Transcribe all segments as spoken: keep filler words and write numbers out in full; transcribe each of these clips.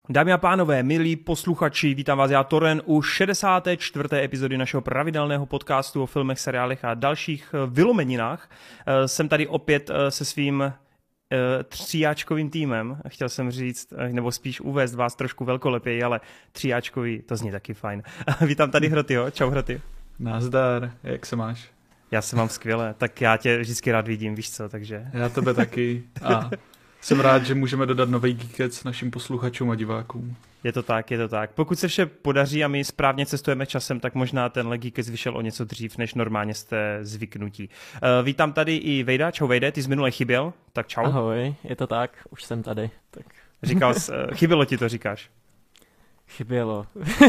Dámy a pánové, milí posluchači, vítám vás já, Toren, u šedesáté čtvrté epizody našeho pravidelného podcastu o filmech, seriálech a dalších vylomeninách. Jsem tady opět se svým tříáčkovým týmem, chtěl jsem říct, nebo spíš uvést vás trošku velkolepěji, ale tříáčkový, to zní taky fajn. Vítám tady Hrotyho, čau Hroty. Nazdar, jak se máš? Já se mám skvěle, tak já tě vždycky rád vidím, víš co, takže... Já tebe taky a jsem rád, že můžeme dodat nový Geekec našim posluchačům a divákům. Je to tak, je to tak. Pokud se vše podaří a my správně cestujeme časem, tak možná tenhle Geekec vyšel o něco dřív, než normálně jste zvyknutí. Uh, vítám tady i Vejda, čau Vejde, ty jsi minule chyběl, tak čau. Ahoj, je to tak, už jsem tady. Tak. Říkal jsi, uh, chybělo ti to, říkáš? Chybělo.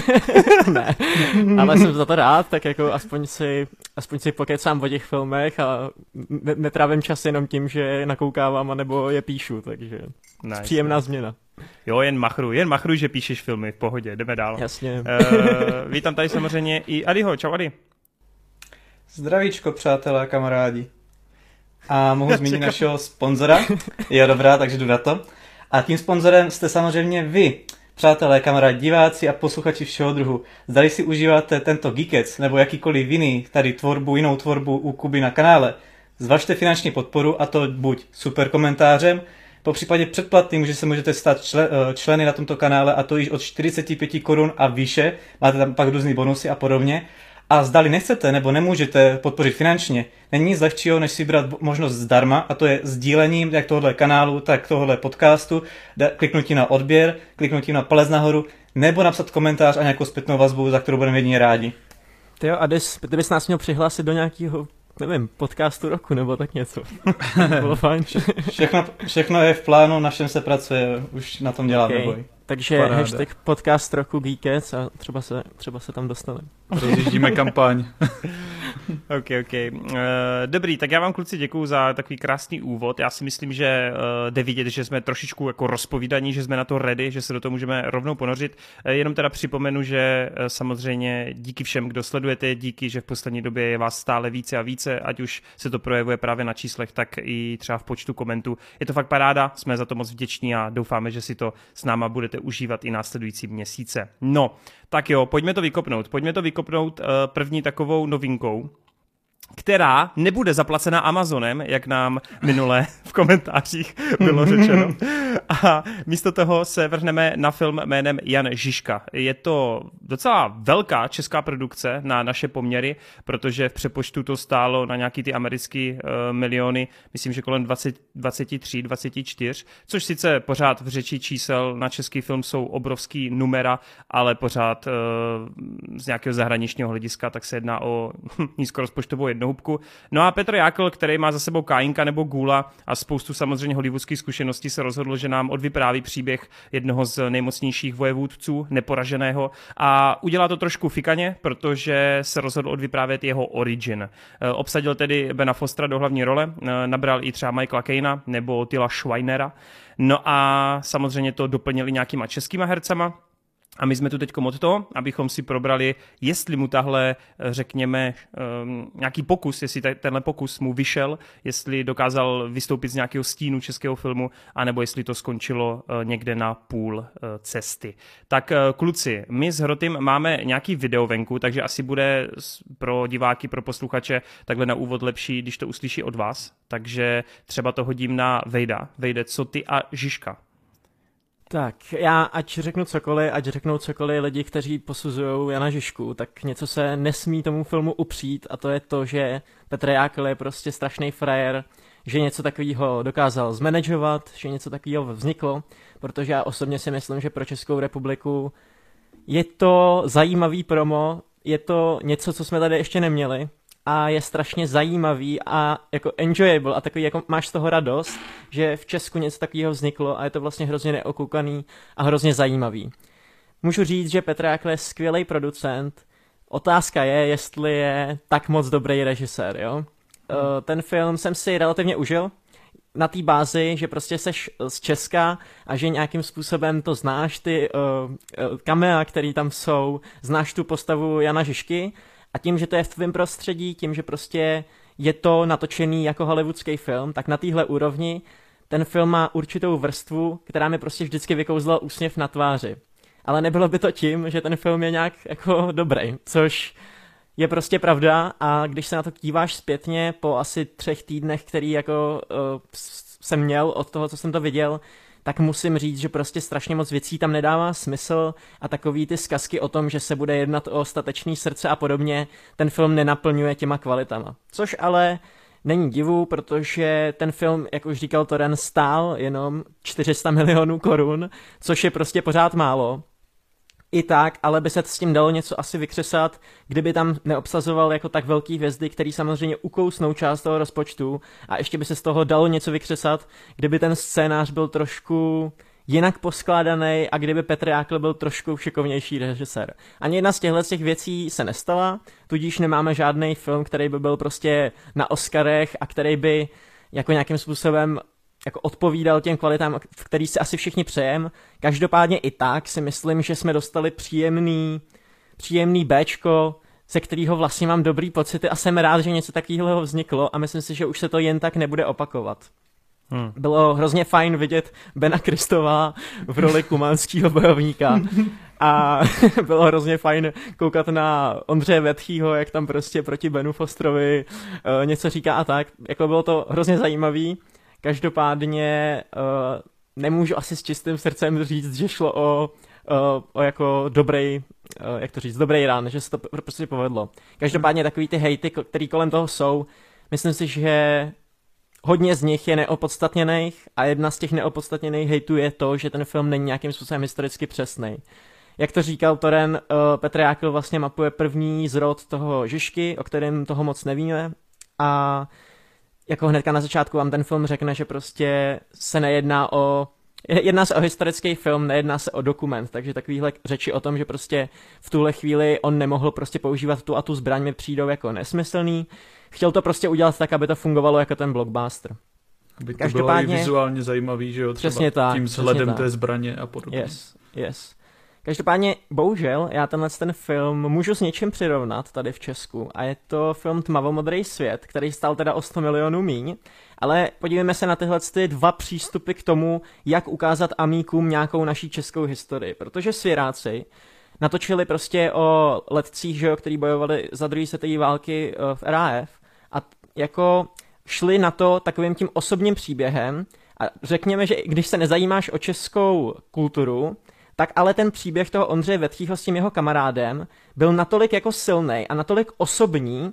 Ne, ale jsem za to rád, tak jako aspoň si, aspoň si pokecám o těch filmech a ne- netrávím čas jenom tím, že nakoukávám anebo je píšu, takže nice. Příjemná změna. Jo, jen machruj, jen machruj, že píšeš filmy, v pohodě, jdeme dál. Jasně. Uh, vítám tady samozřejmě i Adyho, čau Ady. Zdravíčko, přátelé a kamarádi. A mohu zmínit našeho sponzora. Jo, dobrá, takže jdu na to. A tím sponzorem jste samozřejmě vy, přátelé, kamarádi, diváci a posluchači všeho druhu. Zdali si užíváte tento Geekec nebo jakýkoliv jiný tady tvorbu, jinou tvorbu u Kuby na kanále, zvažte finanční podporu, a to buď super komentářem, po případě předplatným, že se můžete stát člen, členy na tomto kanále, a to již od čtyřicet pět korun a výše, máte tam pak různý bonusy a podobně. A zdali nechcete nebo nemůžete podpořit finančně, není nic lehčího, než si brát možnost zdarma, a to je sdílením jak tohohle kanálu, tak tohohle podcastu, kliknutí na odběr, kliknutí na palec nahoru, nebo napsat komentář a nějakou zpětnou vazbu, za kterou budeme jedině rádi. Ty jo, Adis, ty bys nás měl přihlásit do nějakého, nevím, podcastu roku nebo tak něco. Bylo fajn. Všechno, všechno je v plánu, na všem se pracuje, už na tom děláme okay. boj. Takže Paráda. Hashtag podcast roku Geekec a třeba se, třeba se tam dostaneme. Rozjíždíme kampaň. ok, ok. Uh, dobrý, tak já vám kluci děkuju za takový krásný úvod. Já si myslím, že uh, jde vidět, že jsme trošičku jako rozpovídaní, že jsme na to ready, že se do toho můžeme rovnou ponořit. Uh, jenom teda připomenu, že uh, samozřejmě díky všem, kdo sledujete, díky, že v poslední době je vás stále více a více, ať už se to projevuje právě na číslech, tak i třeba v počtu komentů. Je to fakt paráda, jsme za to moc vděční a doufáme, že si to s náma budete užívat i následující měsíce. No, tak jo, pojďme to vykopnout. Pojďme to vykopnout uh, první takovou novinkou, která nebude zaplacená Amazonem, jak nám minule v komentářích bylo řečeno. A místo toho se vrhneme na film jménem Jan Žižka. Je to docela velká česká produkce na naše poměry, protože v přepočtu to stálo na nějaký ty americký uh, miliony, myslím, že kolem dvacet, dvacet tři, dvacet čtyři, což sice pořád v řeči čísel na český film jsou obrovský numera, ale pořád uh, z nějakého zahraničního hlediska tak se jedná o nízkorozpočtovou jednohubku. No a Petr Jákl, který má za sebou Kájinka nebo Gůla a spoustu samozřejmě hollywoodských zkušeností, se rozhodl, že nám odvypráví příběh jednoho z nejmocnějších vojevůdců, neporaženého, a udělá to trošku fikaně, protože se rozhodl odvyprávět jeho origin. Obsadil tedy Bena Fostera do hlavní role, nabral i třeba Michaela Caina nebo Tila Schweinera, no a samozřejmě to doplnili nějakýma českýma hercama. A my jsme tu teďko od toho, abychom si probrali, jestli mu tahle, řekněme, um, nějaký pokus, jestli tenhle pokus mu vyšel, jestli dokázal vystoupit z nějakého stínu českého filmu, anebo jestli to skončilo uh, někde na půl uh, cesty. Tak uh, kluci, my s Hrotym máme nějaký video venku, takže asi bude pro diváky, pro posluchače takhle na úvod lepší, když to uslyší od vás. Takže třeba to hodím na Vejda. Vejde, co ty a Žižka? Tak, já ať řeknu cokoliv, ať řeknou cokoliv lidi, kteří posuzují Jana Žižku, tak něco se nesmí tomu filmu upřít, a to je to, že Petr Jákl je prostě strašný frajer, že něco takového dokázal zmanagovat, že něco takového vzniklo, protože já osobně si myslím, že pro Českou republiku je to zajímavý promo, je to něco, co jsme tady ještě neměli, a je strašně zajímavý a jako enjoyable a takový, jako máš z toho radost, že v Česku něco takového vzniklo a je to vlastně hrozně neokoukaný a hrozně zajímavý. Můžu říct, že Petr Jákl je skvělý producent. Otázka je, jestli je tak moc dobrý režisér, jo? Hmm. Ten film jsem si relativně užil na té bázi, že prostě seš z Česka a že nějakým způsobem to znáš, ty uh, kamea, který tam jsou, znáš tu postavu Jana Žižky. A tím, že to je v tvém prostředí, tím, že prostě je to natočený jako hollywoodský film, tak na téhle úrovni ten film má určitou vrstvu, která mi prostě vždycky vykouzla úsměv na tváři. Ale nebylo by to tím, že ten film je nějak jako dobrý, což je prostě pravda a když se na to díváš zpětně po asi třech týdnech, který jako uh, jsem měl od toho, co jsem to viděl, tak musím říct, že prostě strašně moc věcí tam nedává smysl a takový ty zkazky o tom, že se bude jednat o statečný srdce a podobně, ten film nenaplňuje těma kvalitama. Což ale není divu, protože ten film, jak už říkal Toren, stál jenom čtyři sta milionů korun, což je prostě pořád málo. I tak, ale by se s tím dalo něco asi vykřesat, kdyby tam neobsazoval jako tak velký hvězdy, který samozřejmě ukousnou část toho rozpočtu a ještě by se z toho dalo něco vykřesat, kdyby ten scénář byl trošku jinak poskládaný a kdyby Petr Jákl byl trošku šikovnější režisér. Ani jedna z těchto těch věcí se nestala, tudíž nemáme žádný film, který by byl prostě na Oscarech a který by jako nějakým způsobem jako odpovídal těm kvalitám, v který si asi všichni přejem. Každopádně i tak si myslím, že jsme dostali příjemný, příjemný béčko, ze kterého vlastně mám dobrý pocity a jsem rád, že něco takového vzniklo a myslím si, že už se to jen tak nebude opakovat. Hmm. Bylo hrozně fajn vidět Bena Kristova v roli kumánského bojovníka a bylo hrozně fajn koukat na Ondřeje Vetchýho, jak tam prostě proti Benu Fosterovi uh, něco říká a tak. Jako bylo to hrozně zajímavý. Každopádně uh, nemůžu asi s čistým srdcem říct, že šlo o, uh, o jako dobrý, uh, jak to říct, dobrý run, že se to prostě povedlo. Každopádně takový ty hejty, který kolem toho jsou, myslím si, že hodně z nich je neopodstatněných a jedna z těch neopodstatněných hejtů je to, že ten film není nějakým způsobem historicky přesný. Jak to říkal Toren, uh, Petr Jákl vlastně mapuje první zrod toho Žižky, o kterém toho moc nevíme a jako hnedka na začátku vám ten film řekne, že prostě se nejedná o... Jedná se o historický film, nejedná se o dokument, takže takovýhle řeči o tom, že prostě v tuhle chvíli on nemohl prostě používat tu a tu zbraň, mi přijdou jako nesmyslný. Chtěl to prostě udělat tak, aby to fungovalo jako ten blockbuster. Aby to Každopádně... bylo i vizuálně zajímavý, že jo, třeba tak, tím vzhledem té zbraně a podobně. Yes, yes. Každopádně, bohužel, já tenhle ten film můžu s něčím přirovnat tady v Česku a je to film Tmavomodrý svět, který stál teda o sto milionů míň, ale podívejme se na tyhle ty dva přístupy k tomu, jak ukázat amíkům nějakou naší českou historii, protože Svěráci natočili prostě o letcích, že jo, který bojovali za druhé světové války v R A F a jako šli na to takovým tím osobním příběhem a řekněme, že když se nezajímáš o českou kulturu, tak ale ten příběh toho Ondřeje Vetchýho s tím jeho kamarádem byl natolik jako silnej a natolik osobní,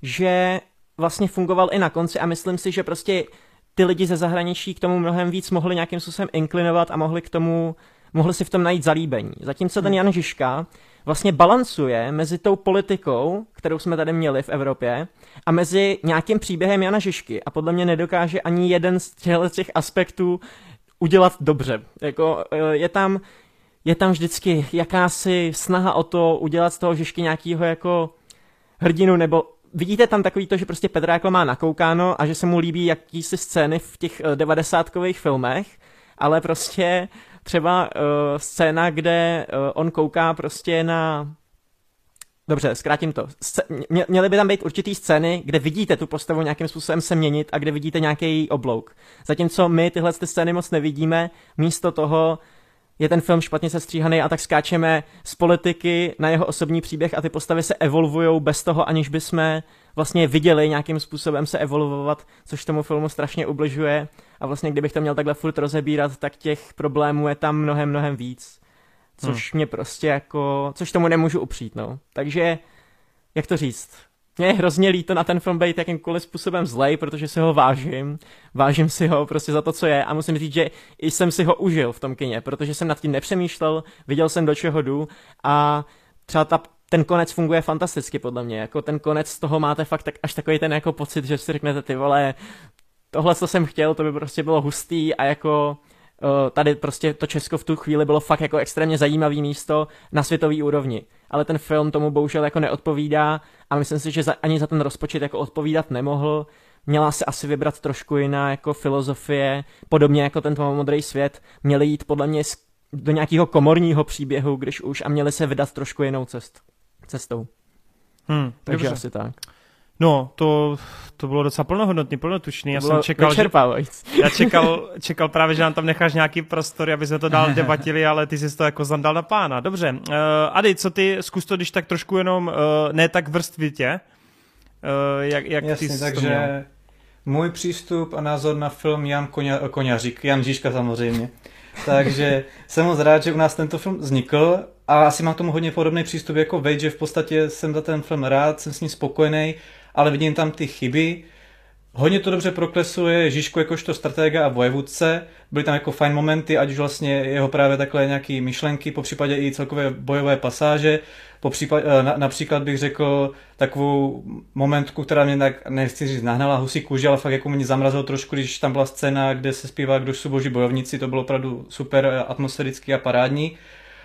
že vlastně fungoval i na konci a myslím si, že prostě ty lidi ze zahraničí k tomu mnohem víc mohli nějakým způsobem inklinovat a mohli k tomu, mohli si v tom najít zalíbení. Zatímco ten Jan Žižka vlastně balancuje mezi tou politikou, kterou jsme tady měli v Evropě, a mezi nějakým příběhem Jana Žižky a podle mě nedokáže ani jeden z těch aspektů udělat dobře. Jako je tam Je tam vždycky jakási snaha o to udělat z toho Žižky nějakýho jako hrdinu, nebo vidíte tam takový to, že prostě Petr Jákl má nakoukáno a že se mu líbí jakýsi scény v těch devadesátkových filmech, ale prostě třeba uh, scéna, kde uh, on kouká prostě na... Dobře, zkrátím to. Mě, měly by tam být určitý scény, kde vidíte tu postavu nějakým způsobem se měnit a kde vidíte nějaký oblouk. Zatímco my tyhle ty scény moc nevidíme, místo toho je ten film špatně sestříhaný a tak skáčeme z politiky na jeho osobní příběh a ty postavy se evolvujou bez toho, aniž bychom vlastně viděli nějakým způsobem se evolvovat, což tomu filmu strašně ubližuje a vlastně kdybych to měl takhle furt rozebírat, tak těch problémů je tam mnohem, mnohem víc, což hmm. mě prostě jako, což tomu nemůžu upřít, no. Takže, jak to říct, mě je hrozně líto na ten film být jakýmkoliv způsobem zlej, protože si ho vážím. Vážím si ho prostě za to, co je a musím říct, že i jsem si ho užil v tom kině, protože jsem nad tím nepřemýšlel, viděl jsem, do čeho jdu a třeba ta, ten konec funguje fantasticky podle mě. Jako ten konec z toho máte fakt tak, až takový ten jako pocit, že si řeknete, ty vole, tohle, co jsem chtěl, to by prostě bylo hustý a jako... Tady prostě to Česko v tu chvíli bylo fakt jako extrémně zajímavý místo na světový úrovni. Ale ten film tomu bohužel jako neodpovídá a myslím si, že za, ani za ten rozpočet jako odpovídat nemohl. Měla se asi vybrat trošku jiná jako filozofie, podobně jako ten Tmavomodrý svět. Měli jít podle mě do nějakého komorního příběhu, když už, a měli se vydat trošku jinou cest, cestou. Hmm, Takže dobře. asi tak. No, to, to bylo docela plnohodnotný, plnotučný. Já To jsem bylo čekal, že, vyčerpávající. já čekal, čekal právě, že nám tam necháš nějaký prostor, aby jsme to dál debatili, ale ty jsi to jako zandal na pána. Dobře, uh, Ady, co ty, zkus to, když tak trošku jenom, uh, ne tak vrstvitě, uh, jak, jak Jasně, ty jsi takže to měl? můj přístup a názor na film Jan Koňa, Koňařík, Jan Žižka samozřejmě. Takže jsem moc rád, že u nás tento film vznikl a asi mám k tomu hodně podobný přístup jako Vejt, že v podstatě jsem za ten film rád, jsem s ním spokojený, ale vidím tam ty chyby. Hodně to dobře prokresuje Žižku jakožto stratega a vojevůdce, byly tam jako fajn momenty, ať už vlastně jeho právě takhle nějaký myšlenky, po případě i celkové bojové pasáže, po případě, na, například bych řekl takovou momentku, která mě tak, nechci říct, nahnala husí kůži, ale fakt jako mě zamrazilo trošku, když tam byla scéna, kde se zpívá Kdo jsou boží bojovníci, to bylo opravdu super atmosférický a parádní.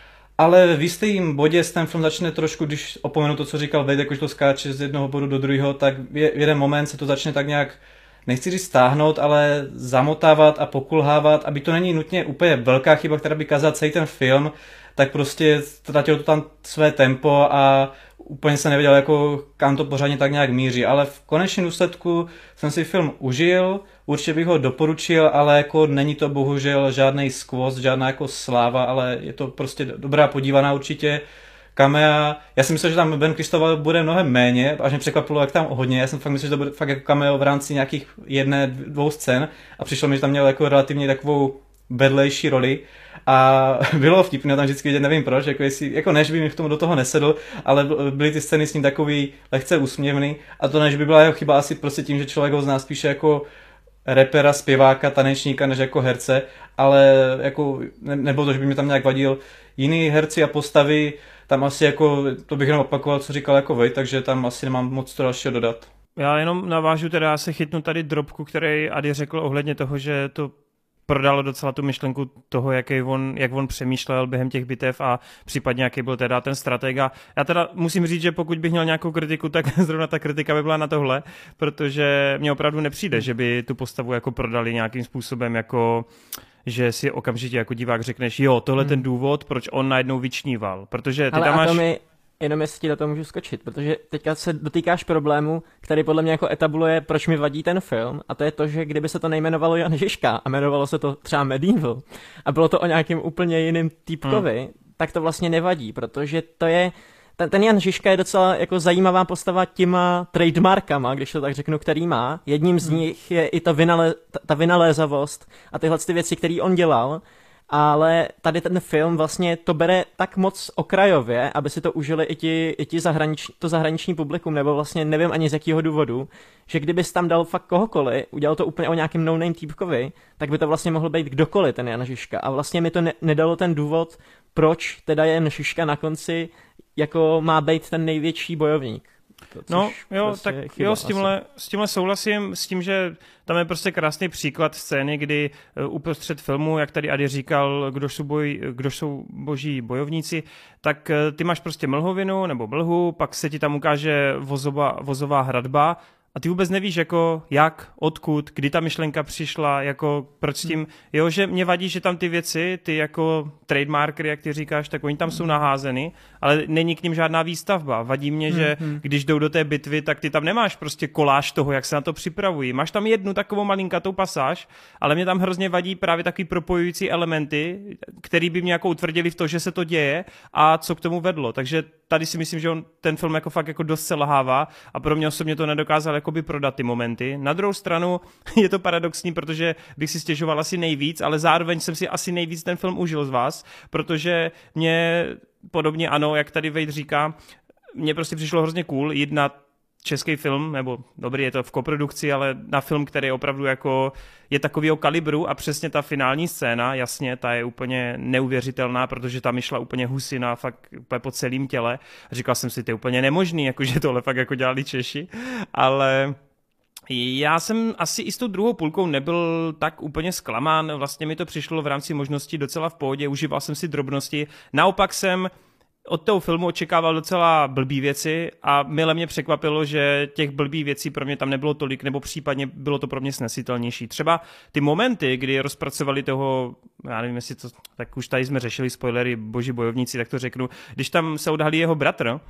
Ale v jistém bodě ten film začne trošku, když opomenu to, co říkal Vejt, jakož to skáče z jednoho bodu do druhého, tak v jeden moment se to začne tak nějak, nechci říct stáhnout, ale zamotávat a pokulhávat, aby to není nutně úplně velká chyba, která by kazala celý ten film, tak prostě ztratilo to tam své tempo a úplně se nevěděl, jako kam to pořádně tak nějak míří, ale v konečném důsledku jsem si film užil, určitě bych ho doporučil, ale jako není to bohužel žádný skvost, žádná jako sláva, ale je to prostě dobrá podívaná určitě. Camea, já si myslel, že tam Ben Christopher bude mnohem méně, až mě překvapilo, jak tam hodně, já jsem fakt myslel, že to bude fakt jako cameo v rámci nějakých jedné, dvou scén a přišlo mi, že tam měl jako relativně takovou vedlejší roli a bylo vtipné tam vždycky vidět, nevím proč, jako, jestli, jako než by mi v tom do toho nesedl, ale byly ty scény s ním takový lehce úsměvný a to než by byla jeho chyba asi prostě tím, že člověk ho zná spíše jako rapera, zpěváka, tanečníka, než jako herce, ale jako ne, nebylo to, že by mi tam nějak vadil. Jiný herci a postavy, tam asi jako, to bych jenom opakoval, co říkal jako Vejt, takže tam asi nemám moc to dalšího dodat. Já jenom navážu, teda já se chytnu tady drobku, který Ady řekl ohledně toho, že to prodalo docela tu myšlenku toho, jaký on, jak on přemýšlel během těch bitev a případně jaký byl teda ten strateg. A já teda musím říct, že pokud bych měl nějakou kritiku, tak zrovna ta kritika by byla na tohle, protože mně opravdu nepřijde, že by tu postavu jako prodali nějakým způsobem jako že si okamžitě jako divák řekneš, jo, tohle hmm. ten důvod, proč on najednou vyčníval, protože ty ale tam máš... Mi... Jenom jestli ti do toho můžu skočit, protože teďka se dotýkáš problému, který podle mě jako etabluje, proč mi vadí ten film, a to je to, že kdyby se to nejmenovalo Jan Žižka a jmenovalo se to třeba Medieval a bylo to o nějakým úplně jiným týpkovi, hmm. tak to vlastně nevadí, protože to je, ten, ten Jan Žižka je docela jako zajímavá postava těma trademarkama, když to tak řeknu, který má. Jedním z hmm. nich je i ta, vynale, ta, ta vynalézavost a tyhle ty věci, které on dělal. Ale tady ten film vlastně to bere tak moc okrajově, aby si to užili i ti, i ti zahranič, to zahraniční publikum, nebo vlastně nevím ani z jakého důvodu, že kdybys tam dal fakt kohokoliv, udělal to úplně o nějakém no-name týpkovi, tak by to vlastně mohl být kdokoliv ten Jan Žižka. A vlastně mi to ne, nedalo ten důvod, proč teda Jan Žižka na konci jako má být ten největší bojovník. To, no jo, prostě tak jo, s tímhle, s tímhle souhlasím, s tím, že tam je prostě krásný příklad scény, kdy uh, uprostřed filmu, jak tady Ady říkal, kdo jsou, boj, kdo jsou boží bojovníci, tak uh, ty máš prostě mlhovinu nebo mlhu, pak se ti tam ukáže vozová, vozová hradba a ty vůbec nevíš, jako jak, odkud, kdy ta myšlenka přišla, jako proč s tím, jo, že mě vadí, že tam ty věci, ty jako trademarkery, jak ty říkáš, tak oni tam jsou naházeny, ale není k nim žádná výstavba. Vadí mě, že když jdou do té bitvy, tak ty tam nemáš prostě koláž toho, jak se na to připravují. Máš tam jednu takovou malinkatou pasáž, ale mě tam hrozně vadí právě takový propojující elementy, který by mě jako utvrdili v to, že se to děje a co k tomu vedlo. Takže tady si myslím, že on ten film jako fakt jako dost selhává a pro mě osobně to nedokázal jakoby prodat ty momenty. Na druhou stranu je to paradoxní, protože bych si stěžoval asi nejvíc, ale zároveň jsem si asi nejvíc ten film užil z vás, protože mě podobně ano, jak tady Vejt říká, mně prostě přišlo hrozně cool jít na český film, nebo dobrý, je to v koprodukci, ale na film, který opravdu jako je takovýho kalibru a přesně ta finální scéna, jasně, ta je úplně neuvěřitelná, protože tam šla úplně husina fakt úplně po celém těle. Říkal jsem si, to je úplně nemožný, jakože tohle fakt jako dělali Češi, ale já jsem asi i s tou druhou půlkou nebyl tak úplně zklamán, vlastně mi to přišlo v rámci možností docela v pohodě, užíval jsem si drobnosti, naopak jsem od toho filmu očekával docela blbý věci a mile mě překvapilo, že těch blbých věcí pro mě tam nebylo tolik, nebo případně bylo to pro mě snesitelnější. Třeba ty momenty, kdy rozpracovali toho, já nevím, jestli to, tak už tady jsme řešili spoilery, boží bojovníci, tak to řeknu, když tam se odhalí jeho bratr,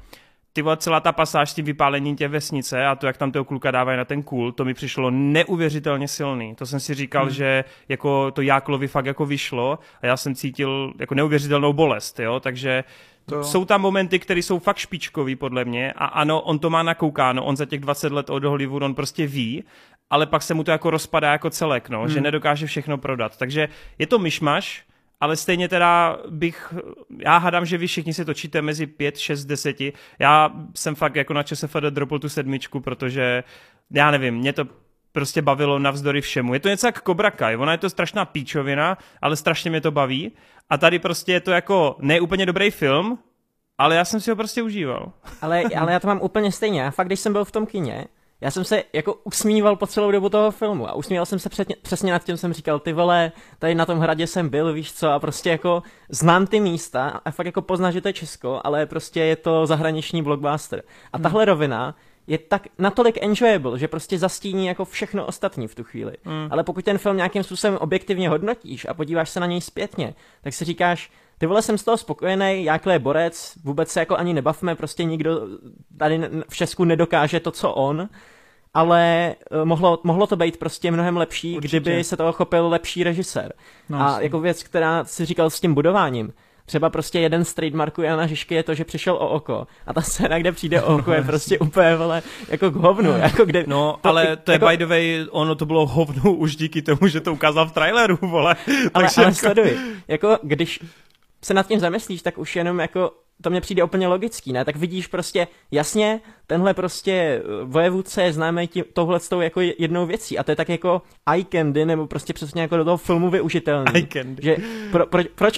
ty vole, celá ta pasáž s tím vypálením tě vesnice a to, jak tam toho kluka dávají na ten kůl, to mi přišlo neuvěřitelně silný. To jsem si říkal, hmm. že jako to Jáklovi fakt jako vyšlo a já jsem cítil jako neuvěřitelnou bolest, jo, takže to... jsou tam momenty, které jsou fakt špičkový podle mě a ano, on to má nakoukáno, on za těch dvacet let od Hollywoodu, on prostě ví, ale pak se mu to jako rozpadá jako celek, no, hmm. že nedokáže všechno prodat. Takže je to myšmaš, ale stejně teda bych, já hádám, že vy všichni si točíte mezi pět, šest, deseti. Já jsem fakt jako na ČSFD dropl tu sedmičku, protože já nevím, mě to prostě bavilo navzdory všemu. Je to něco jak Cobra Kai, ona je to strašná píčovina, ale strašně mě to baví. A tady prostě je to jako neúplně dobrý film, ale já jsem si ho prostě užíval. Ale, ale já to mám úplně stejně. Já fakt, když jsem byl v tom kině, já jsem se jako usmíval po celou dobu toho filmu a usmíval jsem se přesně, přesně nad tím, jsem říkal, ty vole, tady na tom hradě jsem byl, víš co, a prostě jako znám ty místa a fakt jako poznám, že to je Česko, ale prostě je to zahraniční blockbuster. A hmm. tahle rovina je tak natolik enjoyable, že prostě zastíní jako všechno ostatní v tu chvíli. Hmm. Ale pokud ten film nějakým způsobem objektivně hodnotíš a podíváš se na něj zpětně, tak si říkáš, ty vole, jsem z toho spokojený, Jákle je borec, vůbec se jako ani nebavme, prostě nikdo tady v Česku nedokáže to, co on, ale mohlo, mohlo to být prostě mnohem lepší, určitě. Kdyby se toho chopil lepší režisér. No, a jako věc, která si říkal s tím budováním, třeba prostě jeden z trademarků Jana Žižky je to, že přišel o oko. A ta scéna, kde přijde o oko, je prostě úplně, vole, jako k hovnu. Jako kde, no, to, ale to jako, je by the way, ono to bylo hovnu už díky tomu, že to ukázal v traileru, vole. Ale, Takže ale jako... sleduj, jako když se nad tím zamyslíš, tak už jenom jako to mně přijde úplně logický, ne? Tak vidíš prostě, jasně, tenhle prostě vojevůdce je známý tím, touhletou jako jednou věcí a to je tak jako eye candy, nebo prostě přesně jako do toho filmu využitelný. Eye candy. Že pro, pro, proč,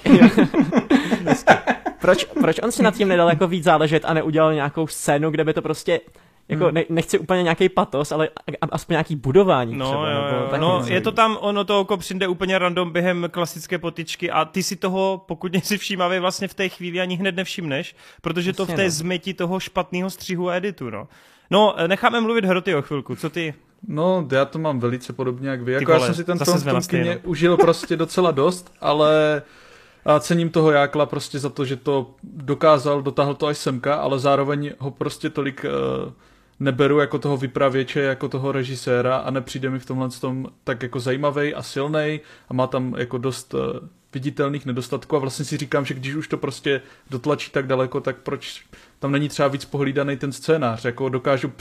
proč, proč on si nad tím nedal jako víc záležet a neudělal nějakou scénu, kde by to prostě jako ne, nechci úplně nějaký patos, ale aspoň nějaký budování no, třeba. Jo, nebo jo. No, je to tam, ono to oko přijde úplně random během klasické potyčky a ty si toho, pokud nejsi všímavý, vlastně v té chvíli ani hned nevšimneš, protože to v té no. změti toho špatného střihu a editu, no. No, necháme mluvit Hroty o chvilku, co ty? No, já to mám velice podobně jak vy. Jako vole, já jsem si ten film v tom kyně užil prostě docela dost, ale a cením toho Jákla prostě za to, že to dokázal, dotáhl to až semka, ale zároveň ho prostě tolik uh, neberu jako toho vypravěče, jako toho režiséra a nepřijde mi v tomhle tom tak jako zajímavej a silnej a má tam jako dost uh, viditelných nedostatků a vlastně si říkám, že když už to prostě dotlačí tak daleko, tak proč tam není třeba víc pohlídaný ten scénář, jako dokážu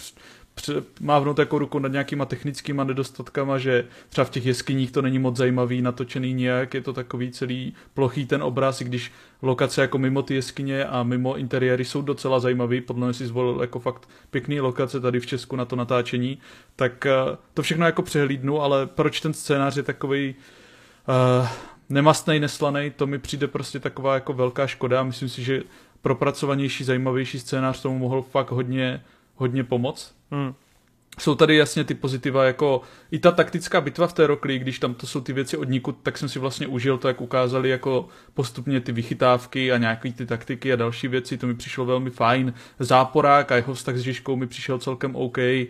mávnout jako ruku nad nějakýma technickýma nedostatkama, že třeba v těch jeskyních to není moc zajímavý, natočený nějak, je to takový celý plochý ten obraz, i když lokace jako mimo ty jeskyně a mimo interiéry jsou docela zajímavý, podle mě si zvolil jako fakt pěkný lokace tady v Česku na to natáčení, tak uh, to všechno jako přehlídnu, ale proč ten scénář je takový uh, nemastnej, neslanej, to mi přijde prostě taková jako velká škoda. Myslím si, že propracovanější, zajímavější scénář tomu mohl fakt hodně hodně pomoc. Hmm. Jsou tady jasně ty pozitiva, jako i ta taktická bitva v té Rokli, když tam to jsou ty věci od nikud, tak jsem si vlastně užil to, jak ukázali jako postupně ty vychytávky a nějaké ty taktiky a další věci, to mi přišlo velmi fajn. Záporák a jeho vztah s Žižkou mi přišel celkem OK, uh,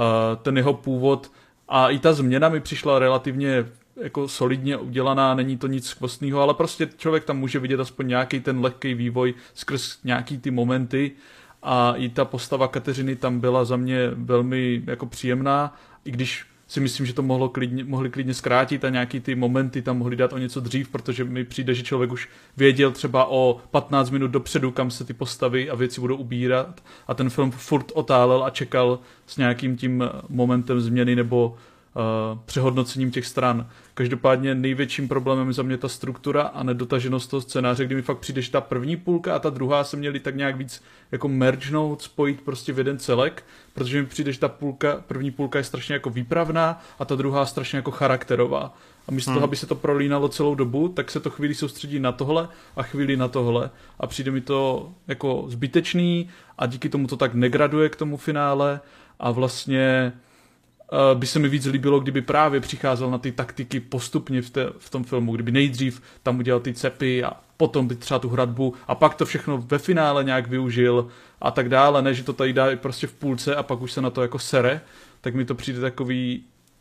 ten jeho původ a i ta změna mi přišla relativně jako solidně udělaná, není to nic skvostného, ale prostě člověk tam může vidět aspoň nějaký ten lehký vývoj skrz nějaký ty momenty. A i ta postava Kateřiny tam byla za mě velmi jako příjemná, i když si myslím, že to mohlo klidně, mohli klidně zkrátit a nějaký ty momenty tam mohli dát o něco dřív, protože mi přijde, že člověk už věděl třeba o patnáct minut dopředu, kam se ty postavy a věci budou ubírat a ten film furt otálel a čekal s nějakým tím momentem změny nebo Uh, přehodnocením těch stran. Každopádně největším problémem je za mě ta struktura a nedotaženost toho scénáře, kdy mi fakt přijde, že ta první půlka a ta druhá se měly tak nějak víc jako mergenout, spojit prostě v jeden celek, protože mi přijde, že ta půlka, první půlka je strašně jako výpravná a ta druhá strašně jako charakterová. A místo hmm. toho, aby se to prolínalo celou dobu, tak se to chvíli soustředí na tohle a chvíli na tohle a přijde mi to jako zbytečný a díky tomu to tak negraduje k tomu finále a vlastně Uh, by se mi víc líbilo, kdyby právě přicházel na ty taktiky postupně v, té, v tom filmu, kdyby nejdřív tam udělal ty cepy a potom by třeba tu hradbu a pak to všechno ve finále nějak využil a tak dále, ne, že to tady dá prostě v půlce a pak už se na to jako sere, tak mi to přijde takový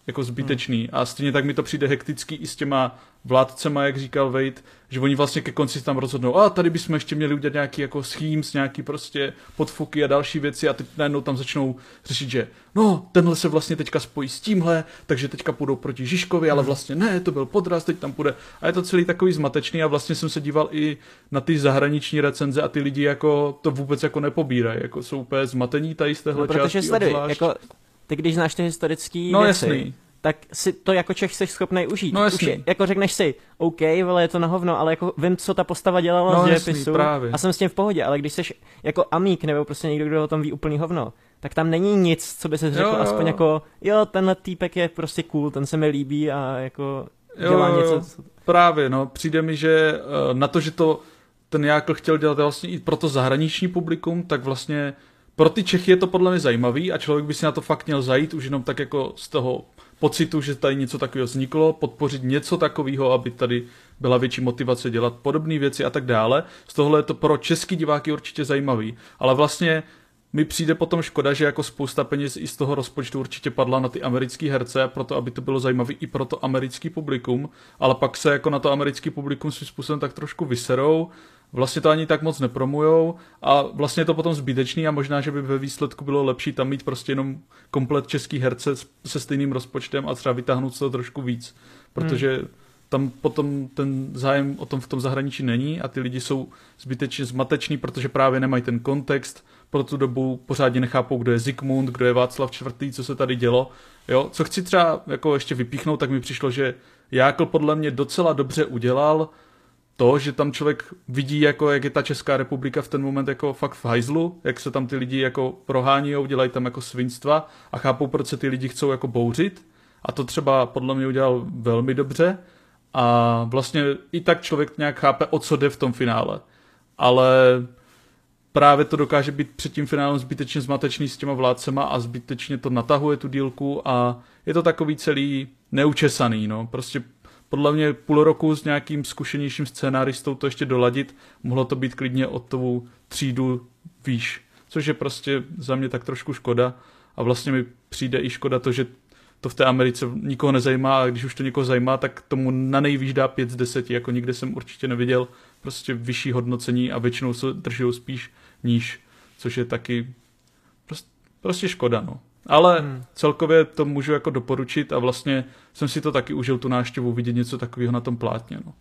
jako zbytečný. Hmm. A stejně tak mi to přijde hektický i s těma vládcema, jak říkal Wade, že oni vlastně ke konci tam rozhodnou, a tady bychom ještě měli udělat nějaký jako schemes, nějaký prostě podfuky a další věci a teď najednou tam začnou řešit, že no, tenhle se vlastně teďka spojí s tímhle, takže teďka půjdou proti Žižkovi, ale vlastně ne, to byl podraz, teď tam půjde. A je to celý takový zmatečný a vlastně jsem se díval i na ty zahraniční recenze a ty lidi jako to vůbec jako nepobírají, jako jsou úplně zmatení tady z téhle no, protože části sleduj, obzvlášť. Jako, ty když znáš ty historický no, věci, jasný. tak si to jako Čech jsi schopnej užít. No jasný. Už je, jako řekneš si, OK, vole, je to na hovno, ale jako vím, co ta postava dělala no, z dějepisu právě. A jsem s tím v pohodě, ale když jsi jako amík nebo prostě někdo, kdo o tom ví úplný hovno, tak tam není nic, co by se řekl jo, jo. aspoň jako, jo, tenhle týpek je prostě cool, ten se mi líbí a jako dělá jo, něco. Co... Právě, no, přijde mi, že na to, že to ten Jákl chtěl dělat vlastně i pro to zahraniční publikum, tak vlastně pro ty Čechy je to podle mě zajímavý a člověk by si na to fakt měl zajít už jenom tak jako z toho pocitu, že tady něco takového vzniklo, podpořit něco takového, aby tady byla větší motivace dělat podobné věci a tak dále. Z tohle je to pro český diváky určitě zajímavý. Ale vlastně mi přijde potom škoda, že jako spousta peněz i z toho rozpočtu určitě padla na ty americký herce, proto aby to bylo zajímavé i pro to americký publikum, ale pak se jako na to americký publikum svým způsobem tak trošku vyserou, vlastně to ani tak moc nepromujou a vlastně je to potom zbytečný a možná, že by ve výsledku bylo lepší tam mít prostě jenom komplet český herce se stejným rozpočtem a třeba vytáhnout z toho trošku víc, protože hmm. tam potom ten zájem o tom v tom zahraničí není a ty lidi jsou zbytečně zmateční, protože právě nemají ten kontext, pro tu dobu pořádně nechápou, kdo je Zikmund, kdo je Václav čtvrtý, co se tady dělo. Jo? Co chci třeba jako ještě vypíchnout, tak mi přišlo, že Jákl podle mě docela dobře udělal to, že tam člověk vidí, jako, jak je ta Česká republika v ten moment jako fakt v hajzlu, jak se tam ty lidi jako prohánějou, dělají tam jako svinstva a chápou, proč se ty lidi chcou jako bouřit. A to třeba podle mě udělal velmi dobře. A vlastně i tak člověk nějak chápe, o co jde v tom finále. Ale právě to dokáže být před tím finálem zbytečně zmatečný s těma vládcema a zbytečně to natahuje tu dílku a je to takový celý neučesaný, no. Prostě podle mě půl roku s nějakým zkušenějším scénáristou to ještě doladit, mohlo to být klidně o tou třídu výš, což je prostě za mě tak trošku škoda a vlastně mi přijde i škoda to, že to v té Americe nikoho nezajímá a když už to někoho zajímá, tak tomu na nejvýš dá pět z deseti, jako nikde jsem určitě neviděl prostě vyšší hodnocení a většinou se držou spíš níž, což je taky prostě, prostě škoda, no. Ale hmm. celkově to můžu jako doporučit a vlastně jsem si to taky užil, tu návštěvu, vidět něco takového na tom plátně, no.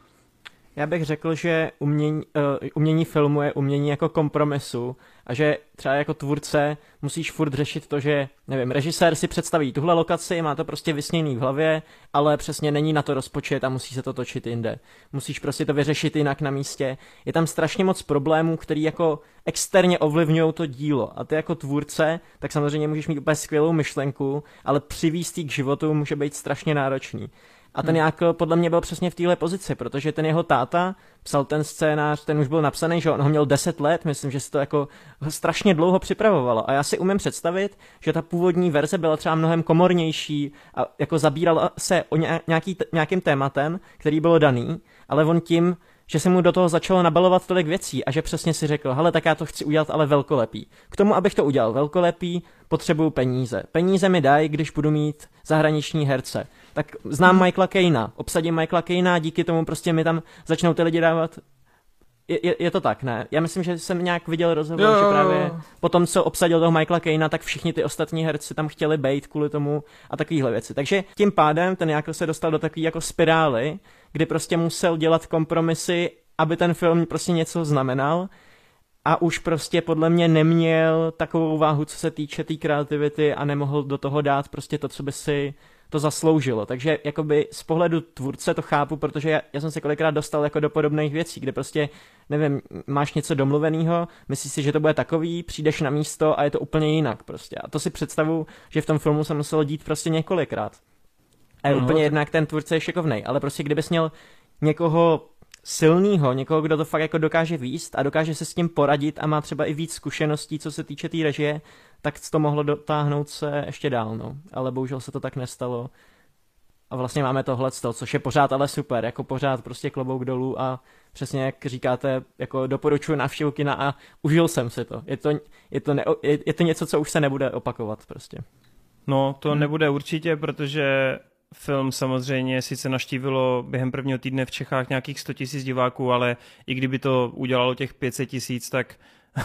Já bych řekl, že umění, uh, umění filmu je umění jako kompromisu a že třeba jako tvůrce musíš furt řešit to, že, nevím, režisér si představí tuhle lokaci, má to prostě vysněný v hlavě, ale přesně není na to rozpočet a musí se to točit jinde. Musíš prostě to vyřešit jinak na místě. Je tam strašně moc problémů, který jako externě ovlivňují to dílo a ty jako tvůrce, tak samozřejmě můžeš mít úplně skvělou myšlenku, ale přivést k životu může být strašně náročný. A ten Jákl podle mě byl přesně v téhle pozici, protože ten jeho táta psal ten scénář, ten už byl napsaný, že on ho měl deset let, myslím, že se to jako strašně dlouho připravovalo. A já si umím představit, že ta původní verze byla třeba mnohem komornější a jako zabírala se o nějaký, nějakým tématem, který bylo daný, ale on tím, že se mu do toho začalo nabalovat tolik věcí a že přesně si řekl, hele, tak já to chci udělat ale velkolepý. K tomu, abych to udělal velkolepý, potřebuju peníze. Peníze mi dají, když budu mít zahraniční herce. Tak znám Michaela Caina, obsadím Michaela Caina a díky tomu prostě mi tam začnou ty lidi dávat. Je, je, je to tak, ne? Já myslím, že jsem nějak viděl rozhovor, jo, že právě po tom, co obsadil toho Michaela Caina, tak všichni ty ostatní herci tam chtěli bejt kvůli tomu a takovýhle věci. Takže tím pádem ten Jákl se dostal do takové jako spirály, kdy prostě musel dělat kompromisy, aby ten film prostě něco znamenal a už prostě podle mě neměl takovou váhu, co se týče té tý kreativity a nemohl do toho dát prostě to, co by si to zasloužilo. Takže jakoby z pohledu tvůrce to chápu, protože já, já jsem se kolikrát dostal jako do podobných věcí, kde prostě, nevím, máš něco domluveného, myslíš si, že to bude takový, přijdeš na místo a je to úplně jinak prostě. A to si představu, že v tom filmu se muselo dít prostě několikrát. A je no, úplně jednak ten tvůrce je šikovnej, ale prostě kdybys měl někoho silnýho, někoho, kdo to fakt jako dokáže výst a dokáže se s tím poradit a má třeba i víc zkušeností, co se týče té tý režie, tak to mohlo dotáhnout se ještě dál, no. Ale bohužel se to tak nestalo. A vlastně máme tohleto, což je pořád ale super, jako pořád prostě klobouk dolů a přesně jak říkáte, jako doporučuji návštěvu kina a užil jsem si to. Je to, je to, ne, je, je to něco, co už se nebude opakovat prostě. No, to hmm. nebude určitě, protože film samozřejmě sice naštívilo během prvního týdne v Čechách nějakých sto tisíc diváků, ale i kdyby to udělalo těch pět set tisíc, tak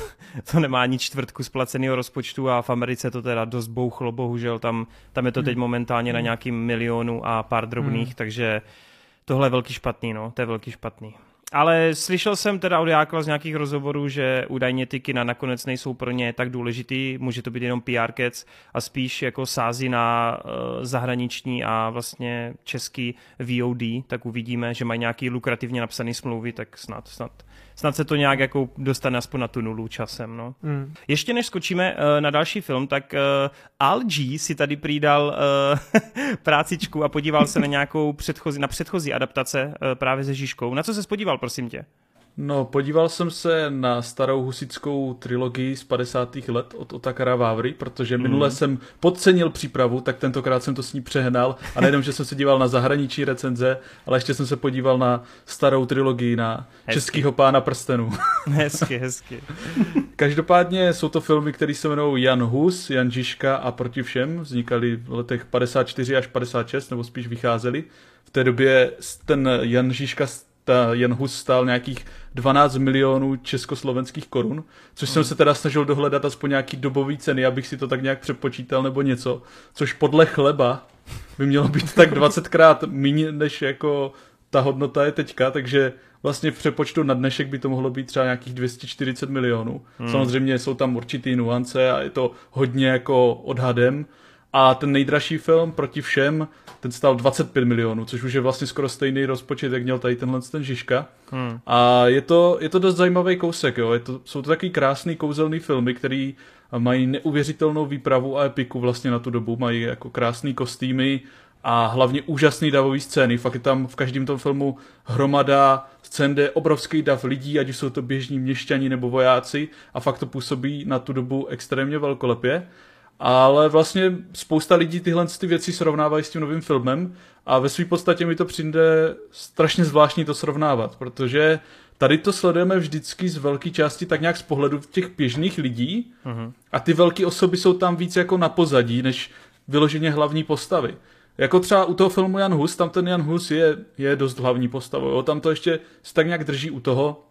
to nemá ani čtvrtku splaceného rozpočtu a v Americe to teda dost bouchlo, bohužel. Tam, tam je to teď momentálně na nějakým milionu a pár drobných, hmm. takže tohle je velký špatný, no, to je velký špatný. Ale slyšel jsem teda od Jákla z nějakých rozhovorů, že údajně ty kina nakonec nejsou pro ně tak důležitý, může to být jenom P R kec a spíš jako sází na uh, zahraniční a vlastně český V O D, tak uvidíme, že mají nějaký lukrativně napsaný smlouvy, tak snad, snad, snad se to nějak jako dostane aspoň na tu nulu časem. No. Mm. Ještě než skočíme uh, na další film, tak uh, Al G si tady přidal uh, prácičku a podíval se na nějakou předchozí, na předchozí adaptace uh, právě se Žižkou. Na co se podíval, prosím tě? No, podíval jsem se na starou husitskou trilogii z padesátých let od Otakara Vávry, protože mm. minule jsem podcenil přípravu, tak tentokrát jsem to s ní přehnal a nejenom, že jsem se díval na zahraniční recenze, ale ještě jsem se podíval na starou trilogii, na hezky. Českýho pána prstenů. Hezky, hezky. Každopádně jsou to filmy, které se jmenují Jan Hus, Jan Žižka a Proti všem. Vznikaly v letech padesát čtyři až padesát šest, nebo spíš vycházely. V té době ten Jan Žižka ta Jan Hus stál nějakých dvanáct milionů československých korun, což hmm. jsem se teda snažil dohledat aspoň nějaký dobový ceny, abych si to tak nějak přepočítal nebo něco, což podle chleba by mělo být tak dvacetkrát méně, než jako ta hodnota je teďka, takže vlastně v přepočtu na dnešek by to mohlo být třeba nějakých dvě stě čtyřicet milionů. Hmm. Samozřejmě jsou tam určitý nuance a je to hodně jako odhadem. A ten nejdražší film Proti všem, ten stál dvacet pět milionů, což už je vlastně skoro stejný rozpočet, jak měl tady tenhle ten Žižka. Hmm. A je to, je to dost zajímavý kousek, jo. Je to, jsou to takový krásný kouzelný filmy, který mají neuvěřitelnou výpravu a epiku vlastně na tu dobu, mají jako krásný kostýmy a hlavně úžasný davový scény. Fakt je tam v každém tom filmu hromada scén, kde je obrovský dav lidí, ať už jsou to běžní měšťani nebo vojáci, a fakt to působí na tu dobu extrémně velkolepě. Ale vlastně spousta lidí tyhle ty věci srovnávají s tím novým filmem a ve své podstatě mi to přijde strašně zvláštní to srovnávat, protože tady to sledujeme vždycky z velké části tak nějak z pohledu těch běžných lidí uh-huh. a ty velké osoby jsou tam víc jako na pozadí, než vyloženě hlavní postavy. Jako třeba u toho filmu Jan Hus, tam ten Jan Hus je, je dost hlavní postavou, jo? Tam to ještě se tak nějak drží u toho,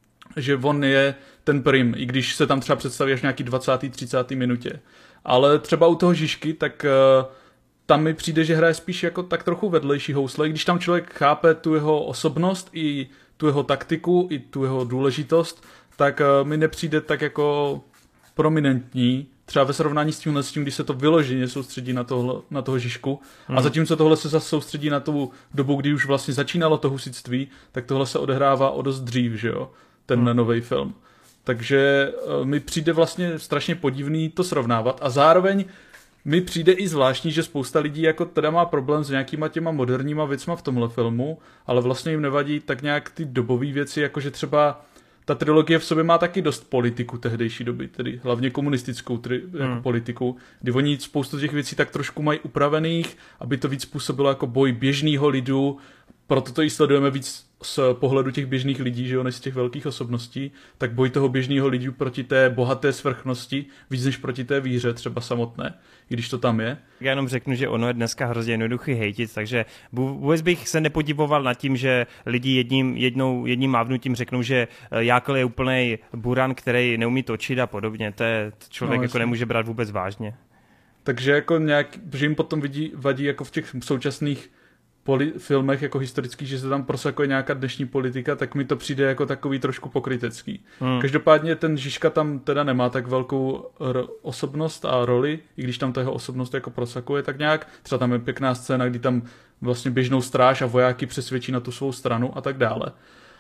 že on je ten prim, i když se tam třeba představí až nějaký dvacáté třicáté minutě. Ale třeba u toho Žižky, tak uh, tam mi přijde, že hraje spíš jako tak trochu vedlejší housle, když tam člověk chápe tu jeho osobnost i tu jeho taktiku, i tu jeho důležitost, tak uh, mi nepřijde tak jako prominentní, třeba ve srovnání s tímhle s tím, když se to vyloženě soustředí na, tohle, na toho Žižku. Hmm. A zatímco tohle se zase soustředí na tu dobu, kdy už vlastně začínalo to husitství, tak tohle se odehrává o dost dřív, že jo, ten hmm. nový film. Takže mi přijde vlastně strašně podivný to srovnávat a zároveň mi přijde i zvláštní, že spousta lidí jako teda má problém s nějakýma těma moderníma věcma v tomhle filmu, ale vlastně jim nevadí tak nějak ty dobové věci, jakože třeba ta trilogie v sobě má taky dost politiku tehdejší doby, tedy hlavně komunistickou tri- jako hmm. politiku, kdy oni spoustu těch věcí tak trošku mají upravených, aby to víc působilo jako boj běžného lidu, proto to i sledujeme víc z pohledu těch běžných lidí, že jo, než z těch velkých osobností, tak boj toho běžného lidu proti té bohaté svrchnosti víc než proti té víře třeba samotné, i když to tam je. Já jenom řeknu, že ono je dneska hrozně jednoduchý hejtit, takže vůbec bych se nepodivoval nad tím, že lidi jedním, jednou, jedním mávnutím řeknou, že Jákl je úplnej buran, který neumí točit a podobně. To je, člověk no, jako nemůže brát vůbec vážně. Takže jako nějak, že jim potom vidí, vadí jako v těch současných poli- filmech jako historických, že se tam prosakuje nějaká dnešní politika, tak mi to přijde jako takový trošku pokrytecký. Hmm. Každopádně ten Žižka tam teda nemá tak velkou r- osobnost a roli, i když tam ta jeho osobnost jako prosakuje tak nějak. Třeba tam je pěkná scéna, kdy tam vlastně běžnou stráž a vojáky přesvědčí na tu svou stranu a tak dále.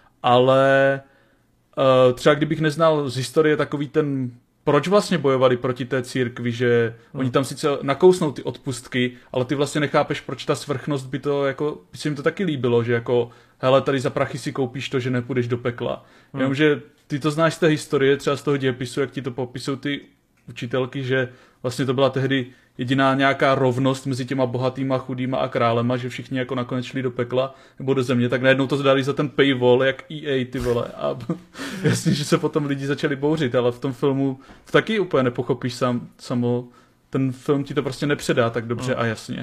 Ale uh, třeba kdybych neznal z historie takový ten proč vlastně bojovali proti té církvi, že hmm. oni tam sice nakousnou ty odpustky, ale ty vlastně nechápeš, proč ta svrchnost by to jako, by se jim to taky líbilo, že jako, hele, tady za prachy si koupíš to, že nepůjdeš do pekla. Hmm. Jenomže ty to znáš z té historie, třeba z toho dějepisu, jak ti to popisují ty učitelky, že vlastně to byla tehdy jediná nějaká rovnost mezi těma bohatýma, chudýma a králema, že všichni jako nakonec šli do pekla nebo do země, tak najednou to zdali za ten paywall, jak E A, ty vole. A jasně, že se potom lidi začali bouřit, ale v tom filmu taky úplně nepochopíš sam, samo ten film ti to prostě nepředá tak dobře mm. a jasně.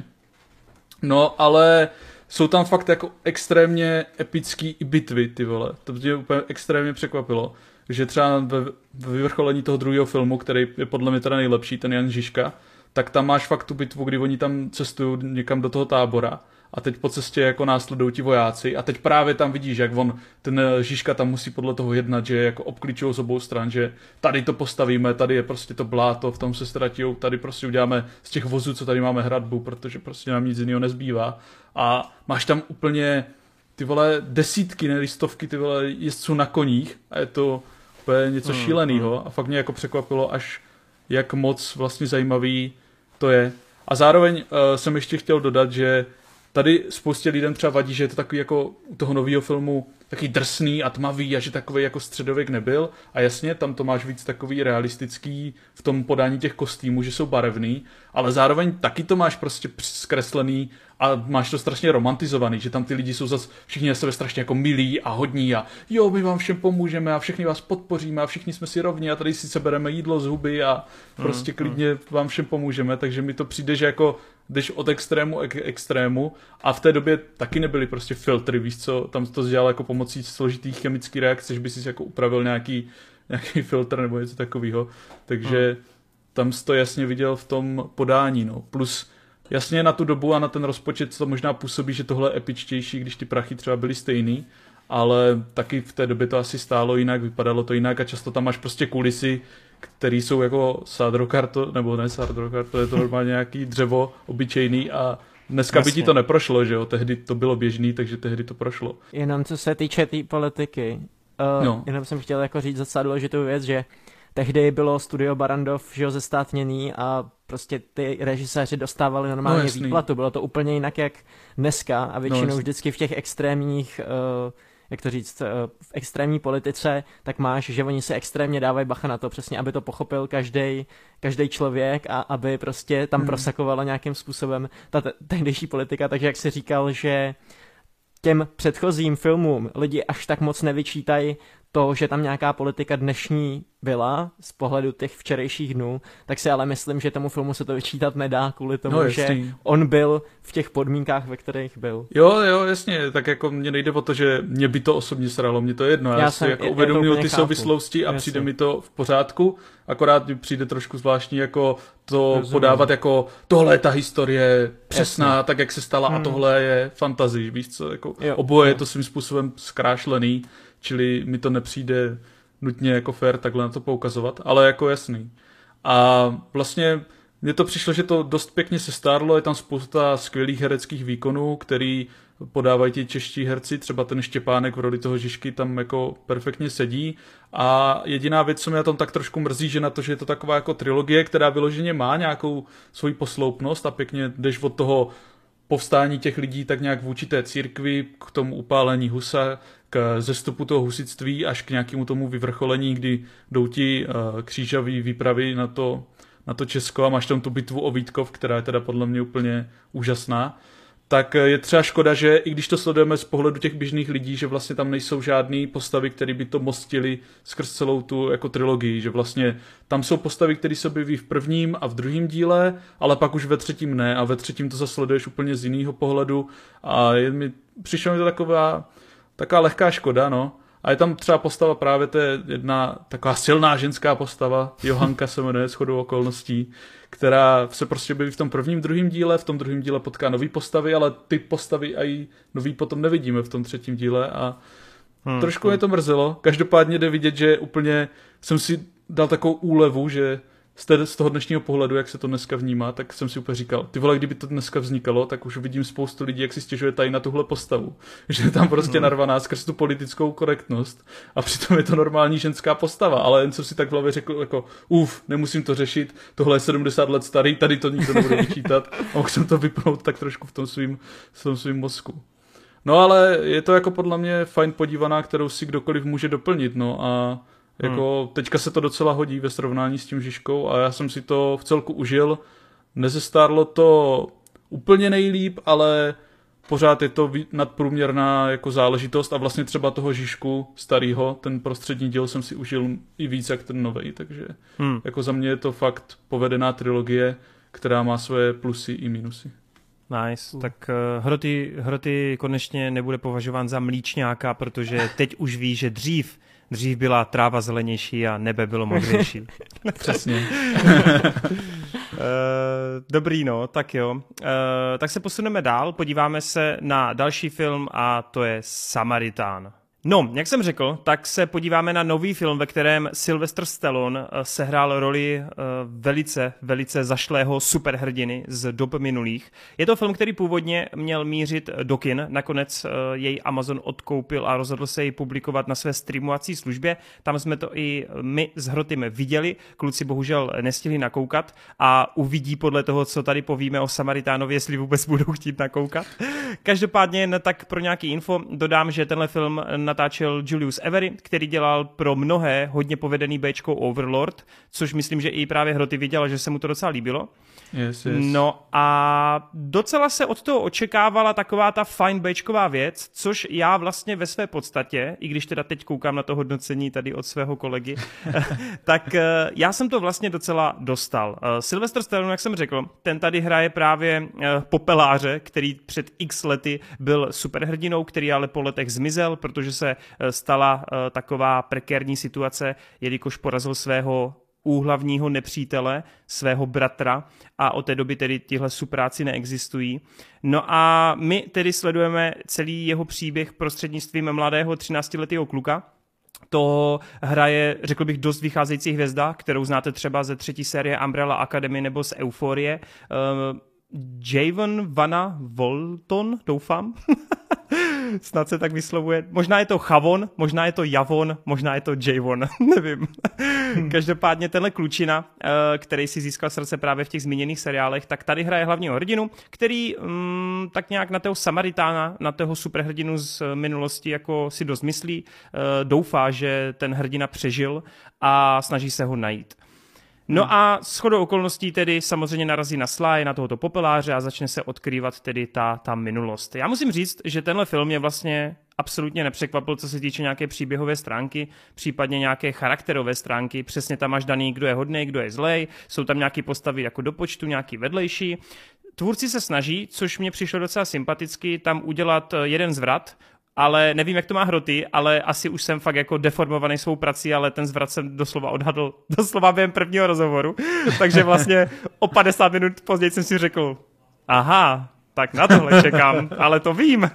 No, ale jsou tam fakt jako extrémně epický i bitvy, ty vole. To mě úplně extrémně překvapilo, že třeba ve, ve vyvrcholení toho druhého filmu, který je podle mě teda nejlepší, ten Jan Žižka, tak tam máš fakt tu bitvu, kdy oni tam cestují někam do toho tábora a teď po cestě jako následují ti vojáci a teď právě tam vidíš, jak on, ten Žižka tam musí podle toho jednat, že jako obklíčují z obou stran, že tady to postavíme, tady je prostě to bláto, v tom se ztratijou, tady prostě uděláme z těch vozů, co tady máme hradbu, protože prostě nám nic jiného nezbývá a máš tam úplně ty vole desítky, ne stovky ty vole jezdců na koních a je to úplně něco hmm, šílenýho hmm. a fakt mě jako překvapilo až jak moc vlastně zajímavý to je. A zároveň uh, jsem ještě chtěl dodat, že tady spoustě lidem třeba vadí, že je to takový jako u toho nového filmu taky drsný a tmavý a že takový jako středověk nebyl. A jasně, tam to máš víc takový realistický v tom podání těch kostýmů, že jsou barevný, ale zároveň taky to máš prostě zkreslený a máš to strašně romantizovaný, že tam ty lidi jsou zase všichni na sebe strašně jako milí a hodní a jo, my vám všem pomůžeme a všichni vás podpoříme a všichni jsme si rovni a tady si se bereme jídlo z huby a prostě mm, klidně mm. vám všem pomůžeme, takže mi to přijde, že jako jdeš od extrému k extrému a v té době taky nebyly prostě filtry, víš co, tam to dělal jako pomocí složitých chemických reakcí, že by si jako upravil nějaký, nějaký filtr nebo něco takového, takže mm. tam jsi to jasně viděl v tom podání, no, plus jasně na tu dobu a na ten rozpočet to možná působí, že tohle je epičtější, když ty prachy třeba byly stejný, ale taky v té době to asi stálo jinak, vypadalo to jinak a často tam máš prostě kulisy, které jsou jako sádrokarton, nebo ne sádrokarton, je to normálně nějaký dřevo obyčejný a dneska Jasně. by ti to neprošlo, že jo, tehdy to bylo běžný, takže tehdy to prošlo. Jenom co se týče té tý politiky, uh, no. jenom jsem chtěl jako říct docela důležitou věc, že tehdy bylo studio Barrandov, že jo, zestátněný a prostě ty režiséři dostávali normálně no, výplatu. Bylo to úplně jinak jak dneska a většinou no, vždycky v těch extrémních, uh, jak to říct, uh, v extrémní politice, tak máš, že oni se extrémně dávají bacha na to, přesně, aby to pochopil každý každý člověk a aby prostě tam hmm. prosakovala nějakým způsobem ta tehdejší politika. Takže jak jsi říkal, že těm předchozím filmům lidi až tak moc nevyčítají to, že tam nějaká politika dnešní byla z pohledu těch včerejších dnů, tak si ale myslím, že tomu filmu se to vyčítat nedá kvůli tomu, no, že on byl v těch podmínkách, ve kterých byl. Jo, jo, jasně, tak jako mně nejde o to, že mě by to osobně sralo, mně to je jedno, já, já si jsem, jako uvědomuji ty souvislosti a jasně. Přijde mi to v pořádku, akorát mi přijde trošku zvláštní jako to Rozumím. Podávat jako tohle je ta historie přesná, jasně. Tak jak se stala hmm. a tohle je fantazie, víš co, jako jo, oboje jo. Je to svým způsobem zkrášlený, čili mi to nepřijde nutně jako fair takhle na to poukazovat, ale jako jasný. A vlastně mně to přišlo, že to dost pěkně sestárlo, je tam spousta skvělých hereckých výkonů, který podávají ti čeští herci, třeba ten Štěpánek v roli toho Žižky tam jako perfektně sedí a jediná věc, co mě na tom tak trošku mrzí, že na to, že je to taková jako trilogie, která vyloženě má nějakou svoji posloupnost a pěkně jdeš od toho povstání těch lidí tak nějak vůči té církvi, k tomu upálení Husa, k zestupu toho husitství až k nějakému tomu vyvrcholení, kdy jdou ti uh, křížový výpravy na to, na to Česko a máš tam tu bitvu o Vítkov, která je teda podle mě úplně úžasná. Tak je třeba škoda, že i když to sledujeme z pohledu těch běžných lidí, že vlastně tam nejsou žádný postavy, které by to mostily skrz celou tu jako trilogii, že vlastně tam jsou postavy, které se objeví v prvním a v druhém díle, ale pak už ve třetím ne a ve třetím to zasleduješ úplně z jiného pohledu a je mi, přišlo mi to taková, taková lehká škoda, no. A je tam třeba postava právě to je jedna taková silná ženská postava, Johanka se jmenuje shodou okolností, která se prostě objeví v tom prvním, druhém díle, v tom druhém díle potká nový postavy, ale ty postavy a nový potom nevidíme v tom třetím díle a hmm, trošku hmm. mě to mrzelo. Každopádně jde vidět, že úplně jsem si dal takovou úlevu, že z toho dnešního pohledu, jak se to dneska vnímá, tak jsem si úplně říkal, ty vole, kdyby to dneska vznikalo, tak už vidím spoustu lidí, jak si stěžuje tady na tuhle postavu. Že je tam prostě narvaná skrz tu politickou korektnost a přitom je to normální ženská postava, ale jen jsem si tak v hlavě řekl, jako uf, nemusím to řešit, tohle je sedmdesát let starý, tady to nikdo nebude vyčítat a mohl jsem to vypnout tak trošku v tom svým, v tom svým mozku. No ale je to jako podle mě fajn podívaná, kterou si kdokoliv může doplnit, no a jako hmm. teďka se to docela hodí ve srovnání s tím Žižkou a já jsem si to v celku užil. Nezestárlo to úplně nejlíp, ale pořád je to nadprůměrná jako záležitost a vlastně třeba toho Žižku starýho, ten prostřední díl jsem si užil i víc jak ten novej, takže hmm. jako za mě je to fakt povedená trilogie, která má svoje plusy i minusy. Nice, uh. tak uh, Hroty, Hroty konečně nebude považován za mlíčňáka, protože teď už ví, že dřív Dřív byla tráva zelenější a nebe bylo modřejší. Přesně. Dobrý, no, tak jo. Tak se posuneme dál, podíváme se na další film a to je Samaritán. No, jak jsem řekl, tak se podíváme na nový film, ve kterém Sylvester Stallone sehrál roli velice, velice zašlého superhrdiny z dob minulých. Je to film, který původně měl mířit do kin, nakonec jej Amazon odkoupil a rozhodl se jej publikovat na své streamovací službě. Tam jsme to i my s Hrotym viděli, kluci bohužel nestihli nakoukat a uvidí podle toho, co tady povíme o Samaritánovi, jestli vůbec budou chtít nakoukat. Každopádně jen tak pro nějaký info dodám, že tenhle film natáčel Julius Avery, který dělal pro mnohé hodně povedený béčko Overlord, což myslím, že i právě Hroty viděla, že se mu to docela líbilo. Yes, yes. No a docela se od toho očekávala taková ta fajn béčková věc, což já vlastně ve své podstatě, i když teda teď koukám na to hodnocení tady od svého kolegy, tak já jsem to vlastně docela dostal. Sylvester Stallone, jak jsem řekl, ten tady hraje právě popeláře, který před x lety byl superhrdinou, který ale po letech zmizel, protože se stala taková prekérní situace, jelikož porazil svého úhlavního nepřítele, svého bratra a od té doby tedy tihle supráci neexistují. No a my tedy sledujeme celý jeho příběh prostřednictvím mladého třináctiletého kluka. To hraje, řekl bych, dost vycházející hvězda, kterou znáte třeba ze třetí série Umbrella Academy nebo z Euforie. Uh, Javon Vanna Volton, doufám. Snad se tak vyslovuje. Možná je to Chavon, možná je to Javon, možná je to Javon, nevím. Hmm. Každopádně tenhle klučina, který si získal srdce právě v těch zmíněných seriálech, tak tady hraje hlavního hrdinu, který mm, tak nějak na toho Samaritána, na toho superhrdinu z minulosti jako si dost myslí, doufá, že ten hrdina přežil a snaží se ho najít. No a shodou okolností tedy samozřejmě narazí na Sly, na tohoto popeláře a začne se odkrývat tedy ta, ta minulost. Já musím říct, že tenhle film je vlastně absolutně nepřekvapil, co se týče nějaké příběhové stránky, případně nějaké charakterové stránky. Přesně tam máš daný, kdo je hodný, kdo je zlej, jsou tam nějaké postavy jako do počtu, nějaký vedlejší. Tvůrci se snaží, což mě přišlo docela sympaticky, tam udělat jeden zvrat, ale nevím, jak to má Hroty, ale asi už jsem fakt jako deformovaný svou prací, ale ten zvrat jsem doslova odhadl doslova během prvního rozhovoru, takže vlastně o padesát minut později jsem si řekl, aha, tak na tohle čekám, ale to vím.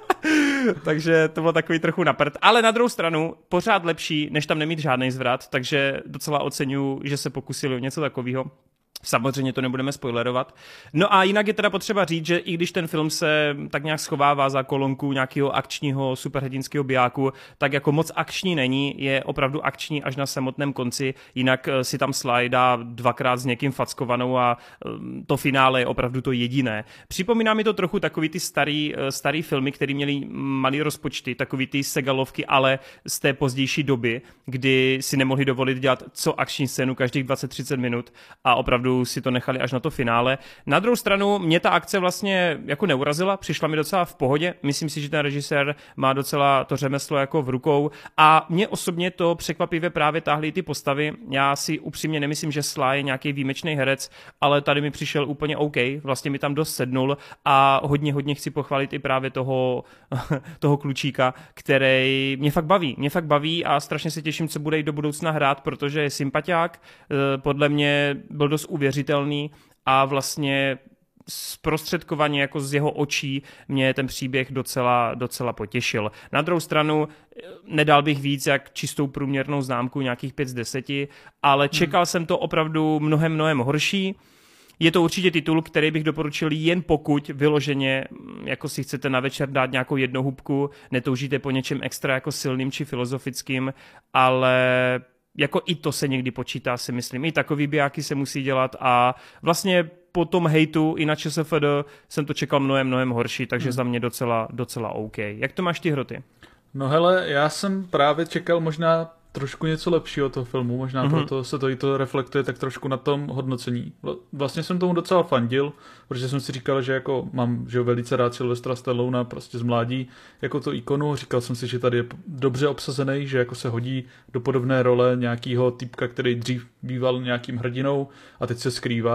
Takže to bylo takový trochu na prd. Ale na druhou stranu pořád lepší, než tam nemít žádný zvrat, takže docela oceňuji, že se pokusili o něco takového. Samozřejmě to nebudeme spoilerovat. No a jinak je teda potřeba říct, že i když ten film se tak nějak schovává za kolonku nějakého akčního superhrdinského bijáku, tak jako moc akční není, je opravdu akční až na samotném konci, jinak si tam Sly dá dvakrát s někým fackovanou a to finále je opravdu to jediné. Připomíná mi to trochu takový ty starý, starý filmy, které měly malý rozpočty, takový ty segalovky, ale z té pozdější doby, kdy si nemohli dovolit dělat co akční scénu každých dvacet třicet minut a opravdu si to nechali až na to finále. Na druhou stranu mě ta akce vlastně jako neurazila, přišla mi docela v pohodě. Myslím si, že ten režisér má docela to řemeslo jako v rukou a mě osobně to překvapivě právě táhly ty postavy. Já si upřímně nemyslím, že Sly je nějaký výjimečný herec, ale tady mi přišel úplně OK, vlastně mi tam dost sednul a hodně, hodně chci pochválit i právě toho, toho klučíka, který mě fakt baví. Mě fakt baví a strašně se těším, co bude i do budoucna hrát, protože je sympatiák, podle mě byl dost uvěřitelný a vlastně zprostředkovaně jako z jeho očí mě ten příběh docela, docela potěšil. Na druhou stranu nedal bych víc jak čistou průměrnou známku nějakých pět z deseti, ale čekal hmm. jsem to opravdu mnohem, mnohem horší. Je to určitě titul, který bych doporučil jen pokud vyloženě, jako si chcete na večer dát nějakou jednohubku, netoužíte po něčem extra jako silným či filozofickým, ale jako i to se někdy počítá, si myslím. I takový bijáky se musí dělat a vlastně po tom hejtu i na ČSFD jsem to čekal mnohem, mnohem horší, takže hmm. za mě docela, docela OK. Jak to máš ty, Hroty? No hele, já jsem právě čekal možná trošku něco lepšího toho filmu, možná mm-hmm. proto se to i to reflektuje tak trošku na tom hodnocení. Vlastně jsem tomu docela fandil, protože jsem si říkal, že jako mám že velice rád Sylvestra Stallona prostě z mládí jako to ikonu, říkal jsem si, že tady je dobře obsazený, že jako se hodí do podobné role nějakého typka, který dřív býval nějakým hrdinou a teď se skrývá.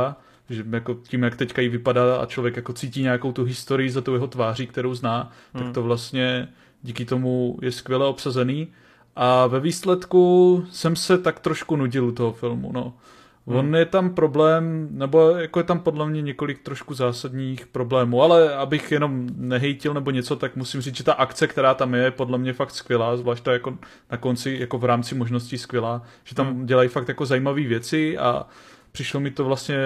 že jako tím, jak teďka jí vypadá a člověk jako cítí nějakou tu historii za tu jeho tváří, kterou zná, hmm. tak to vlastně díky tomu je skvěle obsazený. A ve výsledku jsem se tak trošku nudil u toho filmu, no. On hmm. je tam problém, nebo jako je tam podle mě několik trošku zásadních problémů, ale abych jenom nehejtil nebo něco, tak musím říct, že ta akce, která tam je, podle mě fakt skvělá, zvlášť jako na konci, jako v rámci možností skvělá, že tam hmm. dělají fakt jako zajímavé věci a přišlo mi to vlastně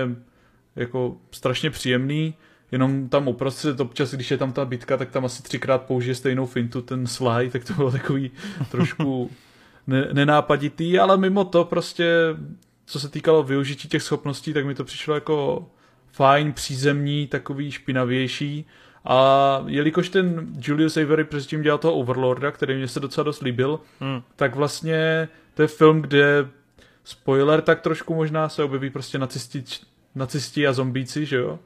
jako strašně příjemný, jenom tam uprostřed občas, když je tam ta bitka, tak tam asi třikrát použije stejnou fintu, ten Sly, tak to bylo takový trošku ne- nenápaditý, ale mimo to prostě co se týkalo využití těch schopností, tak mi to přišlo jako fajn, přízemní, takový špinavější. A jelikož ten Julius Avery předtím dělal toho Overlorda, který mě se docela dost líbil, hmm. tak vlastně to je film, kde spoiler, tak trošku možná se objeví prostě nacisti, nacisti a zombíci, že jo?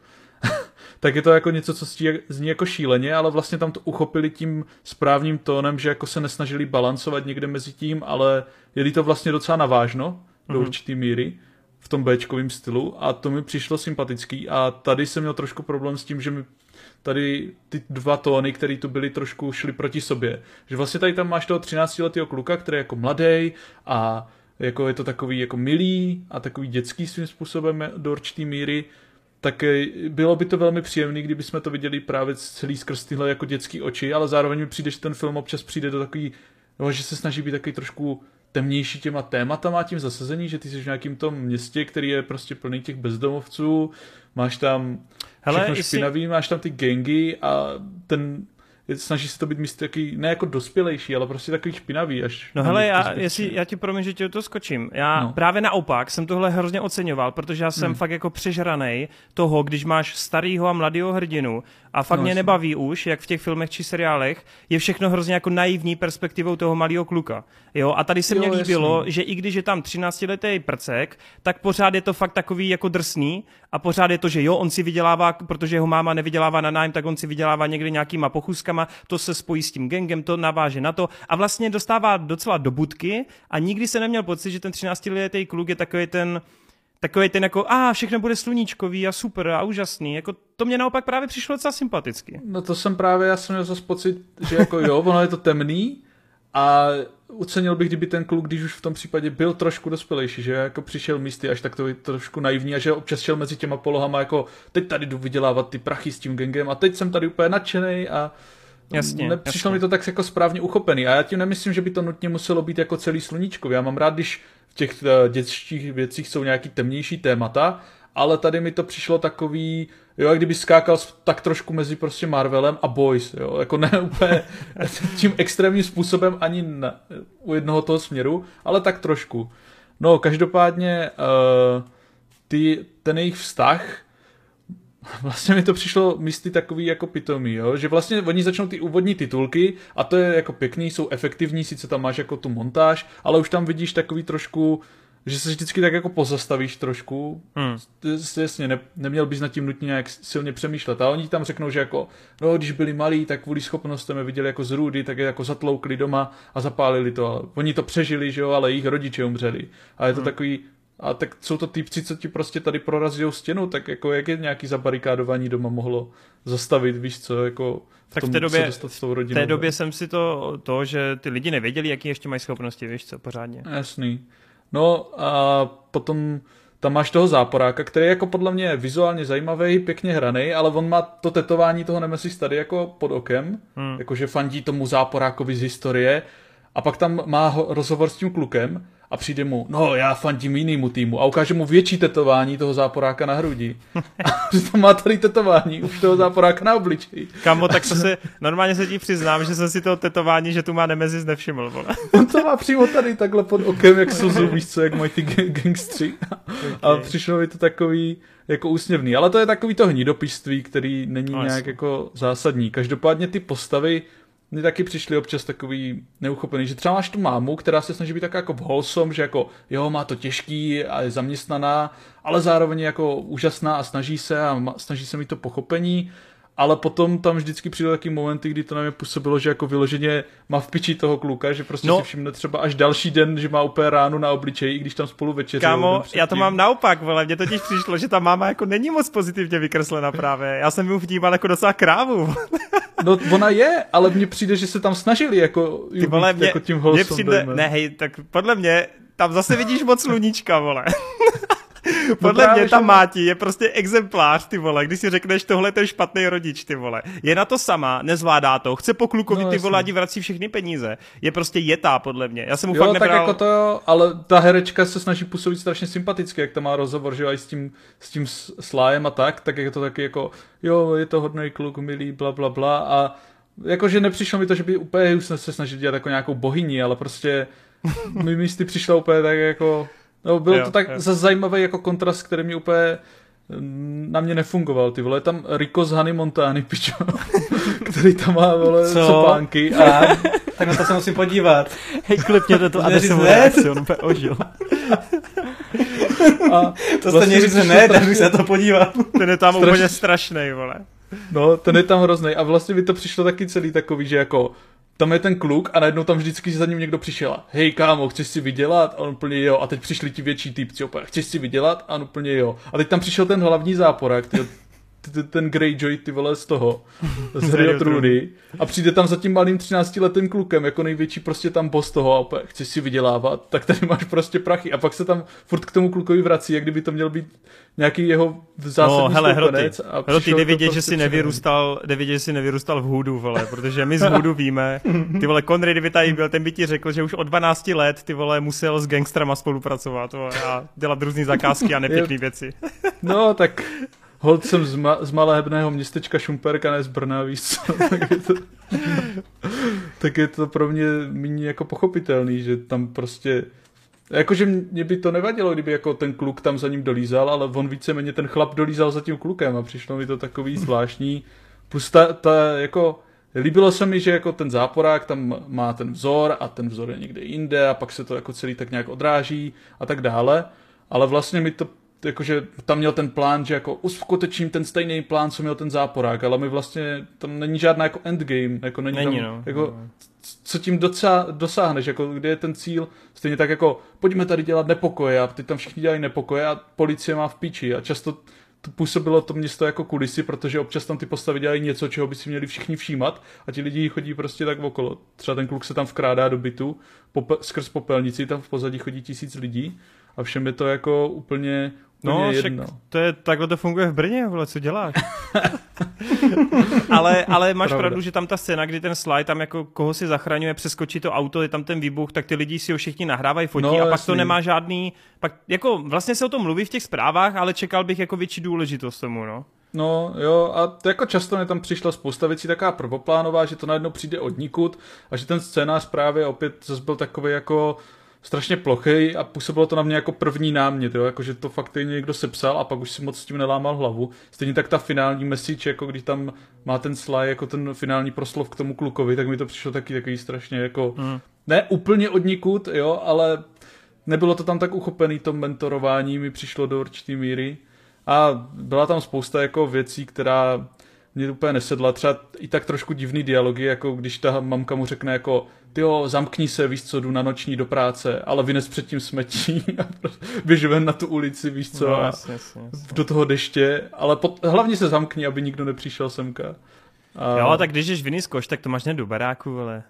Tak je to jako něco, co zní jako šíleně, ale vlastně tam to uchopili tím správným tónem, že jako se nesnažili balancovat někde mezi tím, ale jeli to vlastně docela navážno, do mm-hmm. určitý míry v tom béčkovém stylu a to mi přišlo sympatický a tady jsem měl trošku problém s tím, že mi tady ty dva tóny, které tu byly, trošku šly proti sobě. Že vlastně tady tam máš toho třináctiletého kluka, který je jako mladý a jako je to takový jako milý a takový dětský svým způsobem do určitý míry, tak bylo by to velmi příjemné, kdyby jsme to viděli právě celý skrz tyhle jako dětský oči, ale zároveň mi přijde, že ten film občas přijde do takový, no, že se snaží být takový trošku temnější těma tématama, tím zasazení, že ty jsi v nějakým tom městě, který je prostě plný těch bezdomovců, máš tam všechno Hele, špinavý, jsi... máš tam ty gangy a ten snaží se to být místo taky, ne jako dospělejší, ale prostě takový špinavý. Až no hele, já, jestli, já ti promiň, že ti to skočím. Já no. právě naopak jsem tohle hrozně oceňoval, protože já jsem hmm. fakt jako přežranej toho, když máš starýho a mladýho hrdinu a fakt no, mě nebaví už, jak v těch filmech či seriálech, je všechno hrozně jako naivní perspektivou toho malého kluka. Jo, a tady se mně líbilo, jasný. že i když je tam třináctiletý prcek, tak pořád je to fakt takový jako drsný a pořád je to, že jo, on si vydělává, protože jeho máma nevydělává na nájem, tak on si vydělává někde nějakýma pochůzkama, to se spojí s tím gangem, to naváže na to a vlastně dostává docela do budky a nikdy se neměl pocit, že ten třináctiletý kluk je takový ten takový ten jako, a všechno bude sluníčkový a super a úžasný, jako to mě naopak právě přišlo docela sympaticky. No to jsem právě, já jsem měl zase pocit, že jako jo, ono je to temný a ocenil bych, kdyby ten kluk, když už v tom případě byl trošku dospělejší, že jako přišel místy až tak to je trošku naivní a že občas šel mezi těma polohama jako teď tady jdu vydělávat ty prachy s tím gangem a teď jsem tady úplně nadšenej a jasně, nepřišlo jasně. mi to tak jako správně uchopený a já tím nemyslím, že by to nutně muselo být jako celý sluníčkový. Já mám rád, když v těch dětských věcích jsou nějaký temnější témata, ale tady mi to přišlo takový, jo, jak kdyby skákal tak trošku mezi prostě Marvelem a Boys, jo, jako ne úplně tím extrémním způsobem ani na, u jednoho toho směru, ale tak trošku. No, každopádně uh, ty, ten jejich vztah, vlastně mi to přišlo místy takový jako pitomý, jo? Že vlastně oni začnou ty úvodní titulky a to je jako pěkný, jsou efektivní, sice tam máš jako tu montáž, ale už tam vidíš takový trošku, že se vždycky tak jako pozastavíš trošku, hmm. jasně, ne, neměl bys nad tím nutně nějak silně přemýšlet a oni tam řeknou, že jako, no když byli malí, tak kvůli schopnostem je viděli jako z růdy, tak je jako zatloukli doma a zapálili to, ale oni to přežili, že jo, ale jejich rodiče umřeli a je to hmm. takový. A tak jsou to týpci, co ti prostě tady prorazí stěnu, tak jako jak je nějaký zabarikádování doma mohlo zastavit, víš co, jako v tak tom, v té době, dostat s tou rodinou. V té době jsem si to, to, že ty lidi nevěděli, jaký ještě mají schopnosti, víš co, pořádně. Jasný. No a potom tam máš toho záporáka, který je jako podle mě vizuálně zajímavý, pěkně hraný, ale on má to tetování toho Nemesis tady jako pod okem, hmm. jakože fandí tomu záporákovi z historie a pak tam má rozhovor s tím klukem a přijde mu, no já fandím jinému týmu a ukáže mu větší tetování toho záporáka na hrudi. A přitom má tady tetování už toho záporáka na obličeji. Kamo, tak to se, normálně se ti přiznám, že jsem si toho tetování, že tu má Nemesis nevšiml. Vole. On to má přímo tady takhle pod okem, jak slzu, víš co, jak mají ty gangstři. Okay. A přišlo mi to takový jako úsměvný. Ale to je takový to hnidopišství, který není no, nějak jako zásadní. Každopádně ty postavy mně taky přišli občas takový neuchopený, že třeba máš tu mámu, která se snaží být tak jako wholesome, že jako jo, má to těžký a je zaměstnaná, ale zároveň je jako úžasná a snaží se a snaží se mít to pochopení ale potom tam vždycky přijde taky momenty, kdy to na mě působilo, že jako vyloženě má v piči toho kluka, že prostě no. si všimne třeba až další den, že má úplně ránu na obličeji, i když tam spolu večeří. Kámo, já to mám naopak, vole, mně totiž přišlo, že ta máma jako není moc pozitivně vykreslena právě. Já jsem mu vnímal jako docela krávu. No ona je, ale mně přijde, že se tam snažili jako, Ty vole, mě, jako tím wholesome přijde, ne hej, tak podle mě tam zase vidíš moc sluníčka, vole. Podle no mě ta máti je prostě exemplář, ty vole, když si řekneš, tohle je ten špatný rodič, ty vole. Je na to sama, nezvládá to, chce po klukovi, no, ty vole, ať vrací všechny peníze. Je prostě jetá, podle mě. Já jsem mu jo, fakt nebral... tak jako to jo, ale ta herečka se snaží působit strašně sympaticky, jak tam má rozhovor, že jo, i s tím, s tím Slyem a tak, tak je to taky jako, jo, je to hodný kluk, milý, bla, bla, bla a jakože nepřišlo mi to, že by úplně se snažil dělat jako nějakou bohyni, ale prostě mi místy přišlo úplně tak jako... No, byl jo, to tak jo. Zase zajímavý jako kontrast, který mi úplně na mě nefungoval, ty vole. Je tam Rico z Hany Montany, pičo, který tam má, vole, copánky. A... tak na to se musím podívat. Hej, klipněte to, aby se mu reakci, on úplně ožil. A to jste mě říct, že ne, tak bych se na to podíval. Ten je tam Straš... úplně strašnej, vole. No, ten je tam hroznej. A vlastně by to přišlo taky celý takový, že jako tam je ten kluk a najednou tam vždycky za ním někdo přišel. Hej kámo, chceš si vydělat? A on úplně jo. A teď přišli ti větší týpci opět. Chceš si vydělat? A on úplně jo. A teď tam přišel ten hlavní záporák, ty, ty, ten Greyjoy, ty vole, z toho, z Hry o trůny. A přijde tam za tím malým třináctiletým klukem, jako největší prostě tam boss toho a opět, chceš si vydělávat? Tak tady máš prostě prachy. A pak se tam furt k tomu klukovi vrací, jak kdyby to měl být nějaký jeho zásadní no, hele, stoupenec. Hroty, jde vidět, prostě že si nevyrůstal, jde vidět, že si nevyrůstal v Hoodu, vole, protože my z Hoodu víme, ty vole, Connery, kdyby tady byl, ten by ti řekl, že už od dvanácti let, ty vole, musel s gangstrama spolupracovat, vole, a dělat různý zakázky a nepěkný věci. No, tak holt jsem z, ma- z malého městečka Šumperka, ne z Brna, víš co, tak je to, tak je to pro mě méně jako pochopitelný, že tam prostě... Jakože mě by to nevadilo, kdyby jako ten kluk tam za ním dolízal, ale on víceméně ten chlap dolízal za tím klukem a přišlo mi to takový zvláštní. Plus ta, ta jako, líbilo se mi, že jako ten záporák tam má ten vzor a ten vzor je někde jinde a pak se to jako celý tak nějak odráží a tak dále, ale vlastně mi to jakože tam měl ten plán, že jako uskutečním ten stejný plán, co měl ten záporák, ale my vlastně, tam není žádná jako endgame, jako není, není tam, no. Jako, co tím docela dosáhneš, jako kde je ten cíl, stejně tak jako pojďme tady dělat nepokoje a teď tam všichni dělají nepokoje a policie má v píči a často to působilo to město jako kulisy, protože občas tam ty postavy dělají něco, čeho by si měli všichni všímat a ti lidi chodí prostě tak okolo. Třeba ten kluk se tam vkrádá do bytu pope- skrz popelnici, tam v pozadí chodí tisíc lidí a všem je to jako úplně No, však to je, takhle to funguje v Brně, vole, co děláš? ale, ale máš Pravda. pravdu, že tam ta scéna, kdy ten Sly tam jako koho si zachraňuje, přeskočí to auto, je tam ten výbuch, tak ty lidi si ho všichni nahrávají, fotí no, a pak jasný. To nemá žádný, pak jako vlastně se o tom mluví v těch zprávách, ale čekal bych jako větší důležitost tomu, no. No jo, a to jako často mi tam přišla spousta věcí taková prvoplánová, že to najednou přijde odnikud a že ten scénář právě opět zase byl takový jako strašně plochej a působilo to na mě jako první námět, jo? Jako, že to fakt někdo sepsal a pak už si moc s tím nelámal hlavu. Stejně tak ta finální message, jako když tam má ten Sly jako ten finální proslov k tomu klukovi, tak mi to přišlo taky takový strašně jako, mm. ne úplně odnikud, jo, ale nebylo to tam tak uchopený, to mentorování mi přišlo do určitý míry a byla tam spousta jako věcí, která mě úplně nesedla, třeba i tak trošku divný dialogy, jako když ta mamka mu řekne jako tyjo, zamkni se, víš co, jdu na noční do práce, ale vynes předtím smetí a běž ven na tu ulici, víš co, no, jasně, jasně, jasně. do toho deště, ale pod, hlavně se zamkni, aby nikdo nepřišel semka. A... Jo, tak když ješ viny z koš, tak to máš ne do baráku, ale...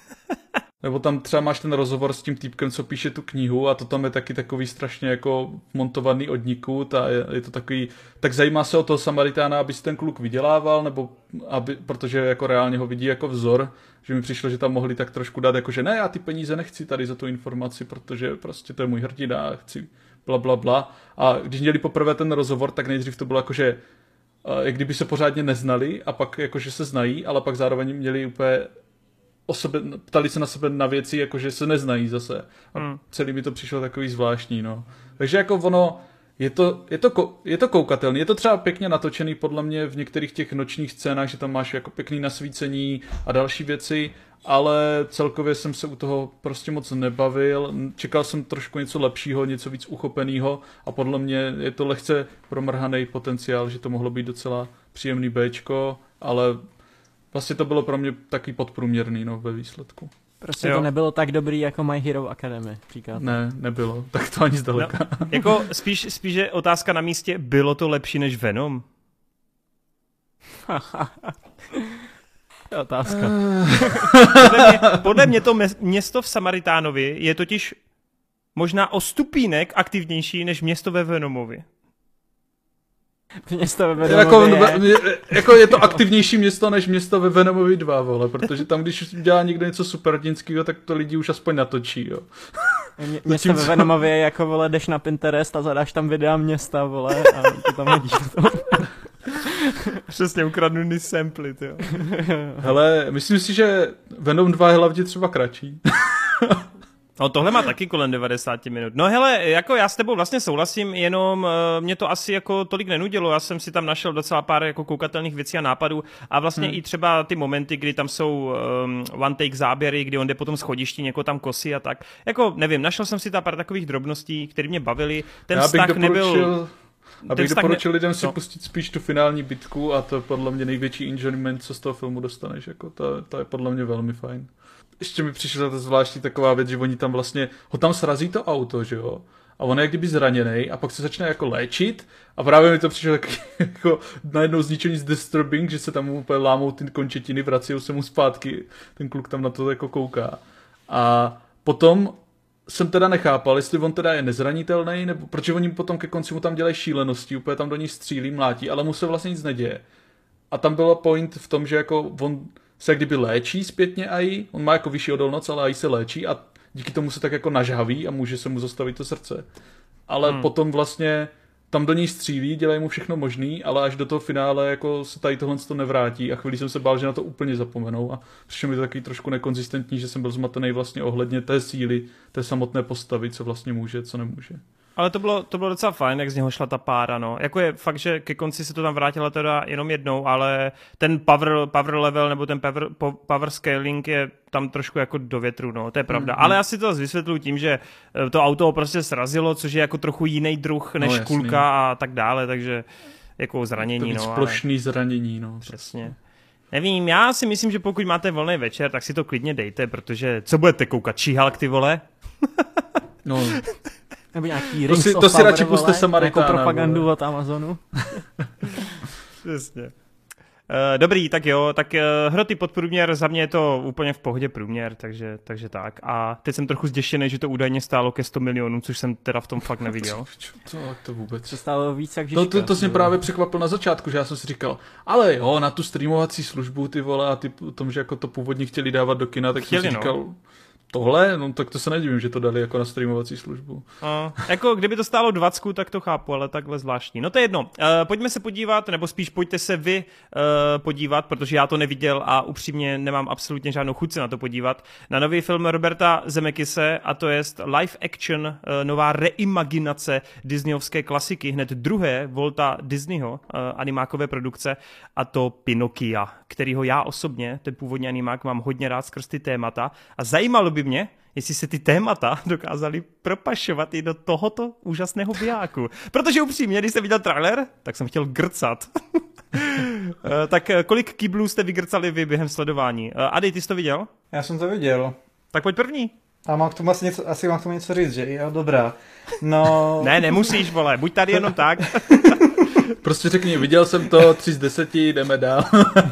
Nebo tam třeba máš ten rozhovor s tím týpkem, co píše tu knihu a to tam je taky takový strašně jako montovaný odnikud a je, je to takový, tak zajímá se o toho Samaritána, aby si ten kluk vydělával, nebo aby, protože jako reálně ho vidí jako vzor, že mi přišlo, že tam mohli tak trošku dát, jako že ne, já ty peníze nechci tady za tu informaci, protože prostě to je můj hrdina a chci bla bla bla. A když měli poprvé ten rozhovor, tak nejdřív to bylo jako, že jak kdyby se pořádně neznali a pak jakože se znají, ale pak zároveň měli úplně o sebe, ptali se na sebe na věci, jakože se neznají zase. A mm. celý mi to přišlo takový zvláštní, no. Takže jako ono, je to, je to, je to koukatelný, je to třeba pěkně natočený podle mě v některých těch nočních scénách, že tam máš jako pěkný nasvícení a další věci, ale celkově jsem se u toho prostě moc nebavil. Čekal jsem trošku něco lepšího, něco víc uchopeného a podle mě je to lehce promrhaný potenciál, že to mohlo být docela příjemný béčko ale vlastně to bylo pro mě taky podprůměrný, no, ve výsledku. Prostě jo. To nebylo tak dobrý jako My Hero Academy, říkáte. Ne, nebylo, tak to ani zdaleka. No, jako spíš, spíš je otázka na místě, bylo to lepší než Venom? Otázka. podle, mě, podle mě to město v Samaritánovi je totiž možná o stupínek aktivnější než město ve Venomovi. Město ve Venomovi jako, je... jako je to aktivnější město než město ve Venomovi dva, vole, protože tam, když dělá někdo něco superhrdinského, tak to lidi už aspoň natočí, jo. Mě, město ve Venomově je jako, vole, jdeš na Pinterest a zadáš tam videa města, vole, a to tam hodíš. Přesně ukradnuný samply, jo. Hele, myslím si, že Venom dva je hlavně třeba kratší. No tohle má taky kolem devadesát minut. No hele, jako já s tebou vlastně souhlasím, jenom uh, mě to asi jako tolik nenudilo, já jsem si tam našel docela pár jako koukatelných věcí a nápadů a vlastně hmm. i třeba ty momenty, kdy tam jsou um, one take záběry, kdy on jde po tom schodišti, někoho tam kosí a tak. Jako nevím, našel jsem si tam pár takových drobností, které mě bavily. Ten já vztah nebyl... Abych doporučil ne... lidem si no. pustit spíš tu finální bitku a to je podle mě největší enjoyment, co z toho filmu dostaneš. Jako to, to je podle mě velmi fajn. Ještě mi přišla ta zvláštní taková věc, že oni tam vlastně, ho tam srazí to auto, že jo? A on je jak kdyby zraněnej a pak se začne jako léčit a právě mi to přišlo tak jako najednou zničení z disturbing, že se tam úplně lámou ty končetiny, vrací se mu zpátky, ten kluk tam na to jako kouká. A potom jsem teda nechápal, jestli on teda je nezranitelný, nebo protože oni potom ke konci mu tam dělají šílenosti, úplně tam do ní střílí, mlátí, ale mu se vlastně nic neděje. A tam byl point v tom, že jako on se jak kdyby léčí zpětně A I, on má jako vyšší odolnost, ale A I se léčí a díky tomu se tak jako nažhaví a může se mu zastavit to srdce. Ale hmm. potom vlastně tam do něj střílí, dělají mu všechno možný, ale až do toho finále jako se tady tohle to nevrátí a chvíli jsem se bál, že na to úplně zapomenou a přišlo mi to taky trošku nekonzistentní, že jsem byl zmatený vlastně ohledně té síly, té samotné postavy, co vlastně může, co nemůže. Ale to bylo, to bylo docela fajn, jak z něho šla ta pára, no. Jako je fakt, že ke konci se to tam vrátilo teda jenom jednou, ale ten power, power level nebo ten power, power scaling je tam trošku jako do větru, no, to je pravda. Mm-hmm. Ale já si to vysvětluji tím, že to auto prostě srazilo, což je jako trochu jiný druh než no, kulka a tak dále, takže jako zranění, to no. Plošný ale... zranění, no. Přesně. Nevím, já si myslím, že pokud máte volný večer, tak si to klidně dejte, protože co budete koukat, She-Hulk, ty vole? No... Nebo nějaký to si, to si radši puste Samaritána. Jako propagandu vole. Od Amazonu. Přesně. Uh, dobrý, tak jo, tak uh, Hroty podprůměr, za mě je to úplně v pohodě průměr, takže, takže tak. A teď jsem trochu zděšený, že to údajně stálo ke sto milionů, což jsem teda v tom fakt neviděl. To, to vůbec. To stálo víc jak Žižka. To, to, to jsi mě právě překvapil na začátku, že já jsem si říkal, ale jo, na tu streamovací službu ty vole a ty, tom, že jako to původně chtěli dávat do kina, tak chtěli, jsem si říkal... No. Tohle? No tak to se nedivím, že to dali jako na streamovací službu. A, jako kdyby to stálo dvacet, tak to chápu, ale takhle zvláštní. No to je jedno. Uh, pojďme se podívat, nebo spíš pojďte se vy uh, podívat, protože já to neviděl a upřímně nemám absolutně žádnou chuť se na to podívat, na nový film Roberta Zemeckise a to je live action, uh, nová reimaginace disneyovské klasiky, hned druhé Walta Disneyho uh, animákové produkce a to Pinokia, kterýho já osobně, ten původní animák, mám hodně rád skrz ty témata a zajímalo by mě, jestli se ty témata dokázali propašovat i do tohoto úžasného bijáku. Protože upřímně, když jsem viděl trailer, tak jsem chtěl grcat. Tak kolik kyblů jste vygrcali vy během sledování? Ady, ty jsi to viděl? Já jsem to viděl. Tak pojď první. A mám k tomu asi, něco, asi mám k tomu něco říct, že jo, dobrá. No... ne, nemusíš, vole, buď tady jenom tak. Prostě řekni, viděl jsem to, tři z deseti, jdeme dál.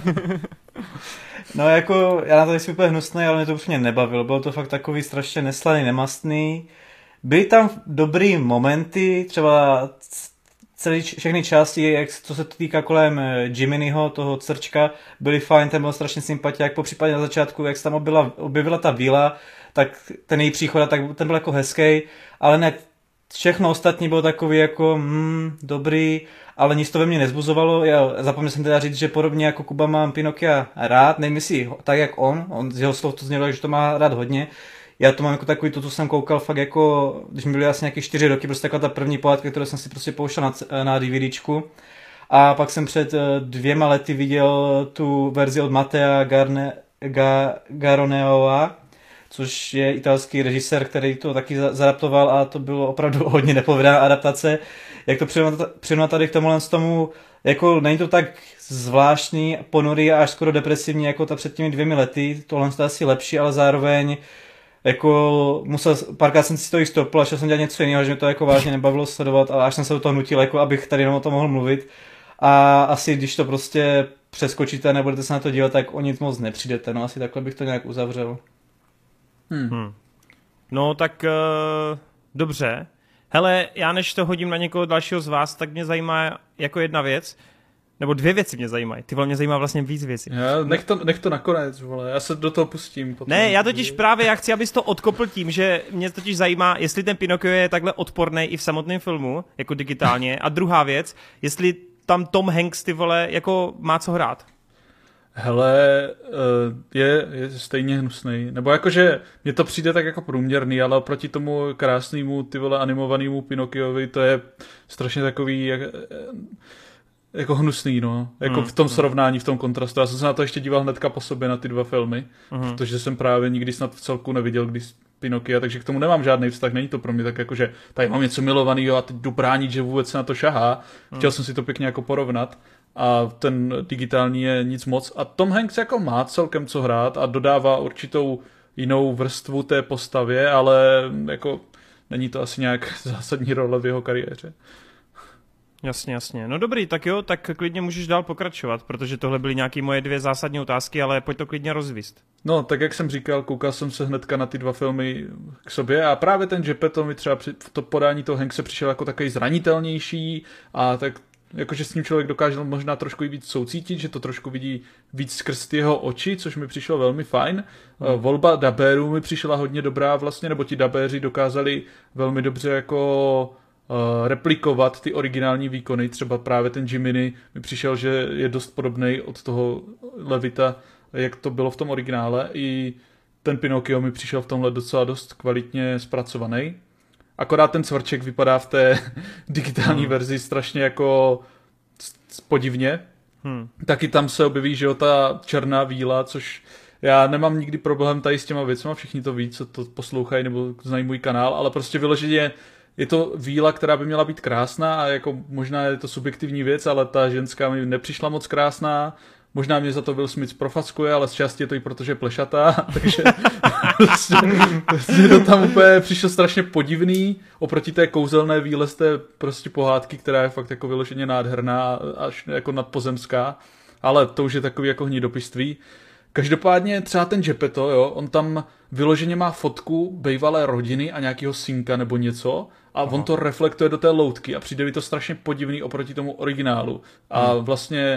No jako, já na to jsem úplně hnusný, ale mě to úplně nebavilo. Bylo to fakt takový strašně neslaný, nemastný. Byly tam dobrý momenty, třeba celý, všechny části, jak, co se to týká kolem Jiminyho, toho crčka, byly fajn, ten byl strašně sympatiák. Po případě na začátku, jak se tam objevila, objevila ta vila, tak ten její příchod, tak ten byl jako hezký, ale ne, všechno ostatní bylo takový jako hmm, dobrý, ale nic to ve mně nezbuzovalo. Já zapomněl jsem teda říct, že podobně jako Kuba mám Pinokia rád, nevím jestli tak jak on, on z jeho slov to znělo, že to má rád hodně. Já to mám jako takový, to, co jsem koukal fakt jako, když mi byly asi nějaké čtyři roky, prostě taková ta první pohádka, kterou jsem si prostě pouštěl na, na DVDčku. A pak jsem před dvěma lety viděl tu verzi od Matea Garne, Ga, Garoneova, což je italský režisér, který to taky zadaptoval a to bylo opravdu hodně nepovedená adaptace. Jak to přirovnat tady k tomuhle z tomu, jako není to tak zvláštní, ponurý a až skoro depresivní jako ta před těmi dvěmi lety, tohle je asi lepší, ale zároveň jako musel, párkrát jsem si to i stopil a šel jsem dělat něco jiného, že mě to jako vážně nebavilo sledovat, ale až jsem se do toho nutil, jako abych tady jenom o tom mohl mluvit. A asi když to prostě přeskočíte a nebudete se na to dívat, tak o nic moc nepřijdete, no asi takhle bych to nějak uzavřel. Hmm. Hmm. No tak uh, dobře. Hele, já než to hodím na někoho dalšího z vás, tak mě zajímá jako jedna věc, nebo dvě věci mě zajímají. Ty vole, mě zajímá vlastně víc věcí. Já, nech, to, nech to nakonec, vole, já se do toho pustím. Potom. Ne, já totiž právě, já chci, abys to odkopl tím, že mě totiž zajímá, jestli ten Pinocchio je takhle odporný i v samotném filmu, jako digitálně. A druhá věc, jestli tam Tom Hanks, ty vole, jako má co hrát. Hele, je, je stejně hnusný. Nebo jakože mně to přijde tak jako průměrný, ale oproti tomu krásnému, ty vole, animovanému Pinokkiovi, to je strašně takový jak, jako hnusný, no. Jako hmm, v tom srovnání, v tom kontrastu. Já jsem se na to ještě díval hnedka po sobě na ty dva filmy, hmm. protože jsem právě nikdy snad v celku neviděl, když Pinocchia, takže k tomu nemám žádný vztah, není to pro mě tak jako, že tady mám něco milovaného a teď jdu bránit, že vůbec se na to šahá. Chtěl hmm. jsem si to pěkně jako porovnat. A ten digitální je nic moc. A Tom Hanks jako má celkem co hrát a dodává určitou jinou vrstvu té postavě, ale jako není to asi nějak zásadní role v jeho kariéře. Jasně, jasně. No dobrý, tak jo, tak klidně můžeš dál pokračovat, protože tohle byly nějaké moje dvě zásadní otázky, ale pojď to klidně rozvíst. No, tak jak jsem říkal, koukal jsem se hnedka na ty dva filmy k sobě a právě ten Geppetto mi třeba při to podání toho Hankse přišel jako takový zranitelnější a tak jakože s ním člověk dokáže možná trošku i víc soucítit, že to trošku vidí víc skrz jeho oči, což mi přišlo velmi fajn. Hmm. Volba dabérů mi přišla hodně dobrá vlastně, nebo ti dabéři dokázali velmi dobře jako uh, replikovat ty originální výkony. Třeba právě ten Jiminy mi přišel, že je dost podobnej od toho Levita, jak to bylo v tom originále. I ten Pinocchio mi přišel v tomhle docela dost kvalitně zpracovaný. Akorát ten cvrček vypadá v té digitální hmm. verzi strašně jako podivně. Hmm. Taky tam se objeví, že jo, ta černá víla, což já nemám nikdy problém tady s těma věcma, všichni to ví, co to poslouchají nebo znají můj kanál, ale prostě vyloženě je to víla, která by měla být krásná a jako možná je to subjektivní věc, ale ta ženská mi nepřišla moc krásná. Možná mě za to Will Smith profackuje, ale z části je to i protože je plešatá, takže prostě, prostě to tam úplně přišlo strašně podivný oproti té kouzelné víle z té prostě pohádky, která je fakt jako vyloženě nádherná, až jako nadpozemská, ale to už je takový jako hnidopiství. Každopádně třeba ten Geppetto, jo, on tam vyloženě má fotku bejvalé rodiny a nějakého synka nebo něco a Aha. on to reflektuje do té loutky a přijde mi to strašně podivný oproti tomu originálu. A hmm. vlastně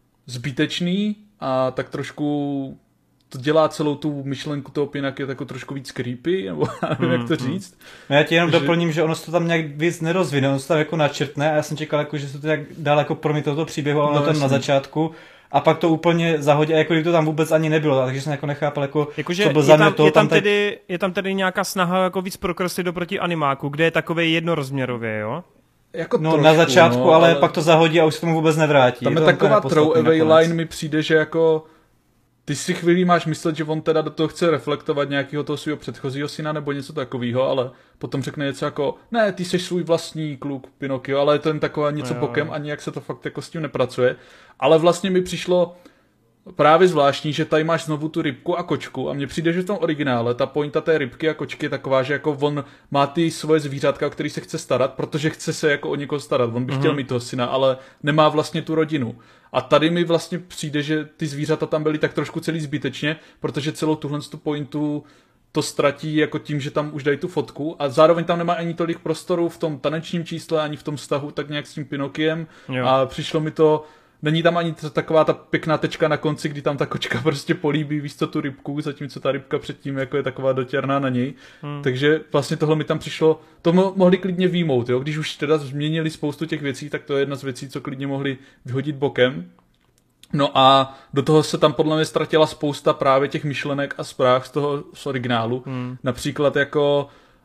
zbytečný a tak trošku to dělá celou tu myšlenku toho Pinocchia jako trošku víc creepy, nebo nevím, jak to říct. No já ti jenom že... doplním, že ono se to tam nějak víc nerozvine, ono se tam jako načrtne a já jsem čekal, jako, že se to tak dál jako promít toho příběhu, ale no, tam na začátku a pak to úplně zahodí, jako kdyby to tam vůbec ani nebylo, takže jsem jako nechápal, jako, jako co byl za mě to. Je tam, tedy, je tam tedy nějaká snaha jako víc prokreslit oproti animáku, kde je takové jednorozměrově, jo? Jako no trošku, na začátku, no, ale, ale pak to zahodí a už se tomu vůbec nevrátí. Tam je, je taková throwaway line mi přijde, že jako ty si chvíli máš myslet, že on teda do toho chce reflektovat nějakého toho svého předchozího syna nebo něco takového, ale potom řekne něco jako, ne, ty jsi svůj vlastní kluk Pinocchio, ale je to jen taková něco no, bokem a nijak se to fakt jako s tím nepracuje. Ale vlastně mi přišlo právě zvláštní, že tady máš znovu tu rybku a kočku a mně přijde, že v tom originále ta pointa té rybky a kočky je taková, že jako on má ty svoje zvířátka, o který se chce starat, protože chce se jako o někoho starat. On by mm-hmm. chtěl mít toho syna, ale nemá vlastně tu rodinu. A tady mi vlastně přijde, že ty zvířata tam byly tak trošku celý zbytečně, protože celou tuhle tu pointu to ztratí jako tím, že tam už dají tu fotku a zároveň tam nemá ani tolik prostoru v tom tanečním čísle, ani v tom vztahu tak nějak s tím Pinokiem a přišlo mi to. Není tam ani taková ta pěkná tečka na konci, kdy tam ta kočka prostě políbí, víš co, tu rybku, zatímco ta rybka předtím jako je taková dotěrná na něj. Hmm. Takže vlastně tohle mi tam přišlo, to mo- mohli klidně výjmout, jo? Když už teda změnili spoustu těch věcí, tak to je jedna z věcí, co klidně mohli vyhodit bokem. No a do toho se tam podle mě ztratila spousta právě těch myšlenek a zpráv z toho z originálu. Hmm. Například jako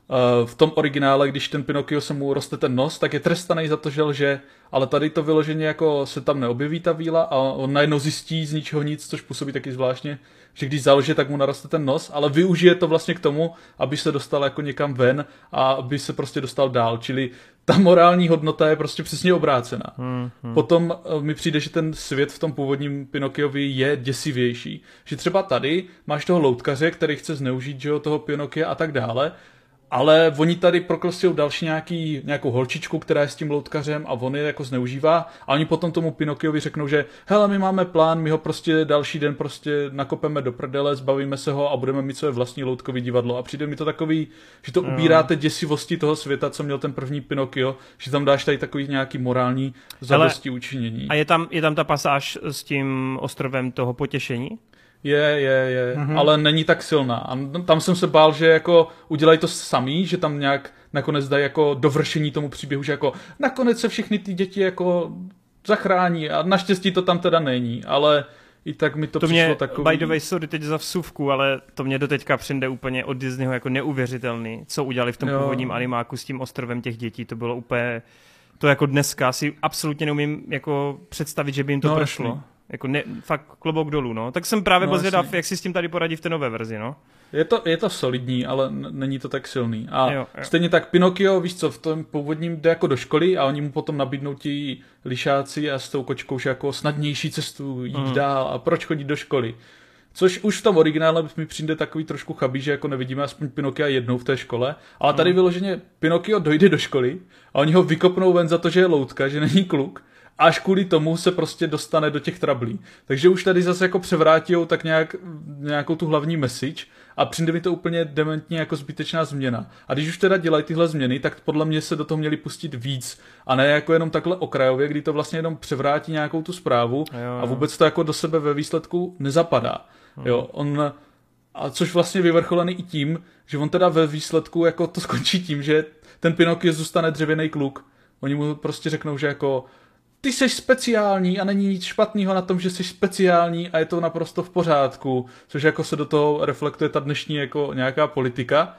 v tom originále, když ten Pinokio se mu roste ten nos, tak je trestaný za to, že lže, ale tady to vyloženě jako se tam neobjeví ta víla a on najednou zjistí z ničeho nic, což působí taky zvláštně, že když zalže, tak mu naroste ten nos, ale využije to vlastně k tomu, aby se dostal jako někam ven a aby se prostě dostal dál, čili ta morální hodnota je prostě přesně obrácená. Hmm, hmm. Potom mi přijde, že ten svět v tom původním Pinokiovi je děsivější. Že třeba tady máš toho loutkaře, který chce zneužít, že jo, toho Pinokia a tak dále, ale oni tady proklastějí další nějaký, nějakou holčičku, která je s tím loutkařem a on je jako zneužívá a oni potom tomu Pinokiovi řeknou, že hele, my máme plán, my ho prostě další den prostě nakopeme do prdele, zbavíme se ho a budeme mít své vlastní loutkový divadlo. A přijde mi to takový, že to ubírá té děsivosti toho světa, co měl ten první Pinokio, že tam dáš tady takový nějaký morální zadosti učinění. A je tam, je tam ta pasáž s tím ostrovem toho potěšení? Je, je, je, mm-hmm. ale není tak silná. A tam jsem se bál, že jako udělají to samý, že tam nějak nakonec dají jako dovršení tomu příběhu, že jako nakonec se všechny ty děti jako zachrání a naštěstí to tam teda není, ale i tak mi to, to přišlo mě, takový... by the way, sorry teď za vsuvku, ale to mě doteďka přijde úplně od Disneyho jako neuvěřitelný, co udělali v tom jo. původním animáku s tím ostrovem těch dětí, to bylo úplně... To jako dneska si absolutně neumím jako představit, že by jim to no, prošlo. Jasný. Jako ne, fakt klobouk dolů, no. Tak jsem právě no, byl zvědav, jak si s tím tady poradí v té nové verzi, no. Je to, je to solidní, ale n- není to tak silný. A jo, jo. stejně tak Pinokio, víš co, v tom původním jde jako do školy a oni mu potom nabídnou ti lišáci a s tou kočkou, že jako snadnější cestu jít mm. dál a proč chodit do školy. Což už v tom originále mi přijde takový trošku chabý, že jako nevidíme aspoň Pinokia jednou v té škole, ale tady mm. vyloženě Pinokio dojde do školy a oni ho vykopnou ven za to, že je loutka, že není kluk. Až kvůli tomu se prostě dostane do těch trablí. Takže už tady zase jako převrátijou tak nějak, nějakou tu hlavní message a přijde mi to úplně dementně jako zbytečná změna. A když už teda dělají tyhle změny, tak podle mě se do toho měli pustit víc a ne jako jenom takhle okrajově, kdy to vlastně jenom převrátí nějakou tu zprávu a vůbec to jako do sebe ve výsledku nezapadá. Jo, on, a což vlastně vyvrcholený i tím, že on teda ve výsledku jako to skončí tím, že ten Pinokio zůstane dřevěný kluk. Oni mu prostě řeknou, že jako ty jsi speciální a není nic špatného na tom, že jsi speciální a je to naprosto v pořádku, což jako se do toho reflektuje ta dnešní jako nějaká politika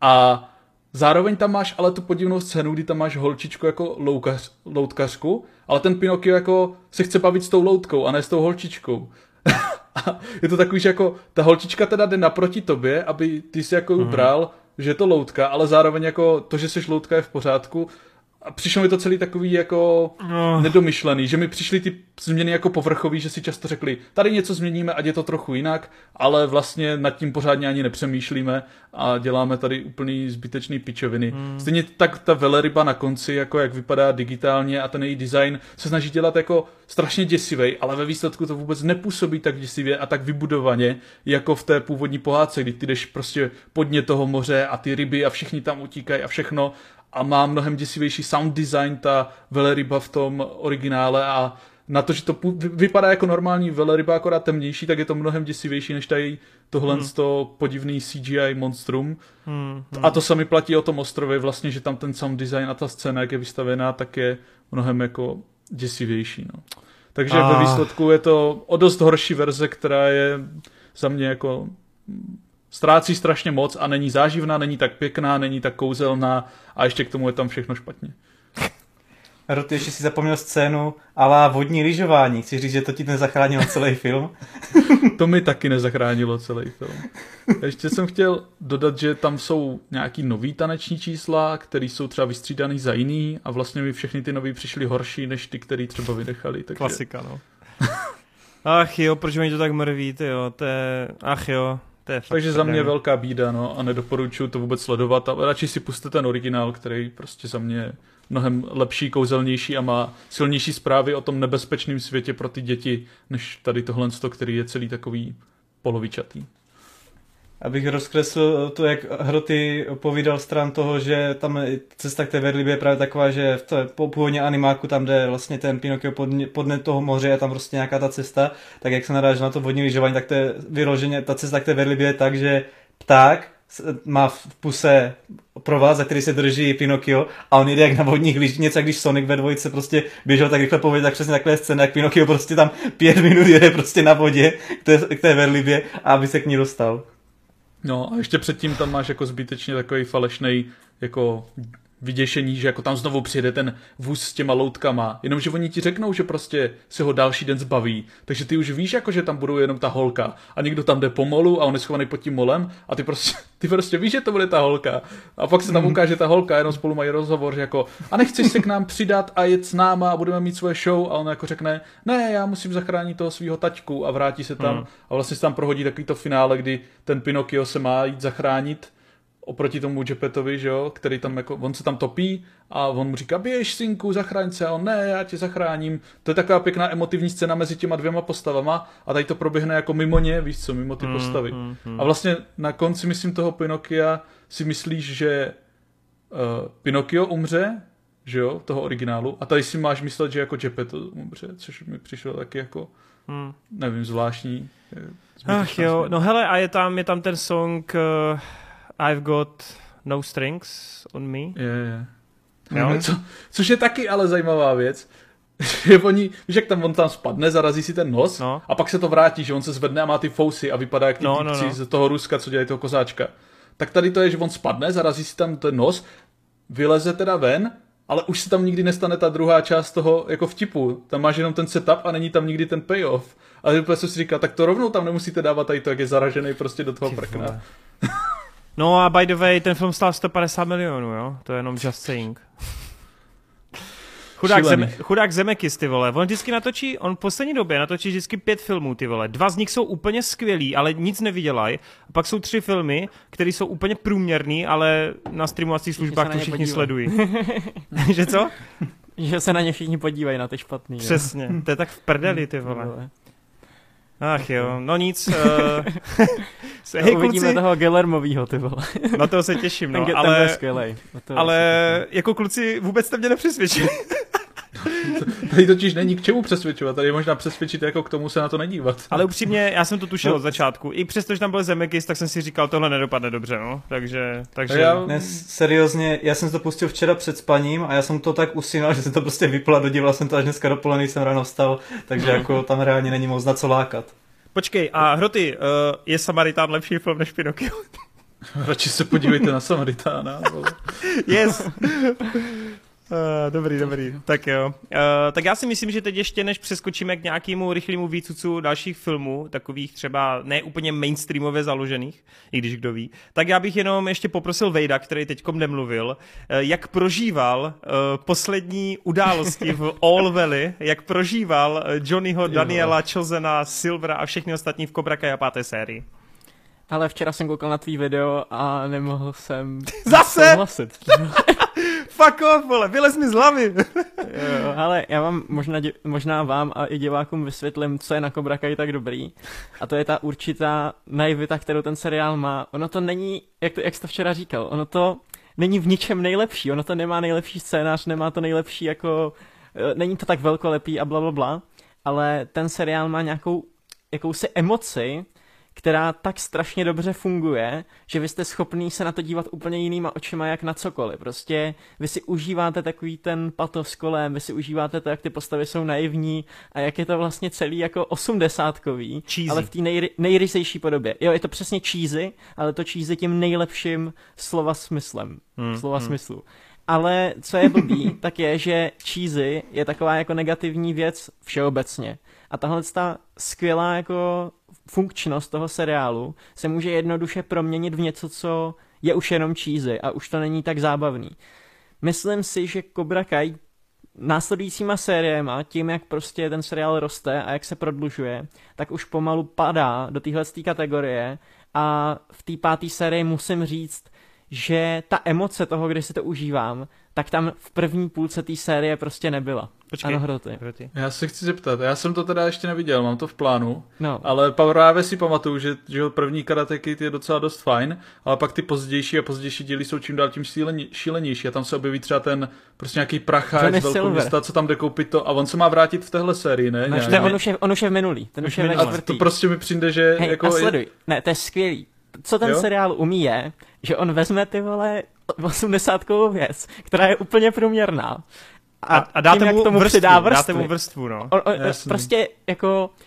a zároveň tam máš ale tu podivnou scénu, kdy tam máš holčičku jako loukař, loutkařku, ale ten Pinokio jako se chce bavit s tou loutkou a ne s tou holčičkou. A je to takový, že jako ta holčička teda jde naproti tobě, aby ty si jako mm. bral, že je to loutka, ale zároveň jako to, že jsi loutka je v pořádku. A přišlo mi to celý takový jako no. nedomyšlený, že mi přišly ty změny jako povrchový, že si často řekli, tady něco změníme, ať je to trochu jinak, ale vlastně nad tím pořádně ani nepřemýšlíme a děláme tady úplný zbytečný pičoviny. Hmm. Stejně tak ta veleryba na konci, jako jak vypadá digitálně a ten její design se snaží dělat jako strašně děsivej, ale ve výsledku to vůbec nepůsobí tak děsivě a tak vybudovaně, jako v té původní pohádce, kdy ty jdeš prostě pod dně toho moře a ty ryby a všichni tam utíkají a všechno. A má mnohem děsivější sound design ta veleryba v tom originále a na to, že to vypadá jako normální veleryba, akorát temnější, tak je to mnohem děsivější než tady tohle hmm. to podivný C G I monstrum. Hmm, hmm. A to sami platí o tom ostrově vlastně, že tam ten sound design a ta scéna, jak je vystavená, tak je mnohem jako děsivější. No. Takže ah. ve výsledku je to o dost horší verze, která je za mě jako... ztrácí strašně moc a není záživná, není tak pěkná, není tak kouzelná a ještě k tomu je tam všechno špatně. Roty, ještě si zapomněl scénu ala vodní lyžování. Chci říct, že to ti nezachránilo celý film? To mi taky nezachránilo celý film. Ještě jsem chtěl dodat, že tam jsou nějaký nový taneční čísla, které jsou třeba vystřídaný za jiný a vlastně mi všechny ty nový přišly horší, než ty, který třeba vynechali. Takže... Klasika, no. Ach jo, proč mi to tak mrví, tyjo, to je... Ach jo. Takže za mě je velká bída, no, a nedoporučuji to vůbec sledovat a radši si puste ten originál, který prostě za mě je mnohem lepší, kouzelnější a má silnější zprávy o tom nebezpečném světě pro ty děti, než tady tohle, který je celý takový polovičatý. Abych rozkreslil to, jak Hroty povídal stran toho, že tam cesta k té Verlibě je právě taková, že v té původně animáku tam jde vlastně ten Pinokio pod, pod dne toho moře a tam prostě nějaká ta cesta, tak jak se naráží na to vodní lyžování, tak to je vyloženě, ta cesta k té Verlibě je tak, že pták má v puse provaz, za který se drží Pinokio a on jde jak na vodních lyžích, něco jak když Sonic ve dvojice prostě běžel tak rychle po vodě, tak přesně takhle je scéna, jak Pinokio prostě tam pět minut jede prostě na vodě k té, k té Verlibě, aby se k ní dostal. No a ještě předtím tam máš jako zbytečně takový falešnej jako vyděšení, že jako tam znovu přijede ten vůz s těma loutkama, jenomže oni ti řeknou, že prostě se ho další den zbaví, takže ty už víš, jako že tam budou jenom ta holka a někdo tam jde pomolu a on je schovaný pod tím molem a ty prostě, ty prostě víš, že to bude ta holka a pak se tam ukáže ta holka, jenom spolu mají rozhovor, že jako a nechceš se k nám přidat a jet s náma a budeme mít svoje show a on jako řekne, ne, já musím zachránit toho svého taťku a vrátí se tam a vlastně se tam prohodí takový to finále, kdy ten Pinocchio se má jít zachránit oproti tomu Geppettovi, že jo, který tam jako, on se tam topí a on mu říká, běž synku, zachraň se, a on, ne, já tě zachráním. To je taková pěkná emotivní scéna mezi těma dvěma postavama a tady to proběhne jako mimo ně, víš co, mimo ty mm, postavy. Mm, mm. A vlastně na konci, myslím, toho Pinokia si myslíš, že uh, Pinocchio umře, že jo, toho originálu, a tady si máš myslet, že jako Geppetto umře, což mi přišlo taky jako, mm. nevím, zvláštní. Ach jo, no hele, a je tam, je tam ten song uh... I've got no strings on me. Je, je. No, co, což je taky ale zajímavá věc. Že oni, víš, jak tam on tam spadne, zarazí si ten nos no. a pak se to vrátí, že on se zvedne a má ty fousy a vypadá jak ty no, týpci no, no. z toho Ruska, co dělají toho kozáčka. Tak tady to je, že on spadne, zarazí si tam ten nos, vyleze teda ven, ale už se tam nikdy nestane ta druhá část toho jako vtipu. Tam máš jenom ten setup a není tam nikdy ten payoff. A úplně jsem si říkal, tak to rovnou tam nemusíte dávat tady to, jak je zaražený prostě do toho prkna. No a by the way, ten film stál sto padesát milionů, jo? To je jenom just saying. Chudák, zeme, chudák Zemeckis, ty vole. On vždycky natočí, on v poslední době natočí vždycky pět filmů, ty vole. Dva z nich jsou úplně skvělý, ale nic nevydělají. A pak jsou tři filmy, které jsou úplně průměrný, ale na streamovacích službách to všichni sledují. Že co? Že se na ně všichni podívají, na ty špatný. Přesně, jo? To je tak v prdeli, ty vole. Ach jo, no nic. Uh, hej, uvidíme kluci, toho Guillermovýho, ty vole. Na toho se těším, no, ten, ale, ten skvělej, ale jako kluci vůbec jste mě nepřesvědčili. Tady totiž není k čemu přesvědčovat, tady je možná přesvědčit jako k tomu se na to nedívat. Ale upřímně, já jsem to tušil no. od začátku. I přesto, že tam byl Zemeckis, tak jsem si říkal, tohle nedopadne dobře, no. Takže, takže... Já... Ne, seriózně, já jsem to pustil včera před spaním a já jsem to tak usínal, že jsem to prostě vypla, dodíval jsem to až dneska dopoledne, jsem ráno vstal, takže jako tam reálně není moc na co lákat. Počkej, a Hroty, uh, je Samaritán lepší film než Pinocchio? Radši se podívejte na Samaritána. Yes. Uh, dobrý, dobrý. Tak jo. Uh, tak já si myslím, že teď ještě než přeskočíme k nějakému rychlému výcucu dalších filmů, takových třeba ne úplně mainstreamově založených, i když kdo ví, tak já bych jenom ještě poprosil Vejda, který teďkom nemluvil, uh, jak prožíval uh, poslední události v All Valley, jak prožíval uh, Johnnyho, Daniela, Chosena, Silvera a všechny ostatní v Cobra Kai a páté sérii. Ale včera jsem koukal na tvý video a nemohl jsem Zase? souhlasit. Fuck off, vole, vylez mi z hlavy. Jo, ale já vám možná, možná vám a i divákům vysvětlím, co je na Cobra Kai tak dobrý. A to je ta určitá naivita, kterou ten seriál má. Ono to není, jak, to, jak jsi to včera říkal, ono to není v ničem nejlepší. Ono to nemá nejlepší scénář, nemá to nejlepší jako, není to tak velkolepý a blablabla, bla, bla, ale ten seriál má nějakou jakousi emoci, která tak strašně dobře funguje, že vy jste schopný se na to dívat úplně jinýma očima jak na cokoliv. Prostě vy si užíváte takový ten patos kolem, vy si užíváte to, jak ty postavy jsou naivní a jak je to vlastně celý jako osmdesátkový, cheesy. Ale v té nej, nejrysejší podobě. Jo, je to přesně cheesy, ale to cheesy tím nejlepším slova smyslem. Hmm, slova hmm. smyslu. Ale co je blbý, tak je, že cheesy je taková jako negativní věc všeobecně. A tahle ta skvělá jako funkčnost toho seriálu se může jednoduše proměnit v něco, co je už jenom cheesy a už to není tak zábavný. Myslím si, že Cobra Kai následujícíma sériema, tím, jak prostě ten seriál roste a jak se prodlužuje, tak už pomalu padá do téhle kategorie a v té páté sérii musím říct, že ta emoce toho, kdy si to užívám, tak tam v první půlce té série prostě nebyla. Počkej. Ano, Hroty. Já se chci zeptat, já jsem to teda ještě neviděl, mám to v plánu, no. Ale právě si pamatuju, že, že první Karate Kid je docela dost fajn, ale pak ty pozdější a pozdější díly jsou čím dál tím šíleni, šílenější a tam se objeví třeba ten prostě nějaký prachák z velkého města, co tam jde koupit to a on se má vrátit v téhle sérii, ne? ne, ne on, už je, on už je v minulý, ten už je v a to prostě mi přijde, že... Hej, jako a sleduj, ne, to je skvělý. Co ten jo? seriál umí je, že on vezme ty vole osmdesátkovou věc, která je úplně průměrná. A, a dáte, tím, mu tomu vrstvu, dáte mu vrstvu, no. On, on, prostě jako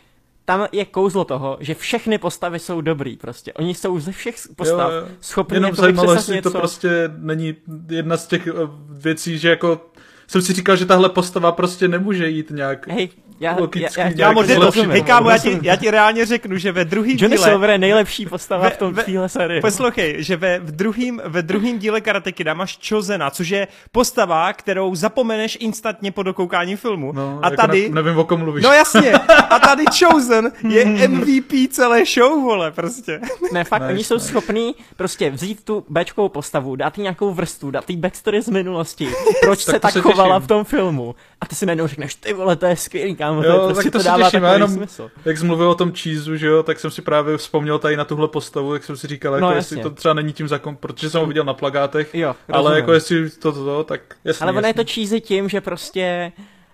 tam je kouzlo toho, že všechny postavy jsou dobrý prostě. Oni jsou ze všech postav jo, schopni jenom zajímalo, jestli to prostě není jedna z těch věcí, že jako jsem si říkal, že tahle postava prostě nemůže jít nějak Hej, já, logicky. Já, já, já, já, rozumím, hej kámo, já ti, já ti reálně řeknu, že ve druhým Johnny díle... Silver je nejlepší postava ve, v tom téhle sérii. Poslouchej, že ve, v druhým, ve druhým díle Karate Kida máš Chozena, což je postava, kterou zapomeneš instantně po dokoukání filmu. No, a jako tady... Ne, nevím, o kom mluvíš. No jasně, a tady Chozen je M V P celé show, vole, prostě. Ne, fakt, nice, oni jsou nice. schopní prostě vzít tu Bčkovou postavu, dát jí nějakou vrstvu, dát jí backstory z minulosti, proč tak se tak se chovala těším. v tom filmu. A ty si najednou řekneš, ty vole, to je skvělý, kámo, to, Jo, je prostě tak to, to se dává těším, takový jenom, smysl. Jak jsi mluvil o tom cheeseu, že jo, tak jsem si právě vzpomněl tady na tuhle postavu, tak jsem si říkal, jako No, jestli to třeba není tím zakon, protože jsem ho viděl na plakátech, Jo, ale rozumím. jako jestli to, to, to tak jasný, Ale ono jasný. je to cheesy tím, že prostě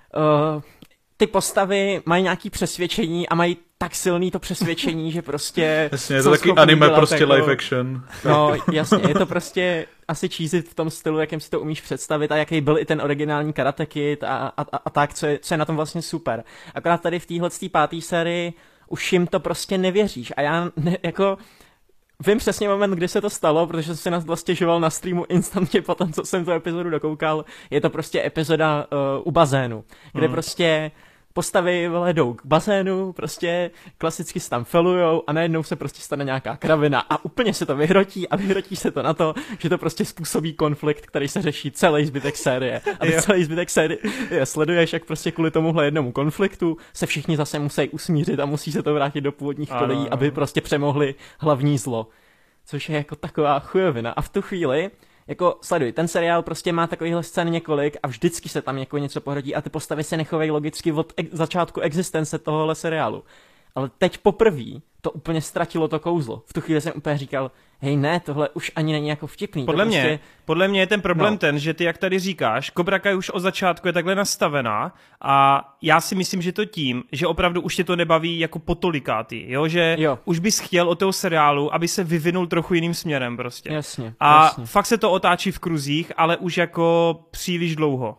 uh, ty postavy mají nějaký přesvědčení a mají tak silný to přesvědčení, že prostě... Jasně, je to jsou taky schopní anime, dělat prostě jako... live action. No, jasně, je to prostě asi cheesy v tom stylu, jakým si to umíš představit a jaký byl i ten originální Karate Kid a, a, a, a tak, co je, co je na tom vlastně super. Akorát tady v téhletý pátý sérii už jim to prostě nevěříš a já ne, jako... Vím přesně moment, kdy se to stalo, protože jsem si nás vlastně stěžoval na streamu instantně po tom, co jsem tu epizodu dokoukal. Je to prostě epizoda uh, u bazénu, kde hmm. prostě postavy vole jdou k bazénu, prostě klasicky se tam felujou a najednou se prostě stane nějaká kravina a úplně se to vyhrotí a vyhrotí se to na to, že to prostě způsobí konflikt, který se řeší celý zbytek série. A ty celý zbytek série sleduješ, jak prostě kvůli tomuhle jednomu konfliktu se všichni zase musí usmířit a musí se to vrátit do původních kolejí, aby prostě přemohli hlavní zlo. Což je jako taková chujovina. A v tu chvíli jako sleduj, ten seriál prostě má takovýhle scén několik a vždycky se tam jako něco pohrotí a ty postavy se nechovají logicky od e- začátku existence tohohle seriálu. Ale teď poprvé to úplně ztratilo to kouzlo. V tu chvíli jsem úplně říkal, hej ne, tohle už ani není jako vtipný. Podle mě, prostě... podle mě je ten problém no. ten, že ty, jak tady říkáš, Cobra Kai už od začátku je takhle nastavená a já si myslím, že to tím, že opravdu už tě to nebaví jako potolikáty, jo, že jo. už bys chtěl od toho seriálu, aby se vyvinul trochu jiným směrem prostě. Jasně, a jasně. fakt se to otáčí v kruzích, ale už jako příliš dlouho.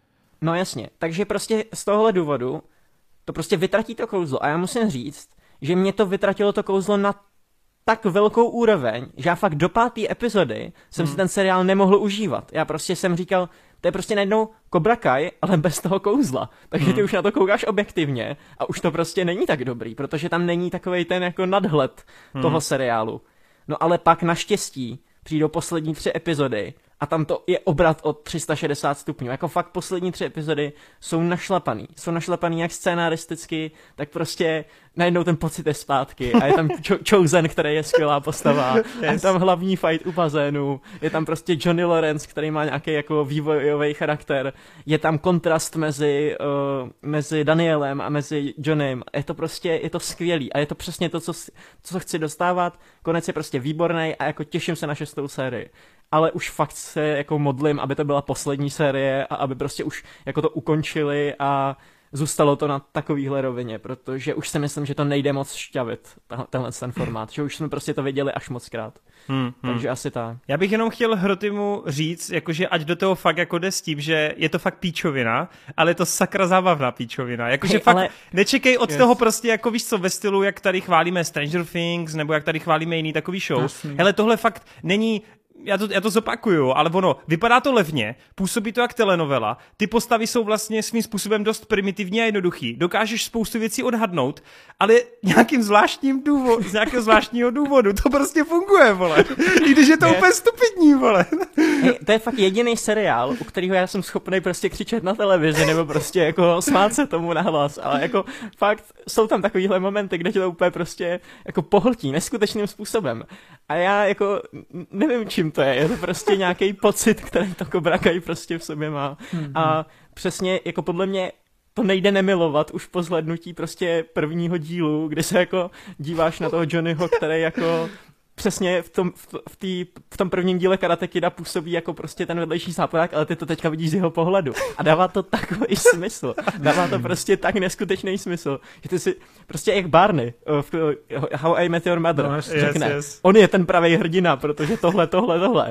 No jasně, takže prostě z tohohle důvodu to prostě vytratí to kouzlo a já musím říct, že mě to vytratilo to kouzlo na tak velkou úroveň, že já fakt do páté epizody jsem hmm. si ten seriál nemohl užívat. Já prostě jsem říkal, to je prostě najednou Cobra Kai, ale bez toho kouzla. Takže hmm. ty už na to koukáš objektivně a už to prostě není tak dobrý, protože tam není takovej ten jako nadhled hmm. toho seriálu. No ale pak naštěstí přijdou poslední tři epizody a tam to je obrat o tři sta šedesát stupňů. Jako fakt poslední tři epizody jsou našlapaný. Jsou našlapaný jak scénaristicky, tak prostě najednou ten pocit je zpátky a je tam Chozen, který je skvělá postava. Yes. A je tam hlavní fight u bazénu. Je tam prostě Johnny Lawrence, který má nějaký jako vývojový charakter. Je tam kontrast mezi, uh, mezi Danielem a mezi Johnnym. Je to prostě, je to skvělý a je to přesně to, co, co chci dostávat. Konec je prostě výborný a jako těším se na šestou sérii. Ale už fakt se jako modlím, aby to byla poslední série a aby prostě už jako to ukončili a zůstalo to na takovýhle rovině, protože už si myslím, že to nejde moc šťavit, tenhle ten formát, že už jsme prostě to viděli až moc krát. Hmm, hmm. Takže asi tak. Já bych jenom chtěl Hrotymu říct, jakože ať do toho fakt jako jde s tím, že je to fakt píčovina, ale je to sakra zábavná píčovina. Jakože hey, fakt ale... nečekej od yes. toho prostě jako víš co ve stylu, jak tady chválíme Stranger Things, nebo jak tady chválíme jiný takový show. Jasný. Hele, tohle fakt není... Já to, já to zopakuju, ale ono, vypadá to levně, působí to jak telenovela, ty postavy jsou vlastně svým způsobem dost primitivní a jednoduchý, dokážeš spoustu věcí odhadnout, ale nějakým zvláštním důvodu, z nějakého zvláštního důvodu, to prostě funguje, vole, i když je to úplně stupidní, vole. Hey, to je fakt jediný seriál, u kterého já jsem schopný prostě křičet na televizi, nebo prostě jako smát se tomu nahlas, ale jako fakt jsou tam takovýhle momenty, kde tě to úplně prostě jako pohltí neskutečným způsobem. A já jako nevím, čím to je, je to prostě nějaký pocit, který to Cobra Kai prostě v sobě má. Mm-hmm. A přesně jako podle mě to nejde nemilovat už po zhlédnutí prostě prvního dílu, kdy se jako díváš na toho Johnnyho, který jako přesně v tom, v, v, tý, v tom prvním díle Karate Kida působí jako prostě ten vedlejší záporák, ale ty to teďka vidíš z jeho pohledu. A dává to takový smysl. Dává to prostě tak neskutečný smysl, že ty si prostě jak Barney v How I Met Your Mother no, řekne, yes, yes. on je ten pravý hrdina, protože tohle, tohle, tohle.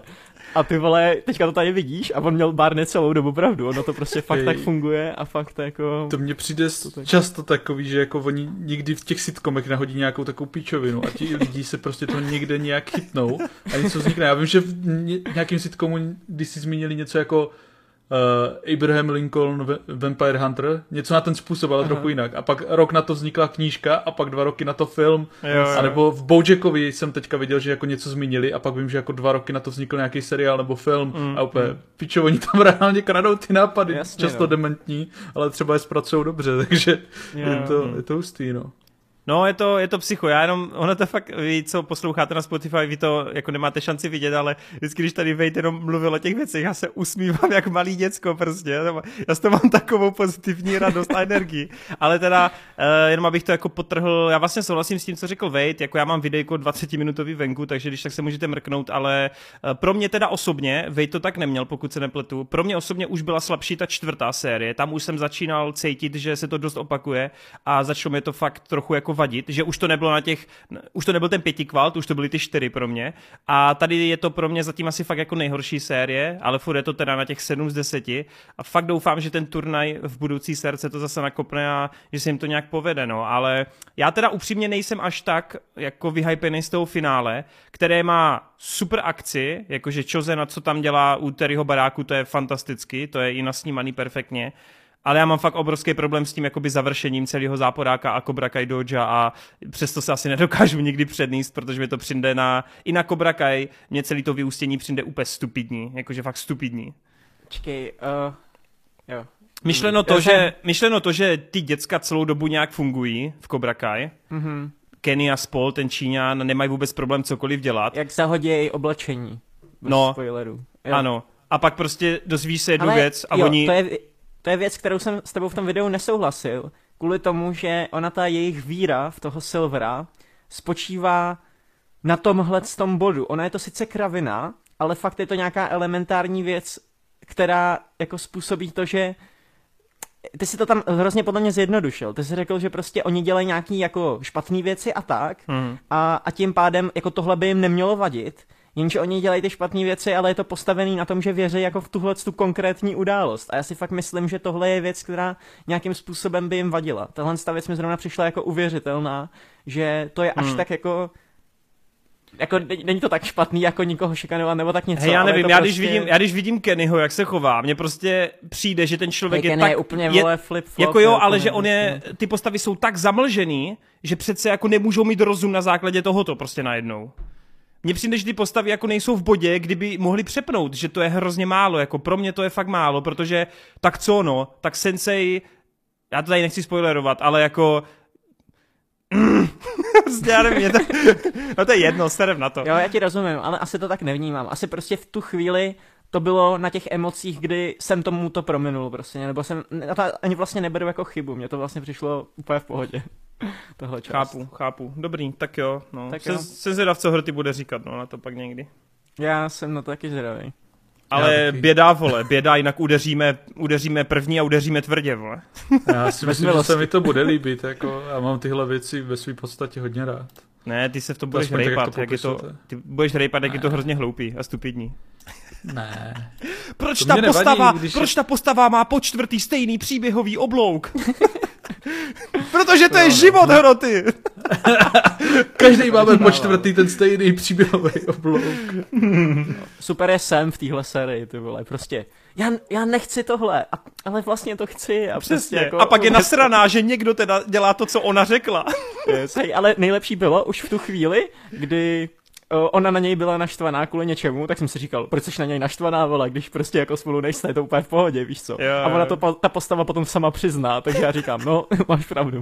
A ty vole, teďka to tady vidíš a on měl Barney celou dobu pravdu, ono to prostě fakt Ej. tak funguje a fakt jako... To mně přijde to často takový, že jako oni nikdy v těch sitcomech nahodí nějakou takovou píčovinu a ti lidi se prostě to někde nějak chytnou a něco vznikne. Já vím, že v nějakém sitcomu, když si zmínili něco jako Uh, Abraham Lincoln Vampire Hunter, něco na ten způsob, ale Aha. trochu jinak. A pak rok na to vznikla knížka a pak dva roky na to film. Jo, a nebo v BoJackovi jsem teďka viděl, že jako něco zmínili a pak vím, že jako dva roky na to vznikl nějaký seriál nebo film mm, a úplně mm. pičo, oni tam reálně kradou ty nápady, Jasně, často no. dementní, ale třeba je zpracují dobře, takže jo, je, to, je to hustý, no. No, je to, je to psycho, já jenom, ono to fakt, vy, co posloucháte na Spotify, vy to jako nemáte šanci vidět, ale vždycky, když tady Vejt jenom mluvil o těch věcech, já se usmívám jak malý děcko prostě, já z toho mám takovou pozitivní radost a energii, ale teda, uh, jenom abych to jako podtrhl, já vlastně souhlasím s tím, co řekl Vejt, jako já mám videjko dvacetiminutový venku, takže když tak se můžete mrknout, ale uh, pro mě teda osobně, Vejt to tak neměl, pokud se nepletu, pro mě osobně už byla slabší ta čtvrtá série, tam už jsem začínal cítit, že se to dost opakuje a začalo mě to fakt trochu jako vadit, že už to nebylo na těch, už to nebyl ten pěti kvalt, už to byly ty čtyři pro mě a tady je to pro mě zatím asi fakt jako nejhorší série, ale furt je to teda na těch sedm z deseti a fakt doufám, že ten turnaj v budoucí sérce to zase nakopne a že se jim to nějak povede, no, ale já teda upřímně nejsem až tak jako vyhypený z toho finále, které má super akci, jakože Chosen, co tam dělá u Terryho baráku, to je fantasticky, to je i nasnímaný perfektně. Ale já mám fakt obrovský problém s tím jakoby završením celého záporáka a Cobra Kai Doja a přesto se asi nedokážu nikdy předníst, protože mi to přijde na, i na Cobra Kai, mě celý to vyústění přijde úplně stupidní, jakože fakt stupidní. Počkej, uh, jo. Myšleno to, že, myšleno to, že ty děcka celou dobu nějak fungují v Cobra Kai, mm-hmm. Kenny a spol, ten Číňan, nemají vůbec problém cokoliv dělat. Jak zahodějí oblečení, bez no, spoilerů. Jo. Ano, a pak prostě dozvíš se jednu Ale věc a jo, oni... To je... To je věc, kterou jsem s tebou v tom videu nesouhlasil, kvůli tomu, že ona ta jejich víra v toho Silvera spočívá na tomhle tom bodu. Ona je to sice kravina, ale fakt je to nějaká elementární věc, která jako způsobí to, že ty si to tam hrozně podle mě zjednodušil. Ty jsi řekl, že prostě oni dělají nějaký jako špatný věci a tak mm. a, a tím pádem jako tohle by jim nemělo vadit. Jenže oni dělají ty špatné věci, ale je to postavený na tom, že věří jako v tuhle tu konkrétní událost. A já si fakt myslím, že tohle je věc, která nějakým způsobem by jim vadila. Tahle ta věc mi zrovna přišla jako uvěřitelná, že to je až hmm. tak jako... Jako není to tak špatný, jako nikoho šikanovat nebo tak něco. Hey, já nevím, ale já, prostě... když vidím, já když vidím Kennyho, jak se chová, mně prostě přijde, že ten člověk hey, je tak... je úplně vole flip-flop. Jako jo, ale že on je, ty postavy jsou tak zamlžený, že přece jako nemůžou mít rozum na základě tohoto prostě najednou. Mně přijde, že ty postavy jako nejsou v bodě, kdyby mohli přepnout, že to je hrozně málo, jako pro mě to je fakt málo, protože tak co no, tak Sensei, já to tady nechci spoilerovat, ale jako... já nevím, to... no to je jedno, serem na to. Jo, já ti rozumím, ale asi to tak nevnímám. Asi prostě v tu chvíli to bylo na těch emocích, kdy jsem tomu to prominul prostě, nebo jsem, to ani vlastně neberu jako chybu, mně to vlastně přišlo úplně v pohodě. Tohle část. Chápu, chápu. Dobrý, tak jo. No. Tak se, jo. Jsem zvědav, co Hrty bude říkat, no, na to pak někdy. Já jsem na to taky zvědavý. Ale běda, vole, běda, jinak udeříme, udeříme první a udeříme tvrdě, vole. Já si myslím, že se mi to bude líbit, jako já mám tyhle věci ve své podstatě hodně rád. Ne, ty se v tom budeš rejpat, jak, jak je to, ty budeš rejpat, jak ne. Je to hrozně hloupý a stupidní. Ne. Proč ta postava, nevadí, když proč je... ta postava má po čtvrtý stejný příběhový oblouk? Protože to je život, Hroty! Každý máme po čtvrtý ten stejný příběhový oblouk. Super je Sam v téhle sérii, ty vole, prostě. Já, já nechci tohle, a, ale vlastně to chci. A, přesně, jako, a pak je nasraná, že někdo teda dělá to, co ona řekla. Yes. Hej, ale nejlepší bylo už v tu chvíli, kdy o, ona na něj byla naštvaná kvůli něčemu, tak jsem si říkal, proč jsi na něj naštvaná, vole, když prostě jako spolu nejste, je to úplně v pohodě, víš co. Jo, a ona to, ta postava potom sama přizná, takže já říkám, no, máš pravdu.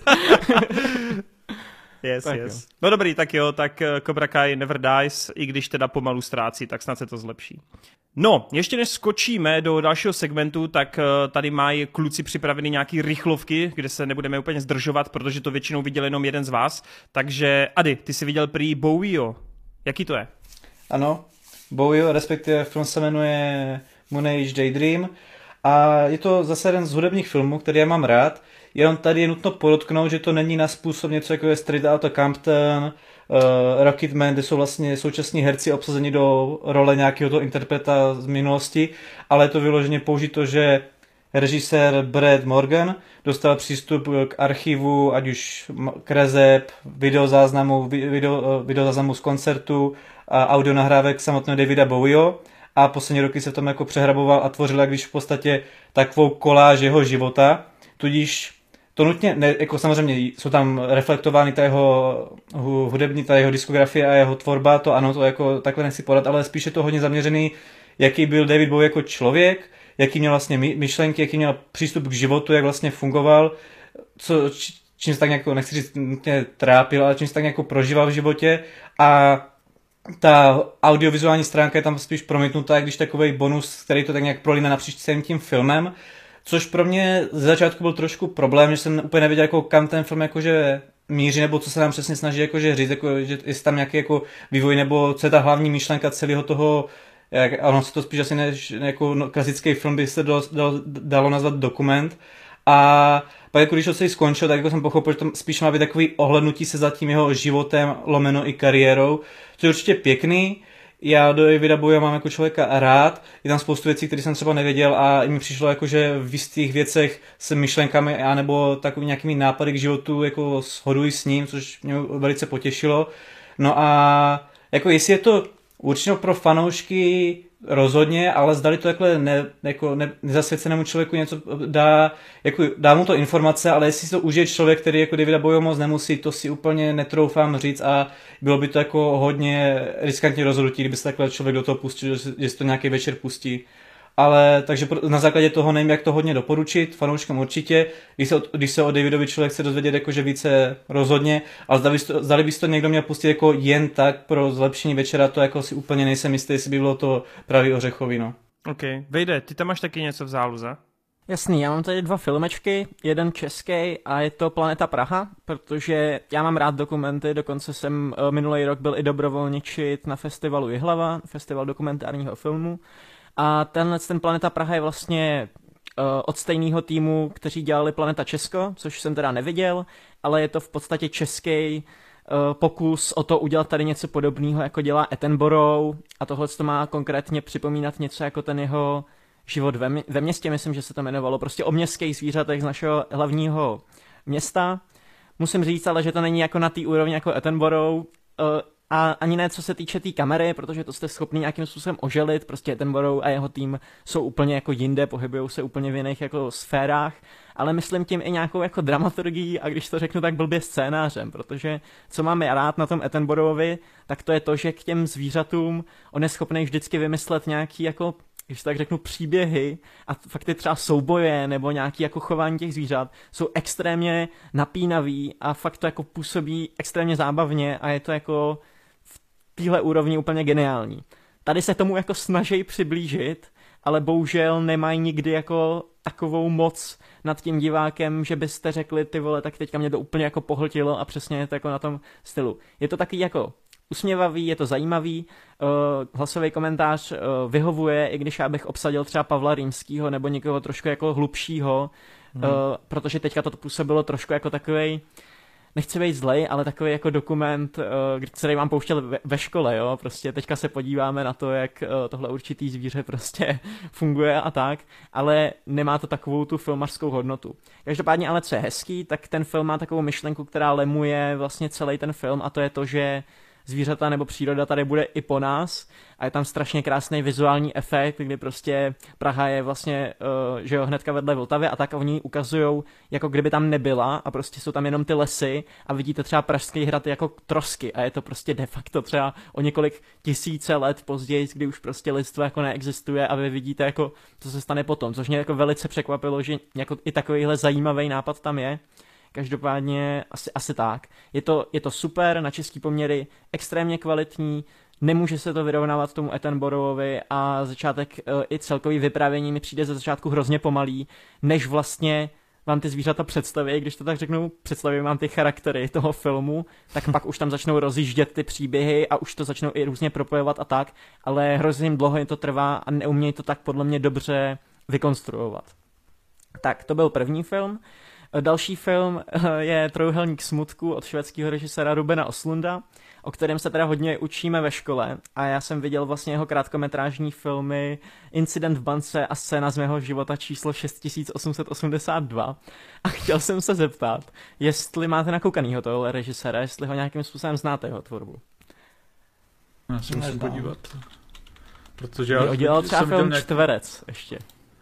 Yes, tak yes. Jo. No dobrý, tak jo, tak Cobra Kai Never Dies, i když teda pomalu ztrácí, tak snad se to zlepší. No, ještě než skočíme do dalšího segmentu, tak tady mají kluci připraveny nějaký rychlovky, kde se nebudeme úplně zdržovat, protože to většinou viděl jenom jeden z vás. Takže Ady, ty jsi viděl prý Bowieho. Jaký to je? Ano, Bowieho, respektive film se jmenuje Moon Age Daydream a je to zase jeden z hudebních filmů, který já mám rád. Jenom tady je nutno podotknout, že to není na způsob něco jako je Straight Outta Compton, uh, Rocketman, kde jsou vlastně současní herci obsazeni do role nějakého toho interpreta z minulosti, ale je to vyloženě použito, že režisér Brad Morgan dostal přístup k archivu, ať už kreseb, videozáznamu, video, videozáznamu z koncertu a audionahrávek samotného Davida Bowieho a poslední roky se v tom jako přehraboval a tvořil, jak když v podstatě takovou koláž jeho života, tudíž to nutně, ne, jako samozřejmě jsou tam reflektovány ta jeho hudební, ta jeho diskografie a jeho tvorba, to ano, to jako takhle nechci podat, ale spíš je to hodně zaměřený, jaký byl David Bowie jako člověk, jaký měl vlastně myšlenky, jaký měl přístup k životu, jak vlastně fungoval, co, čím se tak nějak, nechci říct, nutně trápil, ale čím se tak nějak prožíval v životě a ta audiovizuální stránka je tam spíš promítnutá, když takovej bonus, který to tak nějak prolíná napříč celým tím filmem, což pro mě ze začátku byl trošku problém, že jsem úplně nevěděl, jako kam ten film jakože míří, nebo co se nám přesně snaží jakože říct, jako, že jestli tam nějaký jako vývoj, nebo co je ta hlavní myšlenka celého toho, jak, ono se to spíš asi než jako no, klasický film by se do, do, dalo nazvat dokument. A pak jako když to celý skončil, tak jako jsem pochopil, že to spíš má být takový ohlednutí se za tím jeho životem, lomeno i kariérou, co je určitě pěkný. Já do Davida Bowieho mám jako člověka rád, je tam spoustu věcí, které jsem třeba nevěděl a i mi přišlo jako, že v jistých věcech s myšlenkami anebo takovými nějakými nápady k životu jako shoduji s ním, což mě velice potěšilo. No a jako jestli je to určitě pro fanoušky rozhodně, ale zdali to takhle ne, jako ne, nezasvěcenému člověku něco dá, jako dá mu to informace, ale jestli to užije člověk, který jako Davida Bowieho moc nemusí, to si úplně netroufám říct a bylo by to jako hodně riskantní rozhodnutí, kdyby se takhle člověk do toho pustil, že si to nějaký večer pustí. Ale takže na základě toho nevím, jak to hodně doporučit, fanouškám určitě, když se, když se o Davidovi člověk chce dozvědět jakože více rozhodně, ale zdali bys to, zdali bys to někdo měl pustit jako jen tak pro zlepšení večera, to jako si úplně nejsem jistý, jestli by bylo to pravý ořechový, no. Ok, Vejde, ty tam máš taky něco v záloze? Jasný, já mám tady dva filmečky, jeden český a je to Planeta Praha, protože já mám rád dokumenty, dokonce jsem minulý rok byl i dobrovolničit na festivalu Jihlava, festival dokumentárního filmu. A tenhle ten Planeta Praha je vlastně uh, od stejného týmu, kteří dělali Planeta Česko, což jsem teda neviděl, ale je to v podstatě český uh, pokus o to udělat tady něco podobného, jako dělá Attenborough a tohle to má konkrétně připomínat něco jako ten jeho život ve, mě- ve městě, myslím, že se to jmenovalo, prostě o městských zvířatech z našeho hlavního města. Musím říct ale, že to není jako na té úrovni jako Attenborough, uh, a ani ne co se týče té tý kamery, protože to jste schopný nějakým způsobem oželit, prostě Attenborough a jeho tým jsou úplně jako jinde, pohybujou se úplně v jiných jako sférách, ale myslím tím i nějakou jako dramaturgií a když to řeknu tak blbě scénářem, protože co mám já rád na tom Attenboroughovi, tak to je to, že k těm zvířatům on je schopný vždycky vymyslet nějaký jako, když tak řeknu, příběhy a fakt ty třeba souboje nebo nějaký jako chování těch zvířat jsou extrémně napínavý a fakt to jako působí extrémně zábavně a je to jako téhle úrovni úplně geniální. Tady se tomu jako snaží přiblížit, ale bohužel nemají nikdy jako takovou moc nad tím divákem, že byste řekli, ty vole, tak teďka mě to úplně jako pohltilo a přesně je to jako na tom stylu. Je to taky jako usměvavý, je to zajímavý, uh, hlasový komentář uh, vyhovuje, i když já bych obsadil třeba Pavla Rýmskýho nebo někoho trošku jako hlubšího, hmm. uh, protože teďka to působilo trošku jako takovej, nechci být zlej, ale takový jako dokument, který vám pouštěl ve škole, jo, prostě teďka se podíváme na to, jak tohle určitý zvíře prostě funguje a tak, ale nemá to takovou tu filmařskou hodnotu. Každopádně ale co je hezký, tak ten film má takovou myšlenku, která lemuje vlastně celý ten film a to je to, že zvířata nebo příroda tady bude i po nás a je tam strašně krásný vizuální efekt, kdy prostě Praha je vlastně, uh, že jo, hnedka vedle Vltavy a tak oni ukazujou, jako kdyby tam nebyla a prostě jsou tam jenom ty lesy a vidíte třeba Pražský hrad jako trosky a je to prostě de facto třeba o několik tisíce let později, kdy už prostě lidstvo jako neexistuje a vy vidíte jako, co se stane potom, což mě jako velice překvapilo, že jako i takovýhle zajímavý nápad tam je. Každopádně asi, asi tak. Je to, je to super, na český poměry extrémně kvalitní, nemůže se to vyrovnávat tomu Attenboroughovi a začátek e, i celkový vyprávění mi přijde ze začátku hrozně pomalý, než vlastně vám ty zvířata představí, když to tak řeknu, představí vám ty charaktery toho filmu, tak pak už tam začnou rozjíždět ty příběhy a už to začnou i různě propojovat a tak, ale hrozně dlouho jim to trvá a neumějí to tak podle mě dobře vykonstruovat. Tak, to byl první film. Další film je Trojúhelník smutku od švédského režiséra Rubena Östlunda, o kterém se teda hodně učíme ve škole a já jsem viděl vlastně jeho krátkometrážní filmy Incident v bance a Scéna z mého života číslo šest tisíc osm set osmdesát dva a chtěl jsem se zeptat, jestli máte nakoukanýho tohle režiséra, jestli ho nějakým způsobem znáte, jeho tvorbu. Já se musím podívat. Protože já udělal třeba film nějak... Čtverec ještě.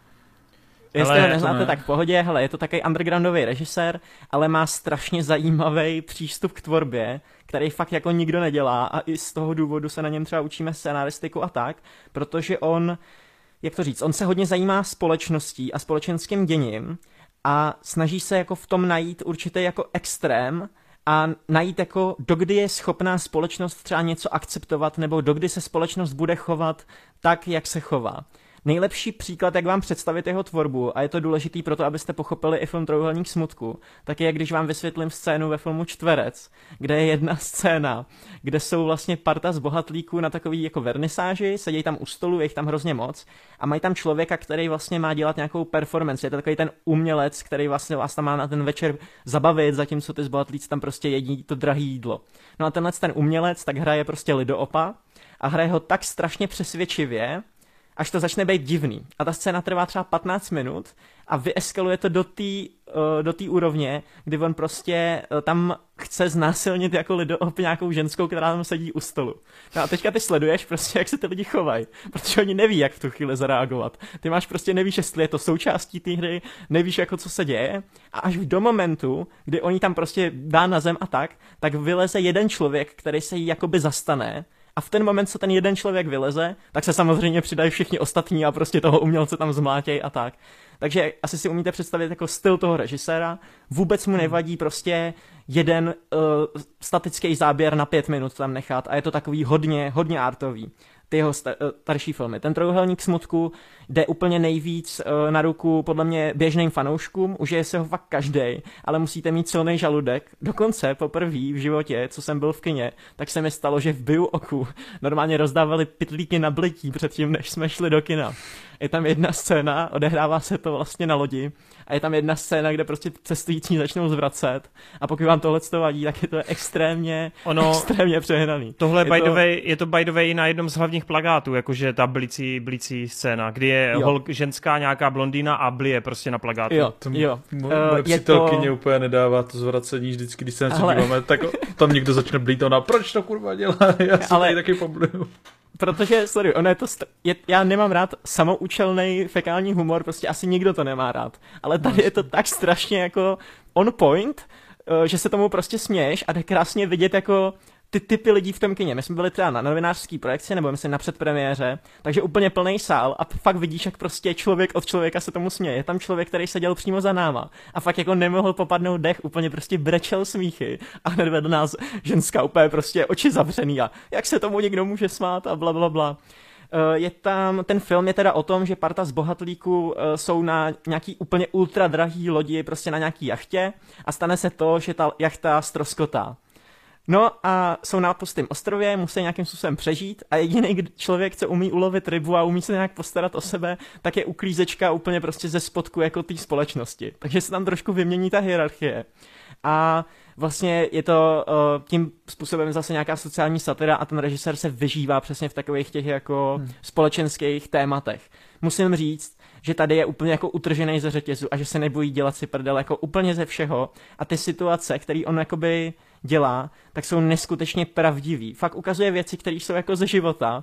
Jestli ale ho neznáte, ne. tak v pohodě, hele, je to takový undergroundový režisér, ale má strašně zajímavý přístup k tvorbě, který fakt jako nikdo nedělá a i z toho důvodu se na něm třeba učíme scenaristiku a tak, protože on, jak to říct, on se hodně zajímá společností a společenským děním a snaží se jako v tom najít určitý jako extrém a najít jako dokdy je schopná společnost třeba něco akceptovat nebo dokdy se společnost bude chovat tak, jak se chová. Nejlepší příklad, jak vám představit jeho tvorbu, a je to důležitý proto, abyste pochopili i film Trojúhelník smutku, tak je, když vám vysvětlím scénu ve filmu Čtverec, kde je jedna scéna, kde jsou vlastně parta z bohatlíků na takový jako vernisáži, sedí tam u stolu, je jich tam hrozně moc a mají tam člověka, který vlastně má dělat nějakou performance, je to takový ten umělec, který vlastně vás tam má na ten večer zabavit, zatímco ty z bohatlíci tam prostě jedí to drahé jídlo. No a tenhle ten umělec tak hraje prostě lidoopa a hraje ho tak strašně přesvědčivě, až to začne být divný. A ta scéna trvá třeba patnáct minut a vyeskaluje to do té uh, do té úrovně, kdy on prostě uh, tam chce znásilnit jako lidoop nějakou ženskou, která tam sedí u stolu. No a teďka ty sleduješ prostě, jak se ty lidi chovají, protože oni neví, jak v tu chvíli zareagovat. Ty máš prostě, nevíš, jestli je to součástí té hry, nevíš, jako co se děje a až do momentu, kdy oni tam prostě dá na zem a tak, tak vyleze jeden člověk, který se jí jakoby zastane. A v ten moment, co ten jeden člověk vyleze, tak se samozřejmě přidají všichni ostatní a prostě toho umělce tam zmlátěj a tak. Takže asi si umíte představit jako styl toho režiséra. Vůbec mu nevadí prostě jeden uh, statický záběr na pět minut tam nechat a je to takový hodně, hodně artový. Ty jeho starší filmy. Ten Trojúhelník smutku jde úplně nejvíc uh, na ruku podle mě běžným fanouškům, užije se ho fakt každej, ale musíte mít silný žaludek. Dokonce poprvé v životě, co jsem byl v kině, tak se mi stalo, že v Biu oku normálně rozdávali pytlíky na blití předtím, než jsme šli do kina. Je tam jedna scéna, odehrává se to vlastně na lodi a je tam jedna scéna, kde prostě cestující začnou zvracet a pokud vám tohle vadí, tak je to extrémně, ono, extrémně přehnaný. Tohle je, by to... Way, je to by the way na jednom z hlavních plakátů, jakože ta blicí, blicí scéna, kdy je hol, ženská nějaká blondýna a blije prostě na plakátu. Jo, to jo. Moje přítelkyně to... úplně nedává to zvracení vždycky, když se na Ale... díváme, tak tam někdo začne blít, ona, proč to kurva dělá, já si Ale... tady taky pobliju. Protože, sorry, ono je to, st- je, já nemám rád samoučelný fekální humor, prostě asi nikdo to nemá rád, ale tady je to tak strašně jako on point, uh, že se tomu prostě směješ a jde krásně vidět jako ty typy lidí v tom kině. My jsme byli třeba na novinářský projekci, nebo myslím na předpremiéře, takže úplně plný sál a fakt vidíš, jak prostě člověk od člověka se tomu směje. Je tam člověk, který seděl přímo za náma a fakt jako nemohl popadnout dech, úplně prostě brečel smíchy a hned vedle nás ženská úplně prostě oči zavřený a jak se tomu někdo může smát a bla bla bla. Je tam, ten film je teda o tom, že parta z bohatlíků jsou na nějaký úplně ultra drahý lodi, prostě na nějaký jachtě a stane se to, že ta jachta ztroskotá. No a jsou na pustém ostrově, musí nějakým způsobem přežít a jediný člověk, co umí ulovit rybu a umí se nějak postarat o sebe, tak je uklízečka úplně prostě ze spodku jako té společnosti. Takže se tam trošku vymění ta hierarchie. A vlastně je to uh, tím způsobem zase nějaká sociální satira a ten režisér se vyžívá přesně v takových těch jako hmm. společenských tématech. Musím říct, že tady je úplně jako utržený ze řetězu a že se nebojí dělat si prdel jako úplně ze všeho a ty situace, které on jakoby dělá, tak jsou neskutečně pravdivý. Fakt ukazuje věci, které jsou jako ze života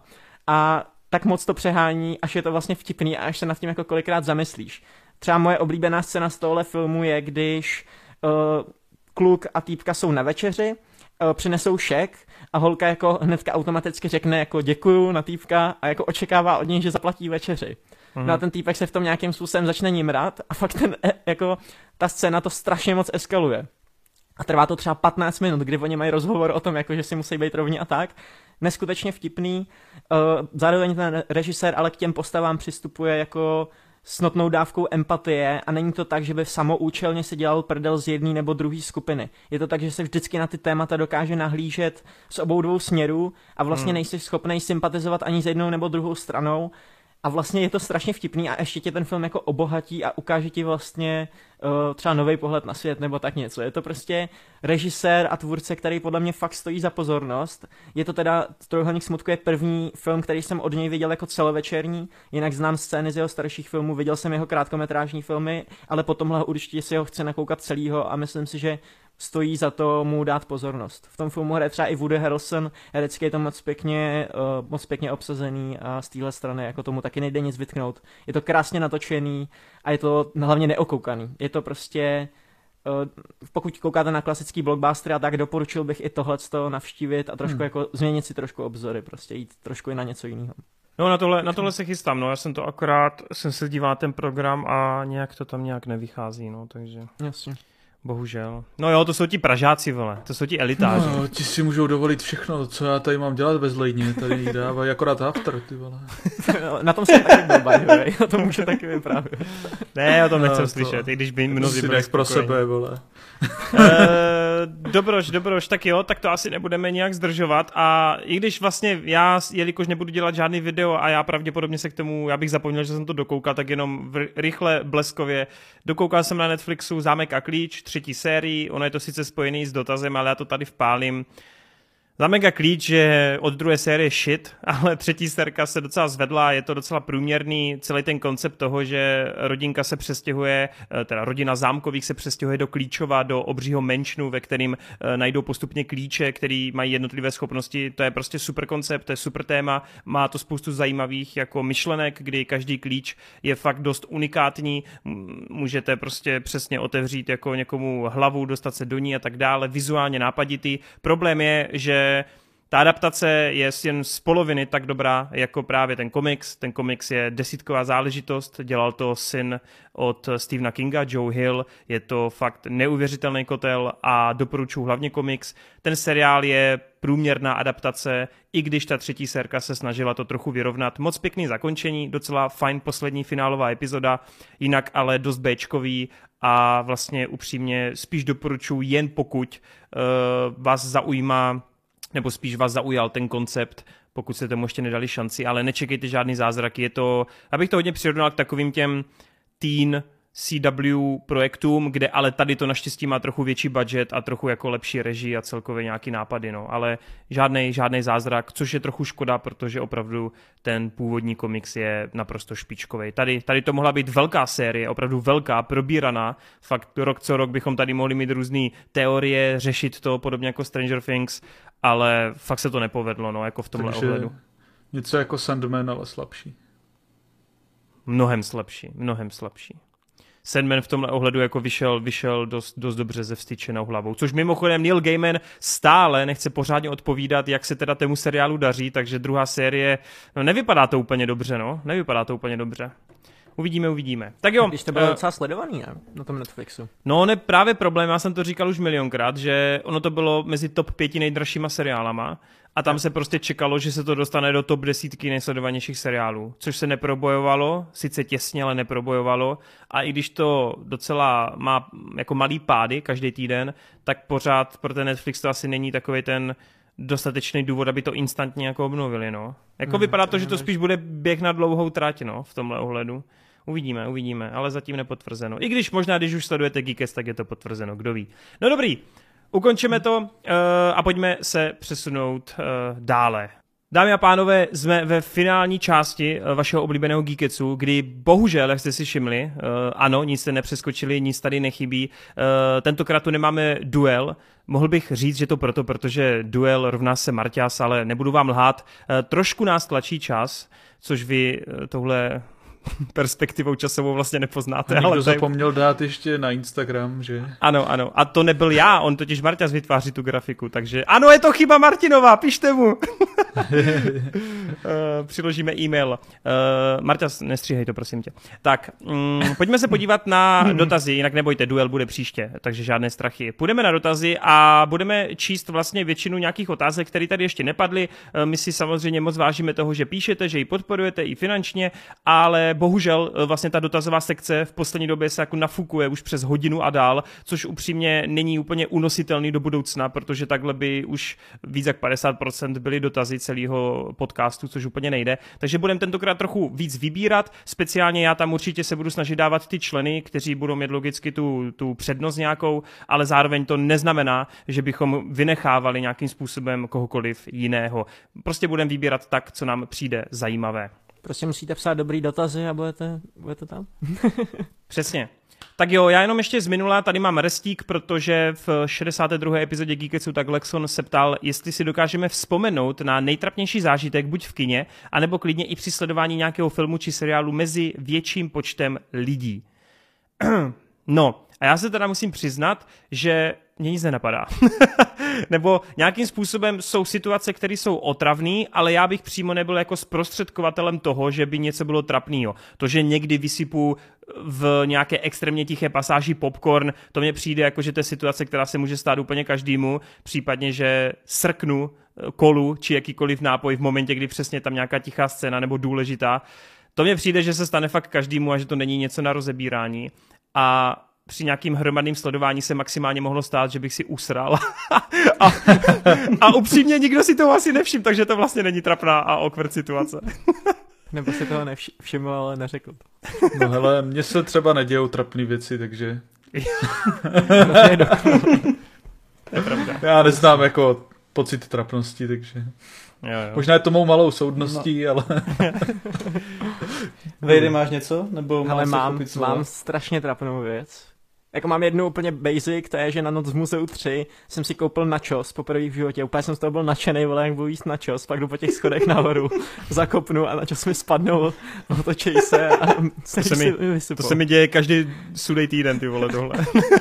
a tak moc to přehání, až je to vlastně vtipný a až se nad tím jako kolikrát zamyslíš. Třeba moje oblíbená scéna z tohohle filmu je, když uh, kluk a týpka jsou na večeři, uh, přinesou šek a holka jako hnedka automaticky řekne jako děkuju na týpka a jako očekává od něj, že zaplatí večeři. No a ten týpek se v tom nějakým způsobem začne nimrat a fakt ten, jako, ta scéna to strašně moc eskaluje. A trvá to třeba patnáct minut, kdy oni mají rozhovor o tom, jako, že si musí být rovní a tak. Neskutečně vtipný. Uh, zároveň ten režisér ale k těm postavám přistupuje jako s notnou dávkou empatie a není to tak, že by samoučelně se dělal prdel z jedné nebo druhé skupiny. Je to tak, že se vždycky na ty témata dokáže nahlížet z obou dvou směrů a vlastně hmm. nejsi schopnej sympatizovat ani s jednou nebo druhou stranou. A vlastně je to strašně vtipný a ještě tě ten film jako obohatí a ukáže ti vlastně uh, třeba nový pohled na svět nebo tak něco. Je to prostě režisér a tvůrce, který podle mě fakt stojí za pozornost. Je to teda, Trojúhelník smutku je první film, který jsem od něj viděl jako celovečerní, jinak znám scény z jeho starších filmů, viděl jsem jeho krátkometrážní filmy, ale po tomhle určitě si ho chci nakoukat celýho a myslím si, že stojí za to mu dát pozornost. V tom filmu hraje třeba i Woody Harrelson, herecky je to moc pěkně, uh, moc pěkně obsazený a z téhle strany jako tomu taky nejde nic vytknout. Je to krásně natočený a je to hlavně neokoukaný. Je to prostě, uh, pokud koukáte na klasický blockbuster a tak, doporučil bych i tohleto navštívit a trošku hmm. jako změnit si trošku obzory, prostě jít trošku i na něco jiného. No na tohle, na tohle se chystám, no já jsem to akorát, jsem se díval na ten program a nějak to tam nějak nevychází, no takže. Jasně. Bohužel. No jo, to jsou ti Pražáci, vole. To jsou ti elitáři. No, ti si můžou dovolit všechno, co já tady mám dělat bezledně. Tady dávají akorát after, ty vole. Na tom jsem taky byl, by the way. O tom můžu taky vyprávět. Ne, o tom nechcem no, slyšet, i když by mnozí byli pro sebe, vole. e, dobroš, dobroš, tak jo, tak to asi nebudeme nějak zdržovat a i když vlastně já, jelikož nebudu dělat žádný video a já pravděpodobně se k tomu, já bych zapomněl, že jsem to dokoukal, tak jenom v, rychle, bleskově, dokoukal jsem na Netflixu Zámek a klíč, třetí sérii, ono je to sice spojený s dotazem, ale já to tady vpálím. Zámek a klíč je od druhé série shit, ale třetí sérka se docela zvedla, je to docela průměrný, celý ten koncept toho, že rodinka se přestěhuje, teda rodina Zámkových se přestěhuje do Klíčova, do obřího mansionu, ve kterým najdou postupně klíče, který mají jednotlivé schopnosti, to je prostě super koncept, to je super téma, má to spoustu zajímavých jako myšlenek, kdy každý klíč je fakt dost unikátní, můžete prostě přesně otevřít jako někomu hlavu, dostat se do ní a tak dále, vizuálně nápaditý. Problém je, že ta adaptace je jen z poloviny tak dobrá jako právě ten komiks. Ten komiks je desítková záležitost, dělal to syn od Stephena Kinga, Joe Hill, je to fakt neuvěřitelný kotel a doporučuji hlavně komiks. Ten seriál je průměrná adaptace, i když ta třetí sérka se snažila to trochu vyrovnat. Moc pěkný zakončení, docela fajn poslední finálová epizoda, jinak ale dost béčkový a vlastně upřímně spíš doporučuji jen pokud uh, vás zaujímá nebo spíš vás zaujal ten koncept, pokud se tomu ještě nedali šanci, ale nečekejte žádný zázraky. Je to, abych to hodně přirovnal k takovým těm teen C W projektům, kde ale tady to naštěstí má trochu větší budget a trochu jako lepší režii a celkově nějaký nápady, no. Ale žádnej, žádnej zázrak, což je trochu škoda, protože opravdu ten původní komiks je naprosto špičkovej. Tady, tady to mohla být velká série, opravdu velká, probíraná. Fakt rok co rok bychom tady mohli mít různé teorie, řešit to podobně jako Stranger Things, ale fakt se to nepovedlo, no, jako v tomhle Takže ohledu. Něco jako Sandman, ale slabší. Mnohem slabší, mnohem slabší. Sandman v tomhle ohledu jako vyšel, vyšel dost, dost dobře ze vstyčenou hlavou. Což mimochodem Neil Gaiman stále nechce pořádně odpovídat, jak se teda tému seriálu daří, takže druhá série, no nevypadá to úplně dobře, no, nevypadá to úplně dobře. Uvidíme, uvidíme. Tak jo. Když to bylo uh, docela sledovaný, ne? Na tom Netflixu. No, ne, právě problém, já jsem to říkal už milionkrát, že ono to bylo mezi top pěti nejdražšíma seriálama a tam se prostě čekalo, že se to dostane do top desítky nejsledovanějších seriálů, což se neprobojovalo, sice těsně, ale neprobojovalo a i když to docela má jako malý pády každý týden, tak pořád pro ten Netflix to asi není takový ten dostatečný důvod, aby to instantně jako obnovili, no. Jako hmm, vypadá to, že to spíš bude běh na dlouhou trať, no, v tomhle ohledu. Uvidíme, uvidíme, ale zatím nepotvrzeno. I když možná, když už sledujete Geekest, tak je to potvrzeno, kdo ví. No dobrý, ukončíme to uh, a pojďme se přesunout uh, dále. Dámy a pánové, jsme ve finální části vašeho oblíbeného Geeketsu, kdy bohužel, jak jste si všimli, uh, ano, nic jste nepřeskočili, nic tady nechybí. Uh, tentokrát tu nemáme duel. Mohl bych říct, že to proto, protože duel rovná se Marťas, ale nebudu vám lhát. Uh, trošku nás tlačí čas, což vy uh, tohle perspektivou časovou vlastně nepoznáte. A někdo ale zapomněl dát ještě na Instagram, že? Ano, ano. A to nebyl já, on totiž Marťas vytváří tu grafiku, takže ano, je to chyba Martinova, pište mu. uh, přiložíme e-mail. Uh, Marťas, nestříhej to, prosím tě. Tak, um, pojďme se podívat na dotazy, jinak nebojte, duel bude příště, takže žádné strachy. Půjdeme na dotazy a budeme číst vlastně většinu nějakých otázek, které tady ještě nepadly. Uh, my si samozřejmě moc vážíme toho, že píšete, že ji podporujete i finančně, ale bohužel vlastně ta dotazová sekce v poslední době se jako nafukuje už přes hodinu a dál, což upřímně není úplně unositelný do budoucna, protože takhle by už víc jak padesát procent byly dotazy celého podcastu, což úplně nejde. Takže budeme tentokrát trochu víc vybírat, speciálně já tam určitě se budu snažit dávat ty členy, kteří budou mít logicky tu, tu přednost nějakou, ale zároveň to neznamená, že bychom vynechávali nějakým způsobem kohokoliv jiného. Prostě budeme vybírat tak, co nám přijde zajímavé. Prostě musíte psát dobrý dotazy a budete, budete tam. Přesně. Tak jo, já jenom ještě z minula tady mám restík, protože v šedesáté druhé epizodě Geeketsu tak Lexon se ptal, jestli si dokážeme vzpomenout na nejtrapnější zážitek buď v kině, anebo klidně i při sledování nějakého filmu či seriálu mezi větším počtem lidí. No, a já se teda musím přiznat, že mě nic nenapadá. Nebo nějakým způsobem jsou situace, které jsou otravné, ale já bych přímo nebyl jako zprostředkovatelem toho, že by něco bylo trapného. To, že někdy vysypu v nějaké extrémně tiché pasáži popcorn, to mně přijde jako, že to je situace, která se může stát úplně každému, případně, že srknu kolu či jakýkoliv nápoj v momentě, kdy přesně tam nějaká tichá scéna nebo důležitá. To mně přijde, že se stane fakt každému a že to není něco na rozebírání. A při nějakým hromadným sledování se maximálně mohlo stát, že bych si usral. a, a upřímně nikdo si toho asi nevšiml, takže to vlastně není trapná a awkward situace. Nebo si toho nevšiml, ale neřekl to. No hele, mně se třeba nedějou trapný věci, takže... To je pravda. Já neznám jako pocit trapnosti, takže... Jo, jo. Možná je to mou malou soudností, no. ale... Vejdy, máš něco? Nebo ale mám, mám strašně trapnou věc. Jako mám jednu úplně basic, to je, že na Noc v muzeu tři jsem si koupil nachos poprvé v životě. Úplně jsem z toho byl nadšenej, vole, jak budu jíst nachos, pak jdu po těch schodech nahoru, zakopnu a nachos mi spadnou, otočej se a se to, se mi, to se mi děje každý sudej týden, ty vole, tohle.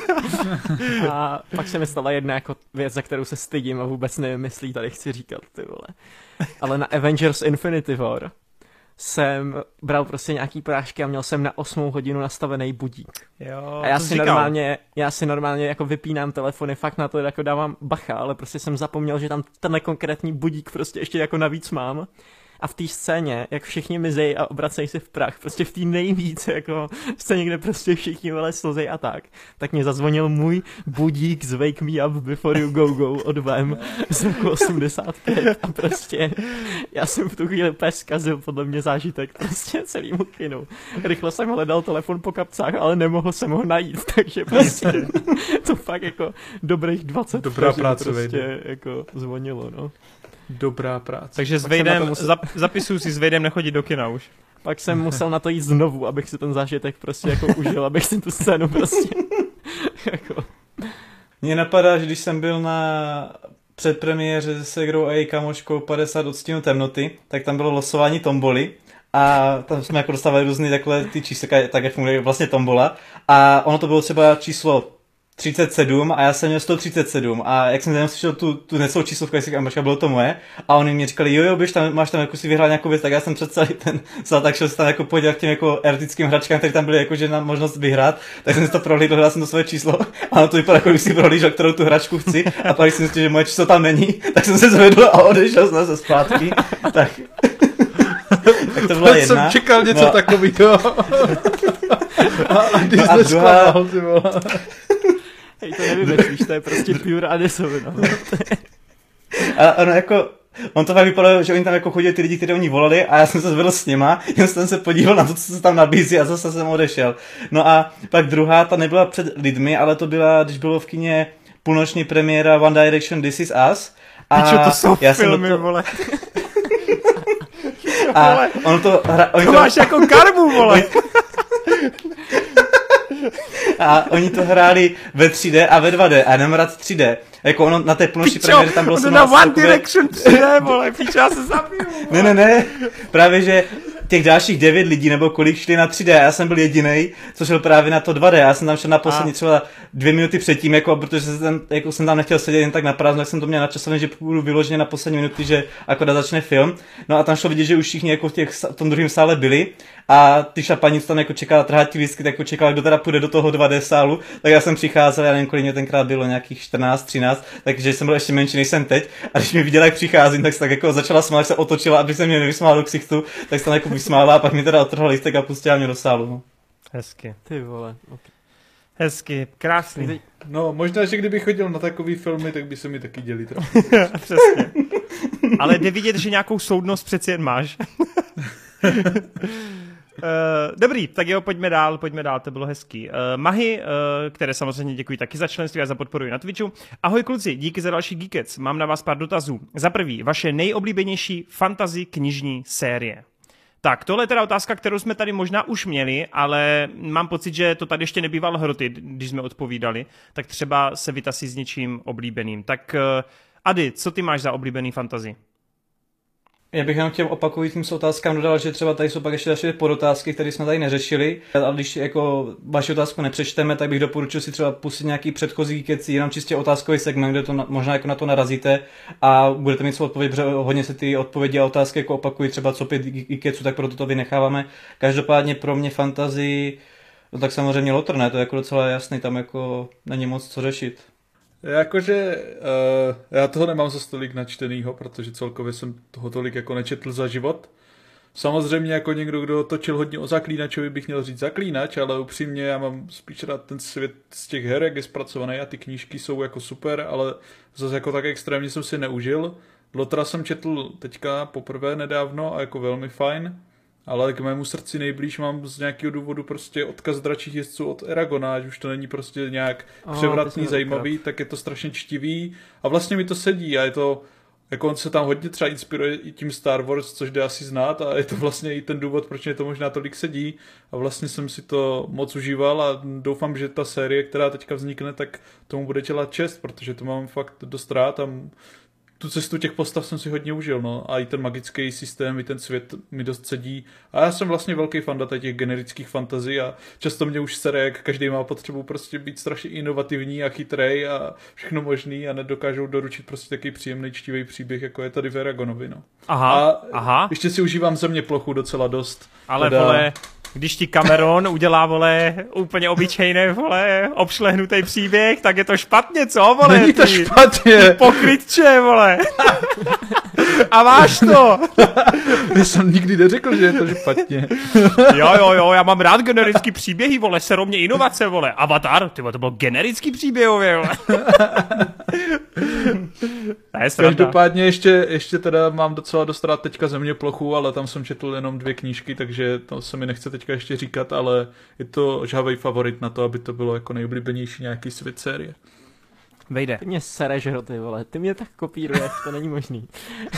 A pak se mi stala jedna jako věc, za kterou se stydím a vůbec nevím, jestli tady chci říkat, ty vole. Ale na Avengers Infinity War jsem bral prostě nějaký prášky a měl jsem na osmou hodinu nastavený budík. Jo, a já si říkal. normálně, já si normálně jako vypínám telefony, fakt na to jako dávám bacha, ale prostě jsem zapomněl, že tam ten konkrétní budík prostě ještě jako navíc mám. A v té scéně, jak všichni mizej a obracejí se v prach, prostě v té nejvíc, jako scéně, kde prostě všichni vole slzej a tak, tak mě zazvonil můj budík z Wake Me Up Before You Go Go od V E M z roku osmdesát pět a prostě já jsem v tu chvíli úplně zkazil podle mě zážitek prostě celýmu kinu. Rychle jsem hledal telefon po kapcách, ale nemohl jsem ho najít, takže prostě to fakt jako dobrých dvacet Dobrá práce, prostě vejde. jako zvonilo, no. Dobrá práce. Takže s Vejdem, musel... zap, zapisuju si s Vejdem nechodit do kina už. Pak jsem musel na to jít znovu, abych si ten zážitek prostě jako užil, abych si tu scénu prostě jako... Mně napadá, že když jsem byl na předpremiéře se Segrou a její kamoškou padesát odstínů temnoty, tak tam bylo losování tomboly a tam jsme jako dostávali různý takhle ty čísla, tak jak funguje vlastně tombola a ono to bylo třeba číslo třicet sedm a já jsem měl sto třicet sedm a jak jsem tam slyšel tu, tu necelou číslovku, jestli kam bylo to moje a oni mi říkali, jo jo, běž tam, máš tam jako si vyhrál nějakou věc, tak já jsem před celý ten sál, tak šel jsem tam jako podívat k těm jako erotickým hračkám, které tam byly jako, že na možnost vyhrát, tak jsem si to prohlídl, hledal jsem to svoje číslo a ono to vypadá, jako když si prohlížel, kterou tu hračku chci a pak jsem zjistil, že moje číslo tam není, tak jsem se zvedl a odešel jsem se zpátky, tak... tak to byla jedna. jsem čekal něco no. takového. a, a ty no a druhá... ty vole. Hej, to nevymyslíš, to je prostě pure adesovina. A ono jako, on to fakt vypadalo, že oni tam jako chodili ty lidi, kteří oni volali a já jsem se zvedl s nima, jen jsem se podíval na to, co se tam nabízí a zase jsem odešel. No a pak druhá, ta nebyla před lidmi, ale to byla, když bylo v kině půlnoční premiéra One Direction This Is Us. A Pičo, to jsou já filmy, to... vole. A on to... Hra... to, to máš jako karmu, vole. A oni to hráli ve tři dé a ve dva dé a já nemám rád tři dé. Jako ono na té půlnoční premiéře tam bylo... Pičo, na One Direction tři dé, vole, pičo, já se zabiju. Ne, ne, ne, právě, že těch dalších devět lidí nebo kolik šli na tři dé a já jsem byl jedinej, co šel právě na to dva dé. Já jsem tam šel na poslední třeba dvě minuty předtím, jako, protože jsem tam, jako jsem tam nechtěl sedět jen tak na prázdno, tak jsem to měl načasované, že půjdu vyloženě na poslední minuty, že akorát začne film. No a tam šlo vidět, že už všichni jako v, těch, v tom druhém sále byli a ty šapanic tam jako čekala trhat ty lístky, tak jako čekala, kdo teda půjde do toho dva dé sálu, tak já jsem přicházel, já nevím, kolik mě tenkrát bylo, nějakých čtrnáct, třináct, takže jsem byl ještě menší, než jsem teď, a když mi viděla, jak přicházím, tak se tak jako začala smát, se otočila, aby se mě nevysmála do ksichtu, tak se tam jako vysmála a pak mi teda odtrhla lístek a pustila mě do sálu. No. Hezky. Ty vole, okay. Hezky, krásný. No, možná, že kdybych chodil na takový filmy, tak by se mi taky děli trochu. Přesně. Ale jde vidět, že nějakou soudnost přeci jen máš. Uh, dobrý, tak jo, pojďme dál, pojďme dál, to bylo hezký. Uh, Mahy, uh, které samozřejmě děkuji taky za členství a za podporu na Twitchu. Ahoj kluci, díky za další Geekec. Mám na vás pár dotazů. Za prvý, vaše nejoblíbenější fantasy knižní série. Tak, tohle je teda otázka, kterou jsme tady možná už měli, ale mám pocit, že to tady ještě nebýval hroty, když jsme odpovídali, tak třeba se vytasí s něčím oblíbeným. Tak uh, Ady, co ty máš za oblíbený fantasy? Já bych jenom těm opakujícím se otázkám dodal, že třeba tady jsou pak ještě další podotázky, které jsme tady neřešili, ale když jako vaši otázku nepřečteme, tak bych doporučil si třeba pustit nějaký předchozí keci, jenom čistě otázkový segment, kde to na, možná jako na to narazíte a budete mít svou odpověď, protože hodně se ty odpovědi a otázky jako opakují, třeba co pět keců, tak proto to vynecháváme. Každopádně pro mě fantasy, no tak samozřejmě Lotr, ne, to je jako docela jasný, tam jako není moc co řešit. Jakože uh, já toho nemám za tolik načtenýho, protože celkově jsem toho tolik jako nečetl za život. Samozřejmě jako někdo, kdo točil hodně o Zaklínačovi, bych měl říct Zaklínač, ale upřímně já mám spíš rád ten svět z těch her, jak je zpracovaný a ty knížky jsou jako super, ale zase jako tak extrémně jsem si neužil. Lotra jsem četl teďka poprvé nedávno a jako velmi fajn. Ale k mému srdci nejblíž mám z nějakého důvodu prostě odkaz dračích jezdců od Eragona, ať už to není prostě nějak převratný, zajímavý, tak je to strašně čtivý a vlastně mi to sedí a je to, jako on se tam hodně třeba inspiruje i tím Star Wars, což jde asi znát a je to vlastně i ten důvod, proč mě to možná tolik sedí a vlastně jsem si to moc užíval a doufám, že ta série, která teďka vznikne, tak tomu bude dělat čest, protože to mám fakt dost rád a tu cestu těch postav jsem si hodně užil, no. A i ten magický systém, i ten svět mi dost sedí. A já jsem vlastně velký fan těch generických fantazí a často mě už sere, jak každý má potřebu prostě být strašně inovativní a chytrej a všechno možný a nedokážou doručit prostě takový příjemný čtivý příběh, jako je tady v Eragonovi, no. Aha, a aha. ještě si užívám Země plochu docela dost. Ale teda... vole, když ti Cameron udělá, vole, úplně obyčejný, vole, obšlehnutý příběh, tak je to špatně, co, vole? Není to ty, špatně. Ty pokrytče, vole. A máš to. Já jsem nikdy neřekl, že je to špatně. Jo, jo, jo, já mám rád generický příběhy, vole, serou mě inovace, vole. Avatar, ty vole, to byl generický příběhově, vole. Každopádně ještě, ještě teda mám docela dost rád teďka Země plochu, ale tam jsem četl jenom dvě knížky, takže to se mi nechce teďka ještě říkat, ale je to žhavej favorit na to, aby to bylo jako nejoblíbenější nějaký svět série. Vejde. Ty mě sereš, ty vole, ty mě tak kopíruješ, to není možný.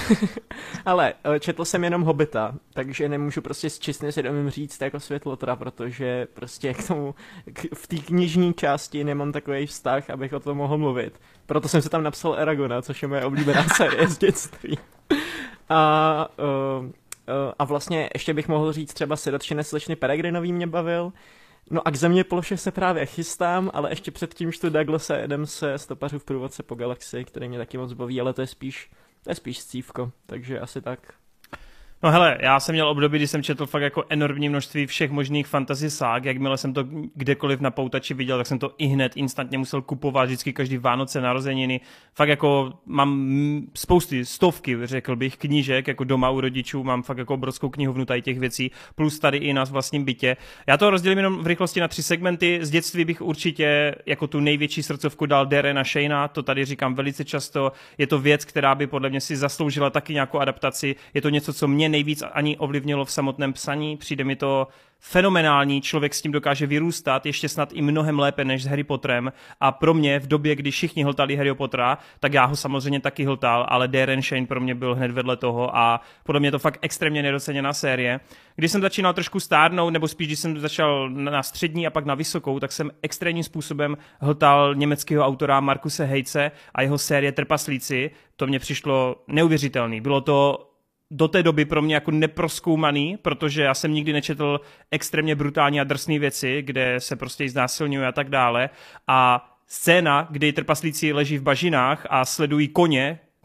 Ale četl jsem jenom Hobita, takže nemůžu prostě s čistým svědomím říct jako svět Lotra, protože prostě k tomu, k, v té knižní části nemám takový vztah, abych o tom mohl mluvit. Proto jsem si tam napsal Eragona, což je moje oblíbená série z dětství. A... Uh, A vlastně ještě bych mohl říct třeba Sirotčinec slečny Peregrinový mě bavil. No a k Země ploše se právě chystám, ale ještě předtím čtu Douglasa Adamse, Stopařů v průvodce po galaxii, který mě taky moc baví, ale to je spíš, to je spíš scívko, takže asi tak. No hele, já jsem měl období, kdy jsem četl fakt jako enormní množství všech možných fantasy sák, jakmile jsem to kdekoliv na poutači viděl, tak jsem to i hned instantně musel kupovat, vždycky každý Vánoce, narozeniny. Fakt jako mám spousty, stovky, řekl bych, knížek, jako doma u rodičů, mám fakt jako obrovskou knihovnu tady těch věcí, plus tady i na vlastním bytě. Já to rozdělím jenom v rychlosti na tři segmenty. Z dětství bych určitě jako tu největší srdcovku dal Darrena Shanea, to tady říkám velice často. Je to věc, která by podle mě si zasloužila taky nějakou adaptaci. Je to něco, co mě nejvíc ani ovlivnilo v samotném psaní. Přijde mi to fenomenální, člověk s tím dokáže vyrůstat, ještě snad i mnohem lépe než s Harry Potterem a pro mě v době, kdy všichni hltali Harry Pottera, tak já ho samozřejmě taky hltal, ale Darren Shane pro mě byl hned vedle toho a podle mě to fakt extrémně nedoceněná série. Když jsem začínal trošku stárnout, nebo spíš když jsem začal na střední a pak na vysokou, tak jsem extrémním způsobem hltal německého autora Markuse Hejce a jeho série Trpaslíci. To mně přišlo neuvěřitelný. Bylo to do té doby pro mě jako neprozkoumaný, protože já jsem nikdy nečetl extrémně brutální a drsné věci, kde se prostě znásilňují a tak dále. A scéna, kdy trpaslíci leží v bažinách a sledují koně,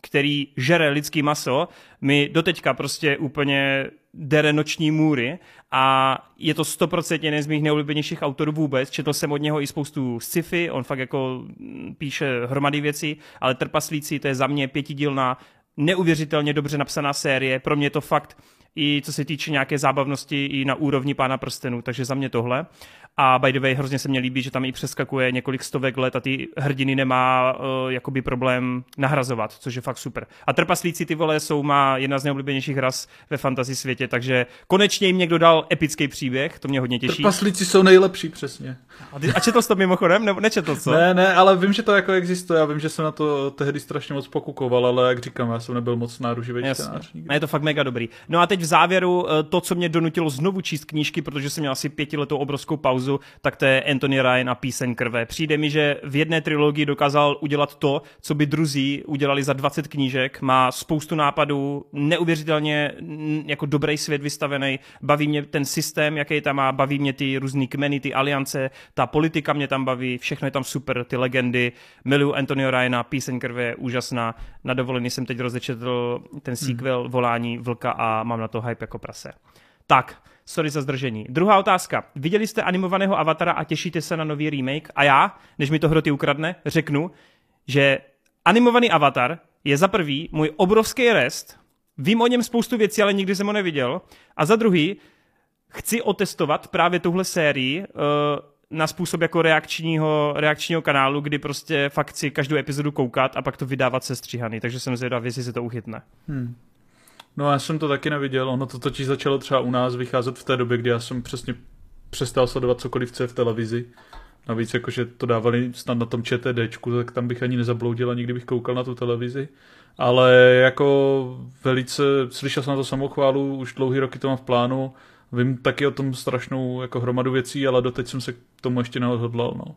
který žere lidský maso, mi doteďka prostě úplně dere noční můry a je to stoprocentně jeden z mých nejoblíbenějších autorů vůbec. Četl jsem od něho i spoustu sci-fi, on fakt jako píše hromady věcí, ale Trpaslíci, to je za mě pětidílná, neuvěřitelně dobře napsaná série. Pro mě je to fakt i co se týče nějaké zábavnosti i na úrovni Pána prstenů, takže za mě tohle. A by the way, hrozně se mně líbí, že tam i přeskakuje několik stovek let a ty hrdiny nemá uh, jakoby problém nahrazovat, což je fakt super. A Trpaslíci, ty vole, jsou má jedna z nejoblíbenějších ras ve fantasy světě, takže konečně jim někdo dal epický příběh, to mě hodně těší. Trpaslíci jsou nejlepší, přesně. A, ty, a četl jsi to mimochodem, nebo nečetl co? Ne, ne, ale vím, že to jako existuje, já vím, že jsem na to tehdy strašně moc pokukoval, ale jak říkám, já jsem nebyl moc náruživý čtenář. Je to fakt mega dobrý. No a teď v závěru to, co mě donutilo znovu číst knížky, protože jsem měl asi pětiletou obrovskou pauzu, tak to je Anthony Ryan a Píseň krve. Přijde mi, že v jedné trilogii dokázal udělat to, co by druzí udělali za dvacet knížek. Má spoustu nápadů, neuvěřitelně jako dobrý svět vystavený. Baví mě ten systém, jaký tam má, baví mě ty různý kmeny, ty aliance, ta politika mě tam baví, všechno je tam super, ty legendy. Miluju Anthonyho Ryana, Píseň krve je úžasná. Na dovolený jsem teď rozečetl ten sequel hmm. Volání vlka a mám na to hype jako prase. Tak, sorry za zdržení. Druhá otázka. Viděli jste animovaného Avatara a těšíte se na nový remake? A já, než mi to hroty ukradne, řeknu, že animovaný Avatar je za prvý můj obrovský rest. Vím o něm spoustu věcí, ale nikdy jsem ho neviděl. A za druhý, chci otestovat právě tuhle sérii uh, na způsob jako reakčního, reakčního kanálu, kdy prostě fakt chci každou epizodu koukat a pak to vydávat sestříhaný. Takže jsem zvědav, jestli se to uchytne. Hmm. No já jsem to taky neviděl, ono to totiž začalo třeba u nás vycházet v té době, kdy já jsem přesně přestal sledovat cokoliv, co je v televizi. Navíc jakože to dávali snad na tom ČTDčku, tak tam bych ani nezabloudil, ani kdybych koukal na tu televizi. Ale jako velice, slyšel jsem na to samochválu, už dlouhý roky to mám v plánu. Vím taky o tom strašnou jako hromadu věcí, ale doteď jsem se k tomu ještě neodhodlal, no.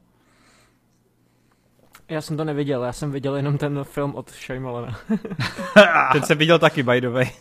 Já jsem to neviděl, já jsem viděl jenom ten film od Shyamalana. Ten jsem viděl taky, by the way.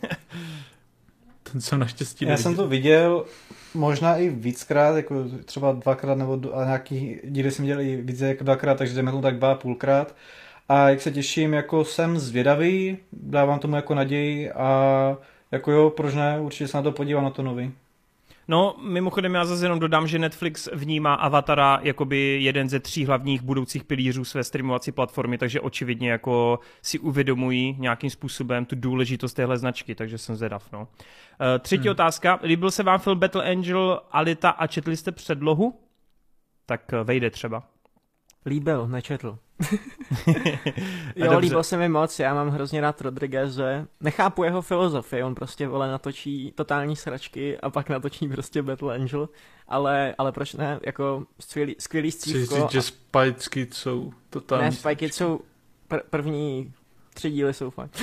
Ten jsem naštěstí Já neviděl. jsem to viděl možná i víckrát, jako třeba dvakrát, nebo a nějaký díly jsem viděl i více jako dvakrát, takže jdeme tomu tak dva a půlkrát. A jak se těším, jako jsem zvědavý, dávám tomu jako naději a jako jo, proč ne, určitě se na to podívám, na to nový. No, mimochodem já zase jenom dodám, že Netflix vnímá Avatara jakoby jeden ze tří hlavních budoucích pilířů své streamovací platformy, takže očividně jako si uvědomují nějakým způsobem tu důležitost téhle značky, takže jsem zvědav, no. Uh, třetí hmm. otázka. Líbil se vám film Battle Angel Alita a četli jste předlohu? Tak vejde třeba. Líbil, nečetl. Jo, líbil se mi moc, já mám hrozně rád Rodrigueze. Nechápu jeho filozofii, on prostě vole natočí totální sračky a pak natočí prostě Battle Angel, ale, ale proč ne, jako skvělý, skvělý scívko. Chci říct, že Spy Kids jsou totální Ne, Spy Kids jsou pr- první tři díly jsou fakt.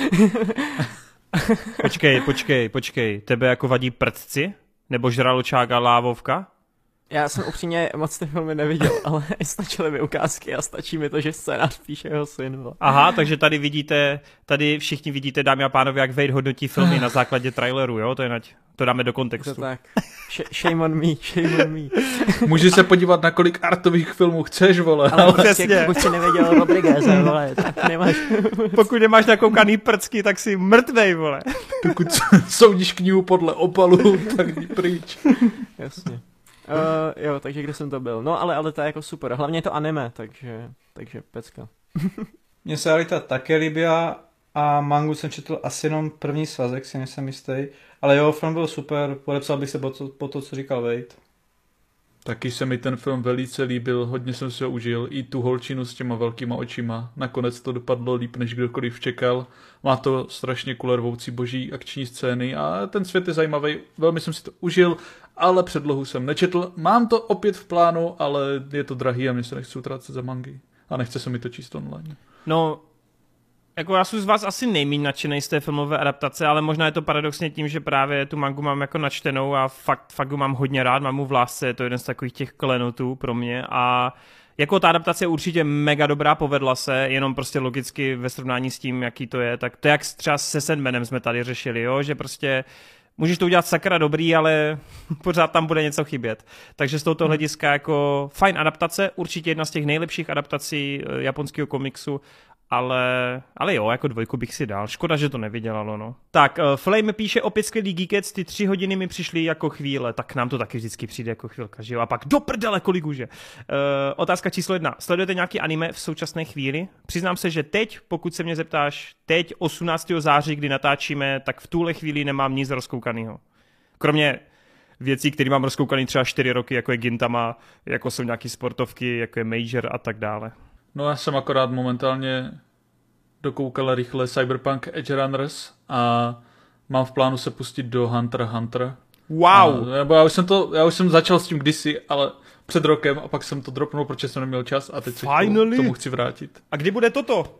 Počkej, počkej, počkej, tebe jako vadí prdci? Nebo žraločák a lávovka? Já jsem upřímně moc ty filmy neviděl, ale stačily mi ukázky a stačí mi to, že scénář píše jeho syn. Bo. Aha, takže tady vidíte, tady všichni vidíte, dámy a pánové, jak Wade hodnotí filmy na základě traileru, jo? To je nať, to dáme do kontextu. To tak. Shame on me, shame on me. Můžeš se podívat, na kolik artových filmů chceš, vole. Ale, ale prostě, pokud jsi nevěděl Rodrigueze, vole, tak nemáš... Pokud nemáš nakoukaný prcky, tak si mrtvej, vole. Pokud soudíš knihu podle opalu, tak jdi pryč. Jasně. Uh, jo, takže kde jsem to byl? No, ale, ale to je jako super. Hlavně je to anime, takže, takže pecka. Mně se Alita také líbila a mangu jsem četl asi jenom první svazek, si nejsem jistý. Ale jo, film byl super, podepsal bych se po to, po to co říkal Wade. Taky se mi ten film velice líbil, hodně jsem si ho užil, i tu holčinu s těma velkýma očima. Nakonec to dopadlo líp, než kdokoliv čekal. Má to strašně kulervoucí boží akční scény a ten svět je zajímavý, velmi jsem si to užil, ale předlohu jsem nečetl. Mám to opět v plánu, ale je to drahý a mě se nechci utrácet za mangy. A nechce se mi to číst online. No, jako já jsem z vás asi nejméně nadšenej z té filmové adaptace, ale možná je to paradoxně tím, že právě tu mangu mám jako načtenou a fakt, fakt ho mám hodně rád, mám mu v lásce, je to jeden z takových těch klenotů pro mě a jako ta adaptace je určitě mega dobrá, povedla se, jenom prostě logicky ve srovnání s tím, jaký to je, tak to jak třeba se Sandmanem jsme tady řešili, jo, že prostě můžeš to udělat sakra dobrý, ale pořád tam bude něco chybět. Takže z tohoto hlediska jako fajn adaptace, určitě jedna z těch nejlepších adaptací japonského komiksu Ale, ale jo, jako dvojku bych si dal. Škoda, že to nevydělalo, no. Tak, uh, Flame píše opět skvělý Geekets, ty tři hodiny mi přišly jako chvíle, tak nám to taky vždycky přijde jako chvilka, že jo? A pak do prdele, kolik už je. Uh, otázka číslo jedna. Sledujete nějaký anime v současné chvíli? Přiznám se, že teď, pokud se mě zeptáš, teď osmnáctého září, kdy natáčíme, tak v tuhle chvíli nemám nic rozkoukanýho. Kromě věcí, které mám rozkoukaný třeba čtyři roky, jako je Gintama, jako jsou nějaký sportovky, jako je Major a tak dále. No já jsem akorát momentálně dokoukal rychle Cyberpunk Edge Runners a mám v plánu se pustit do Hunter x Hunter. Wow! A, nebo já už jsem to, já už jsem začal s tím kdysi, ale před rokem a pak jsem to dropnul, protože jsem neměl čas a teď se k tomu chci vrátit. A kdy bude toto?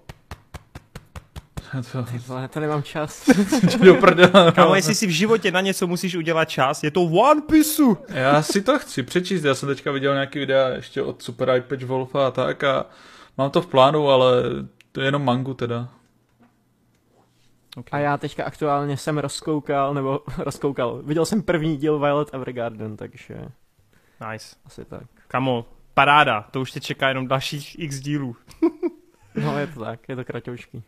Ty vole, to nemám čas. Kámo, jestli si v životě na něco musíš udělat čas, je to One Piece. Já si to chci přečíst, já jsem teďka viděl nějaký videa ještě od Super Eye Patch Wolfa a tak a mám to v plánu, ale to je jenom mangu teda. Okay. A já teďka aktuálně jsem rozkoukal, nebo rozkoukal, viděl jsem první díl Violet Evergarden, takže... Nice. Asi tak. Kamo, paráda, to už tě čeká jenom dalších x dílů. No je to tak, je to kratoučký.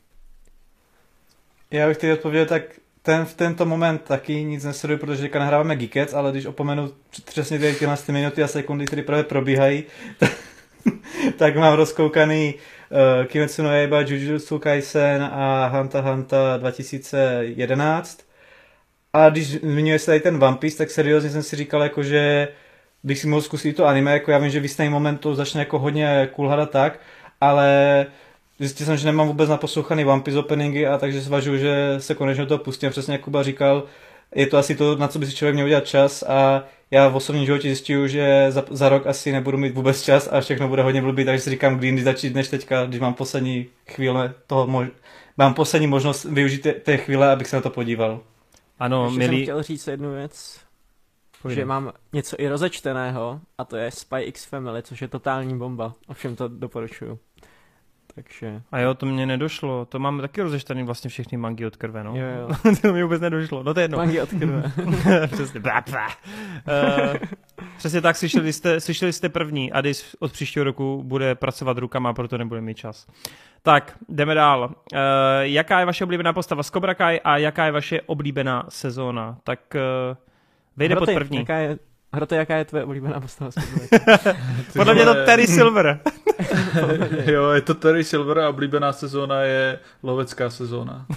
Já bych teď odpověděl, tak ten, v tento moment taky nic nesleduji, protože teďka nahráváme Geekets, ale když opomenu přesně tyhle minuty a sekundy, které právě probíhají, tak, tak mám rozkoukaný uh, Kimetsu no Yaiba, Jujutsu Kaisen a Hunter x Hunter dva tisíce jedenáct. A když zmiňuje se tady ten One Piece, tak seriózně jsem si říkal, jako, že bych si mohl zkusit to anime, jako já vím, že v jistý moment to začne jako hodně kulhat tak, ale zjistil jsem, že nemám vůbec naposlouchaný One Piece openingy a takže zvažuji, že se konečně do toho pustím. Přesně jak Kuba říkal, je to asi to, na co by si člověk měl udělat čas a já v osobním životě zjišťuju, že za, za rok asi nebudu mít vůbec čas a všechno bude hodně blbý, takže si říkám, kdy jindy začít než teďka, když mám poslední chvíle toho, mož... mám poslední možnost využít té, té chvíle, abych se na to podíval. Ano, Ještě milí... jsem chtěl říct jednu věc, Pojde. Že mám něco i rozečteného a to je Spy X Family, což je totální bomba. Ovšem to doporučuju. Takže... A jo, to mě nedošlo. To máme taky rozečtený vlastně všechny mangy od krve, no. Jo, jo. To mi vůbec nedošlo. No to je jedno. Mangy od krve. Přesně. Bá, bá. Uh, přesně tak, slyšeli jste, slyšeli jste první. Adis od příštího roku bude pracovat rukama, proto nebude mít čas. Tak, jdeme dál. Uh, jaká je vaše oblíbená postava z Cobra Kai a jaká je vaše oblíbená sezóna? Tak uh, vejde Hroty, pod první. Jaká je... Hroty, jaká je tvoje oblíbená postava z Cobra Kai? Podle mě to Terry Silver. Jo, je to Terry Silver a oblíbená sezóna je lovecká sezóna.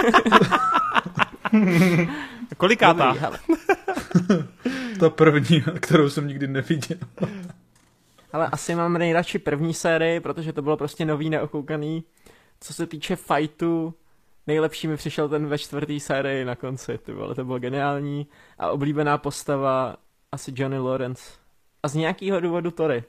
Kolikátá? Ta první, kterou jsem nikdy neviděl. Ale asi mám nejradši první sérii, protože to bylo prostě nový, neokoukaný. Co se týče fightu, nejlepší mi přišel ten ve čtvrtý sérii na konci, ty vole, to bylo geniální. A oblíbená postava asi Johnny Lawrence. A z nějakého důvodu Tory.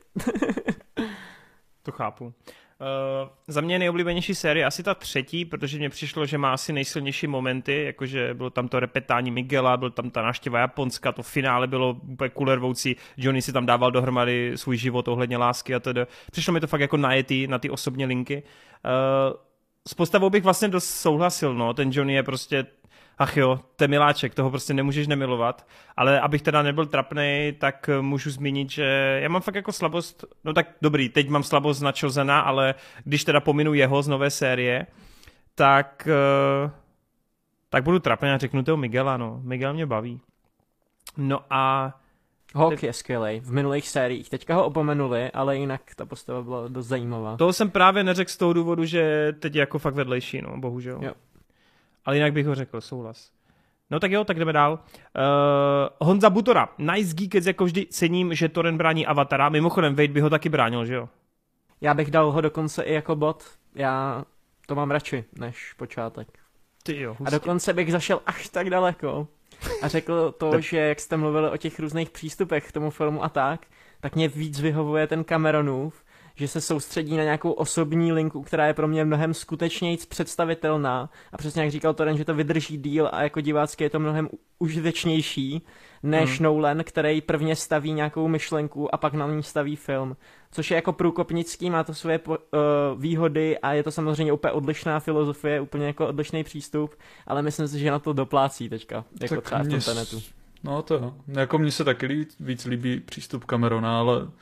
To chápu. Uh, za mě nejoblíbenější série asi ta třetí, protože mně přišlo, že má asi nejsilnější momenty, jakože bylo tam to repetání Miguela, byl tam ta návštěva Japonska, to finále bylo úplně kulervoucí, Johnny si tam dával dohromady svůj život ohledně lásky a tedy. Přišlo mi to fakt jako najetý na ty osobní linky. Uh, s postavou bych vlastně dost souhlasil, no, ten Johnny je prostě ach jo, to je miláček, toho prostě nemůžeš nemilovat, ale abych teda nebyl trapnej, tak můžu zmínit, že já mám fakt jako slabost, no tak dobrý, teď mám slabost na Chozena, ale když teda pominu jeho z nové série, tak tak budu trapnej a řeknu toho Miguela, no, Miguel mě baví. No a... Hawk je skvělej, v minulých sériích, teďka ho opomenuli, ale jinak ta postava byla dost zajímavá. Toho jsem právě neřekl z toho důvodu, že teď je jako fakt vedlejší, no, bohužel. Jo. Ale jinak bych ho řekl, souhlas. No tak jo, tak jdeme dál. Uh, Honza Butora, nice Geekets, jako vždy cením, že Toren brání Avatara. Mimochodem, Wade by ho taky bránil, že jo? Já bych dal ho dokonce i jako bot. Já to mám radši, než počátek. Ty jo, hustě. A dokonce bych zašel až tak daleko a řekl to, že jak jste mluvili o těch různých přístupech k tomu filmu a tak, tak mě víc vyhovuje ten Cameronův, že se soustředí na nějakou osobní linku, která je pro mě mnohem skutečnějc představitelná a přesně jak říkal Toren, že to vydrží díl a jako divácky je to mnohem užitečnější než hmm. Nolan, který prvně staví nějakou myšlenku a pak na ní staví film, což je jako průkopnický, má to své po, uh, výhody a je to samozřejmě úplně odlišná filozofie, úplně jako odlišný přístup, ale myslím si, že na to doplácí teďka, jako tak třeba v tom Tenetu. No to jo, jako mně se taky víc líbí přístup Camerona, ale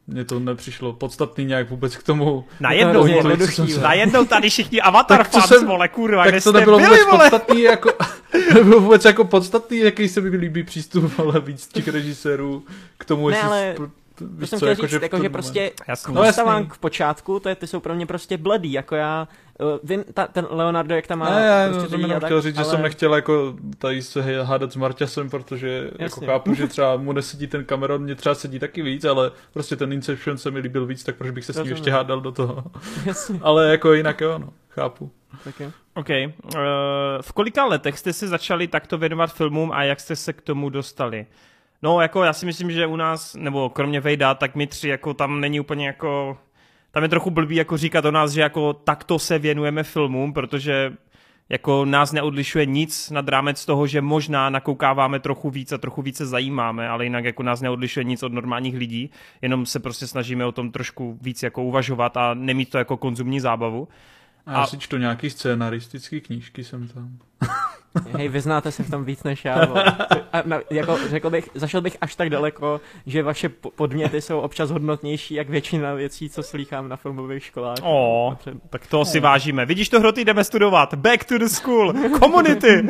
mně to nepřišlo podstatný nějak vůbec k tomu. Najednou, najednou tady všichni Avatar fans, jsem, vole, kurva, tak kde to jste nebylo byli, vůbec vole? podstatný, jako, nebylo vůbec jako podstatný, jaký se mi líbí přístup, ale víc těch režisérů k tomu, ne, jestli... Ale... Víš to jsem co, chtěl jako, říct, že, jako, že prostě no, postavánk v počátku, to je, ty jsou pro mě prostě bledý, jako já, uh, vím, ta, ten Leonardo, jak tam má... Ne, já prostě jsem jenom chtěl říct, ale... že jsem nechtěl jako tady se hádat s Marťasem, protože jako chápu, že třeba mu nesedí ten Cameron, mě třeba sedí taky víc, ale prostě ten Inception se mi líbil víc, tak proč bych se s ním ještě hádal do toho. Ale jako jinak jo, no, chápu. Tak jo. OK. Uh, v kolika letech jste se začali takto věnovat filmům a jak jste se k tomu dostali? No, jako já si myslím, že u nás, nebo kromě Vejda, tak my tři, jako tam není úplně jako, tam je trochu blbý jako říkat o nás, že jako takto se věnujeme filmům, protože jako nás neodlišuje nic nad rámec toho, že možná nakoukáváme trochu víc a trochu více zajímáme, ale jinak jako nás neodlišuje nic od normálních lidí, jenom se prostě snažíme o tom trošku víc jako uvažovat a nemít to jako konzumní zábavu. A já si čtu nějaký scénaristický knížky, jsem tam. Hej, vy znáte se v tom víc než já. A na, jako, řekl bych, zašel bych až tak daleko, že vaše podměty jsou občas hodnotnější, jak většina věcí, co slýchám na filmových školách. Oh, tak to si vážíme. Vidíš to, Hroty, jdeme studovat. Back to the school. Community.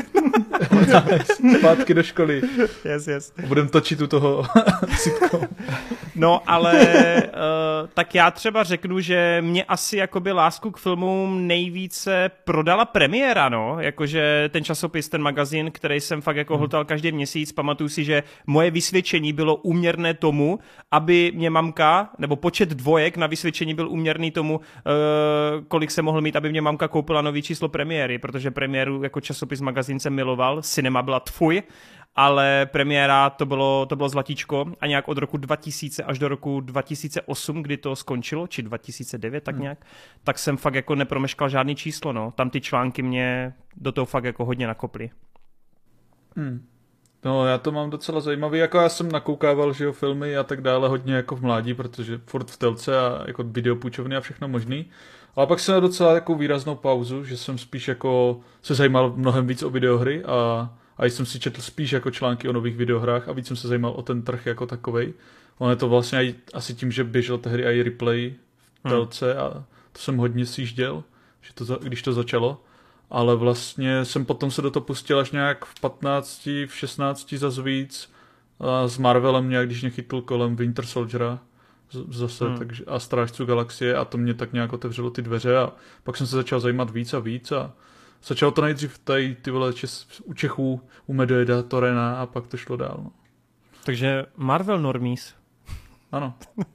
Zpátky do školy. Yes, yes. Budeme točit u toho sitcom. No, ale uh, tak já třeba řeknu, že mě asi jakoby lásku k filmům nejvíce prodala premiéra, no. Jakože ten časopis, ten magazín, který jsem fakt jako hltal každý měsíc, pamatuju si, že moje vysvědčení bylo úměrné tomu, aby mě mamka, nebo počet dvojek na vysvědčení byl úměrný tomu, uh, kolik jsem mohl mít, aby mě mamka koupila nový číslo premiéry, protože premiéru jako časopis magazín jsem miloval, cinema byla tfuj, ale premiéra to bylo, to bylo zlatíčko a nějak od roku dva tisíce až do roku dva tisíce osm, kdy to skončilo, či dva tisíce devět, tak nějak, hmm. tak jsem fakt jako nepromeškal žádný číslo, no. Tam ty články mě do toho fakt jako hodně nakoply. Hmm. No, já to mám docela zajímavý, jako já jsem nakoukával, že jo, filmy a tak dále hodně jako v mládí, protože furt v telce a jako videopůjčovny a všechno možný. Ale pak jsem měl docela jako výraznou pauzu, že jsem spíš jako se zajímal mnohem víc o videohry a A jsem si četl spíš jako články o nových videohrách a víc jsem se zajímal o ten trh jako takovej. Ono je to vlastně aj, asi tím, že běžel tehdy i replay v telce a to jsem hodně sjížděl, že to, když to začalo. Ale vlastně jsem potom se do toho pustil až nějak v patnácti, v šestnácti zas víc a s Marvelem nějak, když mě chytl kolem Winter Soldiera zase hmm. takže, a Strážců galaxie a to mě tak nějak otevřelo ty dveře a pak jsem se začal zajímat víc a víc a začalo to nejdřív tady ty vole čes, u Čechů, u Medveda, Torena a pak to šlo dál. No. Takže Marvel normies. Ano.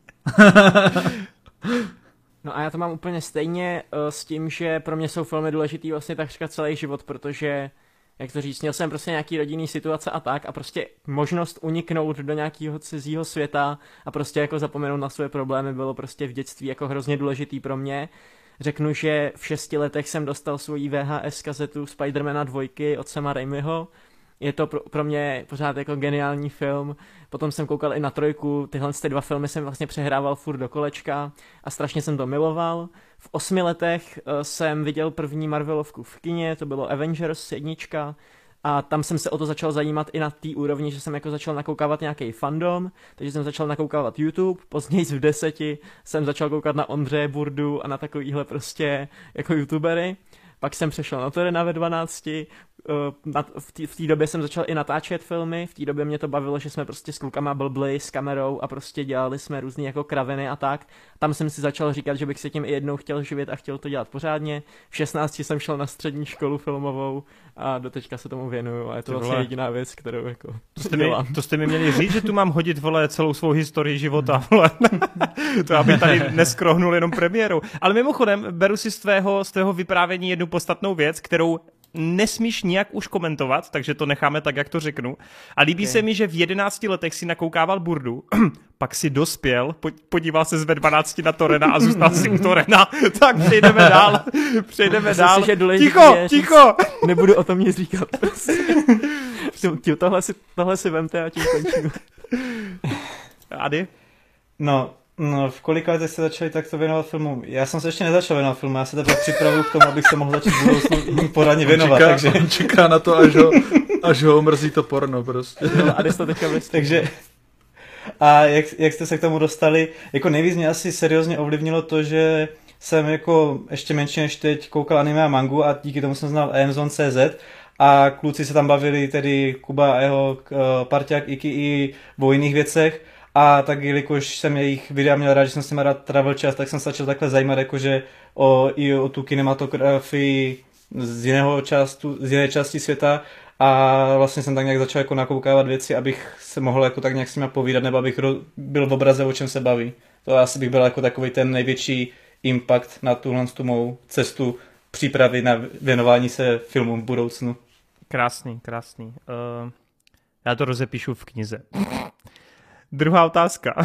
No a já to mám úplně stejně uh, s tím, že pro mě jsou filmy důležitý vlastně takřka celý život, protože, jak to říct, měl jsem prostě nějaký rodinný situace a tak a prostě možnost uniknout do nějakého cizího světa a prostě jako zapomenout na své problémy bylo prostě v dětství jako hrozně důležitý pro mě. Řeknu, že v šesti letech jsem dostal svoji V H S kazetu Spidermana dvojky od Sama Raimiho. Je to pro, pro mě pořád jako geniální film. Potom jsem koukal i na trojku. Tyhle ty dva filmy jsem vlastně přehrával furt do kolečka a strašně jsem to miloval. V osmi letech uh, jsem viděl první Marvelovku v kině, to bylo Avengers jednička. A tam jsem se o to začal zajímat i na té úrovni, že jsem jako začal nakoukávat nějaký fandom, takže jsem začal nakoukávat YouTube, později v deseti jsem začal koukat na Ondřeje Burdu a na takovýhle prostě jako youtubery. Pak jsem přešel na Torena ve dvanácti, v té době jsem začal i natáčet filmy, v té době mě to bavilo, že jsme prostě s klukama blbli s kamerou a prostě dělali jsme různý jako kraviny a tak. Tam jsem si začal říkat, že bych se tím i jednou chtěl živit a chtěl to dělat pořádně. V šestnácti jsem šel na střední školu filmovou a doteďka se tomu věnuju a je to Ty vlastně vole. jediná věc, kterou jako to jste, mi, to jste mi měli říct, že tu mám hodit, vole, celou svou historii života, vole. To aby tady neskrohnul jenom premiérou. Ale mimochodem, beru si z tvého, z tvého vyprávění jednu podstatnou věc, kterou nesmíš nijak už komentovat, takže to necháme tak, jak to řeknu. A líbí okay. se mi, že v jedenácti letech si nakoukával Burdu, pak si dospěl, podíval se ve dvanácti na Torena a zůstal si u Torena. Tak přejdeme dál. Přejdeme Myslím dál. Si, ticho, ticho! Nebudu o tom nic říkat. tohle, si, tohle si vemte a tím končím. Ady? No, No, v kolika letech jste začali takto věnovat filmu? Já jsem se ještě nezačal věnovat filmu, já se teprve připravuju k tomu, abych se mohl začít v budoucnu poradně věnovat. Čeká, takže... On čeká na to, až ho, až ho mrzí to porno prostě. A jsi to teďka takže, A jak, jak jste se k tomu dostali? Jako nejvíc mě asi seriózně ovlivnilo to, že jsem jako ještě menší než teď koukal anime a mangu a díky tomu jsem znal Amazon tečka cé zet a kluci se tam bavili, tedy Kuba a jeho uh, parťák Iki i o jiných věcech a tak jelikož jsem jejich videa měl rád, že jsem s nimi rád travel čas, tak jsem se začal takhle zajímat jakože o, i o tu kinematografii z jiného častu, z jiné části světa a vlastně jsem tak nějak začal jako nakoukávat věci, abych se mohl jako tak nějak s nimi povídat nebo abych ro- byl v obraze, o čem se baví. To asi bych byl jako takový ten největší impact na tuhle tu mou cestu přípravy na věnování se filmům v budoucnu. Krásný, krásný. Uh, já to rozepíšu v knize. Druhá otázka.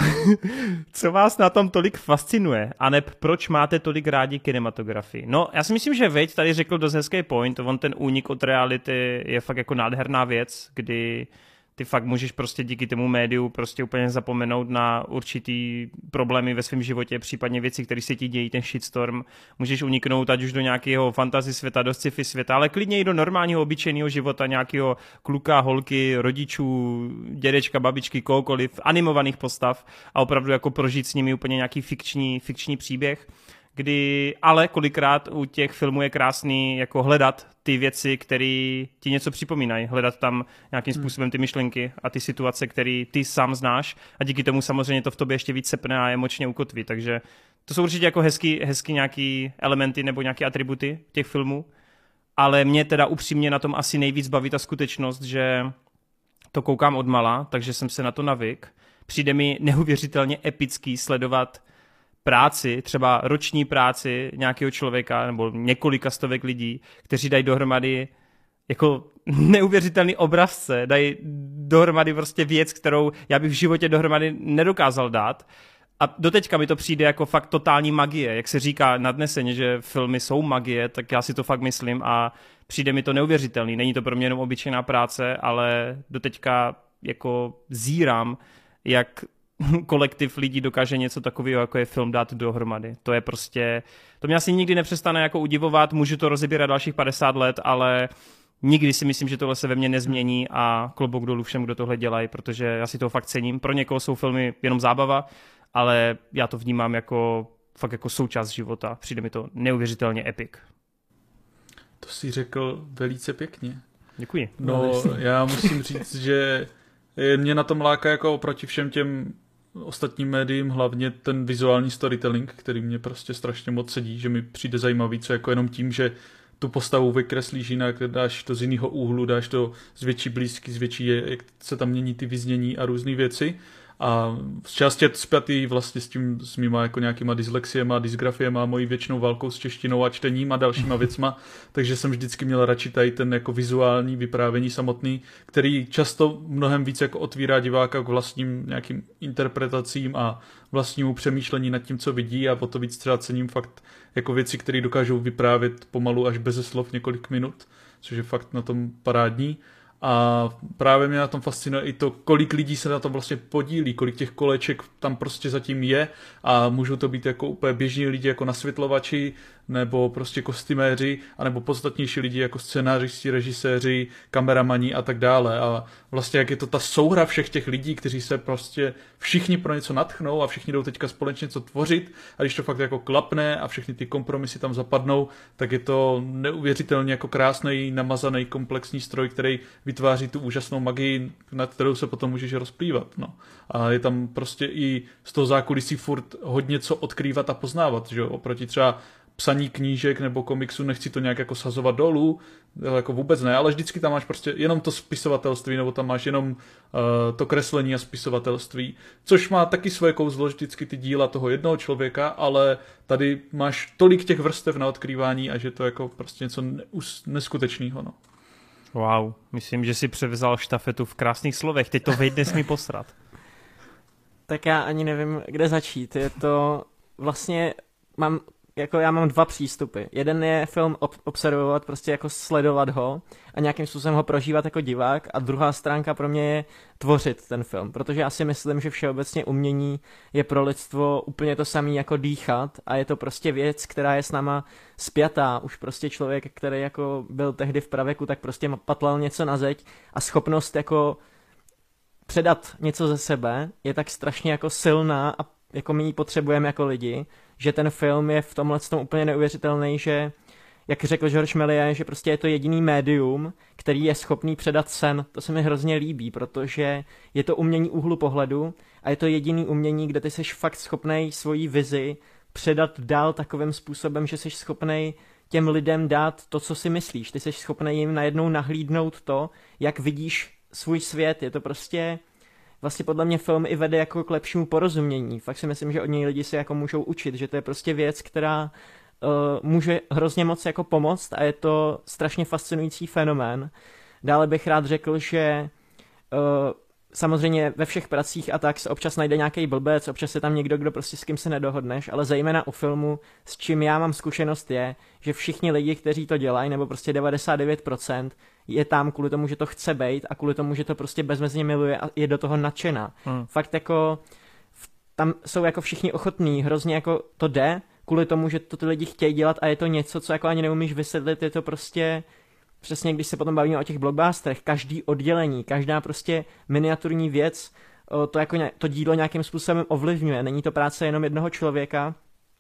Co vás na tom tolik fascinuje? A neb proč máte tolik rádi kinematografii? No, já si myslím, že Veď tady řekl dost hezký point. On ten únik od reality je fakt jako nádherná věc, kdy ty fakt můžeš prostě díky tomu médiu prostě úplně zapomenout na určitý problémy ve svém životě, případně věci, které se ti dějí, ten shitstorm. Můžeš uniknout ať už do nějakého fantasy světa, do sci-fi světa, ale klidně i do normálního obyčejného života nějakého kluka, holky, rodičů, dědečka, babičky, kohokoliv, animovaných postav a opravdu jako prožít s nimi úplně nějaký fikční, fikční příběh. Kdy, ale kolikrát u těch filmů je krásný jako hledat ty věci, které ti něco připomínají, hledat tam nějakým způsobem ty myšlenky a ty situace, které ty sám znáš a díky tomu samozřejmě to v tobě ještě víc sepne a emočně ukotví, takže to jsou určitě jako hezký, hezký nějaký elementy nebo nějaké atributy těch filmů, ale mě teda upřímně na tom asi nejvíc baví ta skutečnost, že to koukám odmala, takže jsem se na to navyk. Přijde mi neuvěřitelně epický sledovat práci, třeba roční práci nějakého člověka nebo několika stovek lidí, kteří dají dohromady jako neuvěřitelný obrazce, dají dohromady prostě věc, kterou já bych v životě dohromady nedokázal dát. A doteďka mi to přijde jako fakt totální magie. Jak se říká nadneseně, že filmy jsou magie, tak já si to fakt myslím a přijde mi to neuvěřitelný. Není to pro mě jenom obyčejná práce, ale doteďka jako zírám, jak kolektiv lidí dokáže něco takového, jako je film, dát dohromady. To je prostě, to mě asi nikdy nepřestane jako udivovat, můžu to rozebírat dalších padesát let, ale nikdy si myslím, že tohle se ve mně nezmění a klobouk dolů všem, kdo tohle dělají, protože já si toho fakt cením. Pro někoho jsou filmy jenom zábava, ale já to vnímám jako fakt jako součást života. Přijde mi to neuvěřitelně epic. To si řekl velice pěkně. Děkuji. No, já musím říct, že mě na tom láká jako oproti všem těm ostatním médiím hlavně ten vizuální storytelling, který mě prostě strašně moc sedí, že mi přijde zajímavý, co jako jenom tím, že tu postavu vykreslíš jinak, dáš to z jiného úhlu, dáš to z větší blízky, z větší, jak se tam mění ty vyznění a různé věci. A z části je to spjatý vlastně s tím, s mýma jako nějakýma dyslexiema, dysgrafiema, mojí věčnou válkou s češtinou a čtením a dalšíma věcma, takže jsem vždycky měl radši tady ten jako vizuální vyprávění samotný, který často mnohem víc jako otvírá diváka k vlastním nějakým interpretacím a vlastnímu přemýšlení nad tím, co vidí a o to víc třeba cením fakt jako věci, které dokážou vyprávět pomalu až beze slov několik minut, což je fakt na tom parádní. A právě mě na tom fascinuje i to, kolik lidí se na tom vlastně podílí, kolik těch koleček tam prostě zatím je a můžou to být jako úplně běžní lidi jako nasvětlovači nebo prostě kostýméři, anebo podstatnější lidi jako scénářisti, režiséři, kameramani a tak dále. A vlastně jak je to ta souhra všech těch lidí, kteří se prostě všichni pro něco nadchnou a všichni jdou teďka společně něco tvořit a když to fakt jako klapne a všechny ty kompromisy tam zapadnou, tak je to neuvěřitelně jako krásný, namazaný, komplexní stroj, který vytváří tu úžasnou magii, nad kterou se potom můžeš rozplývat. No. A je tam prostě i z toho zákulisí furt hodně co odkrývat a poznávat, že jo? Oproti třeba psaní knížek nebo komiksu, nechci to nějak jako sazovat dolů, jako vůbec ne, ale vždycky tam máš prostě jenom to spisovatelství, nebo tam máš jenom uh, to kreslení a spisovatelství, což má taky svoje kouzlo, vždycky ty díla toho jednoho člověka, ale tady máš tolik těch vrstev na odkrývání a že to je jako prostě něco neskutečného, no. Wow, myslím, že si převzal štafetu v krásných slovech, teď to Veď nesmí posrat. Tak já ani nevím, kde začít, je to vlastně, mám jako já mám dva přístupy. Jeden je film ob- observovat, prostě jako sledovat ho a nějakým způsobem ho prožívat jako divák a druhá stránka pro mě je tvořit ten film, protože já si myslím, že všeobecně umění je pro lidstvo úplně to samé jako dýchat a je to prostě věc, která je s náma spjatá. Už prostě člověk, který jako byl tehdy v pravěku, tak prostě patlal něco na zeď a schopnost jako předat něco ze sebe je tak strašně jako silná a jako my ji potřebujeme jako lidi, že ten film je v tomhle tom úplně neuvěřitelný, že jak řekl George Méliès, že prostě je to jediný médium, který je schopný předat sen. To se mi hrozně líbí, protože je to umění úhlu pohledu a je to jediný umění, kde ty jsi fakt schopnej svoji vizi předat dál takovým způsobem, že jsi schopnej těm lidem dát to, co si myslíš. Ty jsi schopnej jim najednou nahlídnout to, jak vidíš svůj svět. Je to prostě... Vlastně podle mě film i vede jako k lepšímu porozumění. Fakt si myslím, že od něj lidi se jako můžou učit, že to je prostě věc, která uh, může hrozně moc jako pomoct a je to strašně fascinující fenomén. Dále bych rád řekl, že uh, samozřejmě ve všech pracích a tak se občas najde nějaký blbec, občas je tam někdo, kdo prostě s kým se nedohodneš, ale zejména u filmu, s čím já mám zkušenost je, že všichni lidi, kteří to dělají, nebo prostě devadesát devět procent, je tam kvůli tomu, že to chce bejt a kvůli tomu, že to prostě bezmezně miluje a je do toho nadšená. Hmm. Fakt jako, tam jsou jako všichni ochotní, hrozně jako to jde, kvůli tomu, že to ty lidi chtějí dělat a je to něco, co jako ani neumíš vysvětlit, je to prostě... Přesně, když se potom bavíme o těch blockbusterech, každý oddělení, každá prostě miniaturní věc, to, jako ně, to dílo nějakým způsobem ovlivňuje. Není to práce jenom jednoho člověka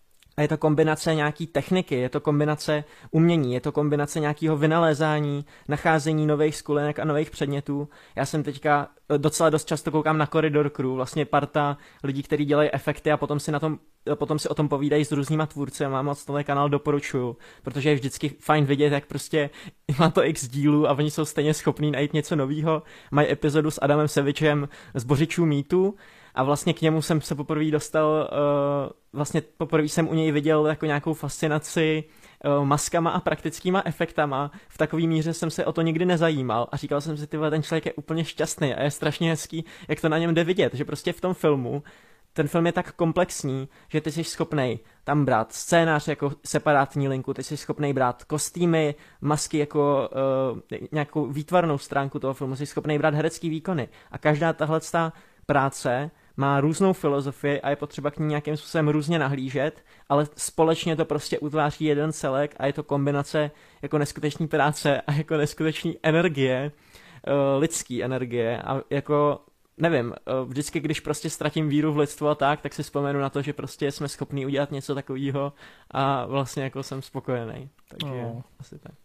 a je to kombinace nějaký techniky, je to kombinace umění, je to kombinace nějakého vynalézání, nacházení nových skulinek a nových předmětů. Já jsem teďka docela dost často koukám na Corridor Crew, vlastně parta lidí, kteří dělají efekty a potom si, na tom, potom si o tom povídají s různýma tvůrci. Mám moc tenhle kanál doporučuju, protože je vždycky fajn vidět, jak prostě má to x dílů a oni jsou stejně schopní najít něco nového. Mají epizodu s Adamem Sevičem z Bořičů mýtů a vlastně k němu jsem se poprvé dostal, uh, vlastně poprvé jsem u něj viděl jako nějakou fascinaci uh, maskama a praktickýma efektama. V takový míře jsem se o to nikdy nezajímal a říkal jsem si, tyhle, ten člověk je úplně šťastný a je strašně hezký, jak to na něm jde vidět, že prostě v tom filmu ten film je tak komplexní, že ty jsi schopnej tam brát scénář jako separátní linku, ty jsi schopnej brát kostýmy, masky jako uh, nějakou výtvarnou stránku toho filmu, jsi schopnej brát herecký výkony a každá tahleta práce má různou filozofii a je potřeba k ní nějakým způsobem různě nahlížet, ale společně to prostě utváří jeden celek a je to kombinace jako neskutečný práce a jako neskutečný energie, uh, lidský energie a jako nevím, vždycky, když prostě ztratím víru v lidstvo a tak, tak si vzpomenu na to, že prostě jsme schopní udělat něco takového a vlastně jako jsem spokojený. Takže oh. asi tak.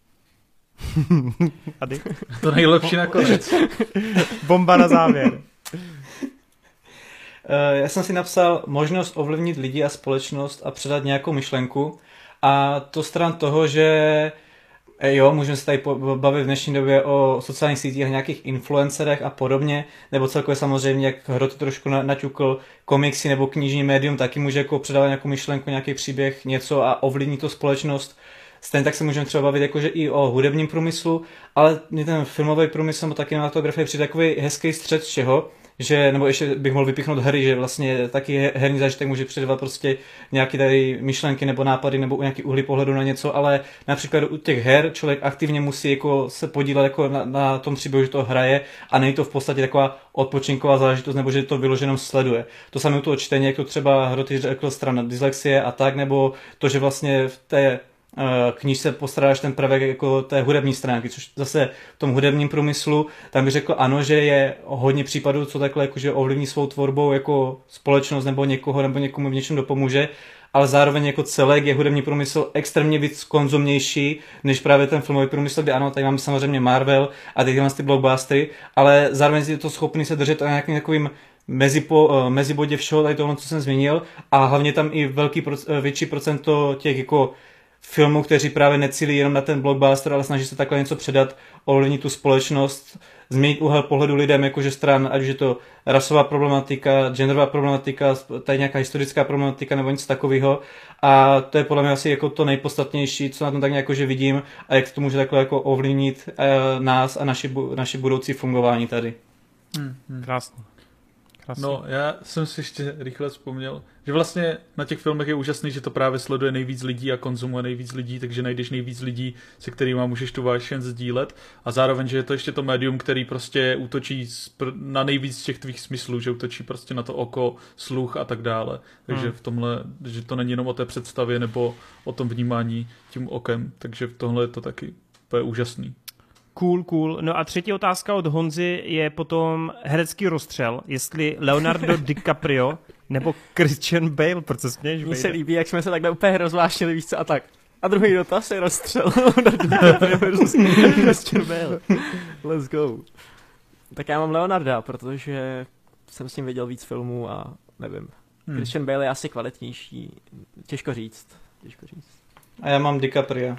Ady? To nejlepší nakonec. Bomba na závěr. Já jsem si napsal možnost ovlivnit lidi a společnost a předat nějakou myšlenku a to stran toho, že jo, můžeme se tady bavit v dnešní době o sociálních sítích a nějakých influencerech a podobně, nebo celkově samozřejmě, jak Hroty trošku naťukl, komiksy nebo knižní médium taky může jako předávat nějakou myšlenku, nějaký příběh, něco a ovlivnit to společnost. Stejně tak se můžeme třeba bavit jakože i o hudebním průmyslu, ale mě ten filmový průmysl nebo taky kinematografie přijde takový hezký střed z čeho, že, nebo ještě bych mohl vypíchnout hry, že vlastně taky herní zážitek může předávat prostě nějaké tady myšlenky nebo nápady nebo nějaký úhly pohledu na něco, ale například u těch her člověk aktivně musí jako se podílet jako na, na tom příběhu, že to hraje a není to v podstatě taková odpočinková záležitost, nebo že to vyloženě sleduje. To samé u toho čtení, jako třeba Hroty řekl strana dyslexie a tak, nebo to, že vlastně v té knížce postaráš ten prvek jako té hudební stránky, což zase v tom hudebním průmyslu, tam bych řekl ano, že je hodně případů, co takhle jakože ovlivní svou tvorbou jako společnost nebo někoho nebo někomu v něčem dopomůže, ale zároveň jako celek je hudební průmysl extrémně víc konzumnější než právě ten filmový průmysl, kde ano, tady máme samozřejmě Marvel a ty ty blockbustery, ale zároveň je to schopný se držet na nějakým takovým mezipo, mezibodě všeho, tady tohle, co jsem zmínil, a hlavně tam i velký, větší procento těch jako filmů, kteří právě necílí jenom na ten blockbuster, ale snaží se takhle něco předat, ovlivnit tu společnost, změnit úhel pohledu lidem, jakože stran, ať už je to rasová problematika, genderová problematika, tady nějaká historická problematika nebo něco takového. A to je podle mě asi jako to nejpodstatnější, co na tom tak nějak jakože vidím a jak to může takhle jako ovlivnit uh, nás a naši, naši budoucí fungování tady. Hmm, hmm. Krásně. Krásně. No, já jsem si ještě rychle vzpomněl, že vlastně na těch filmech je úžasný, že to právě sleduje nejvíc lidí a konzumuje nejvíc lidí, takže najdeš nejvíc lidí, se kterými můžeš tu vášeň sdílet a zároveň, že je to ještě to médium, který prostě útočí na nejvíc těch tvých smyslů, že útočí prostě na to oko, sluch a tak dále. Takže hmm. v tomhle, že to není jenom o té představě nebo o tom vnímání tím okem, takže v tomhle je to taky to je úžasný. Cool, cool. No a třetí otázka od Honzy je potom herecký rozstřel, jestli Leonardo DiCaprio nebo Christian Bale, proč se směješ? Mně se líbí, jak jsme se takhle úplně rozvášnili, víš co, a tak. A druhý dotaz je rozstřel. Christian Bale. Let's go. Tak já mám Leonarda, protože jsem s ním viděl víc filmů a nevím. Hmm. Christian Bale je asi kvalitnější. Těžko říct. Těžko říct. A já mám DiCaprio.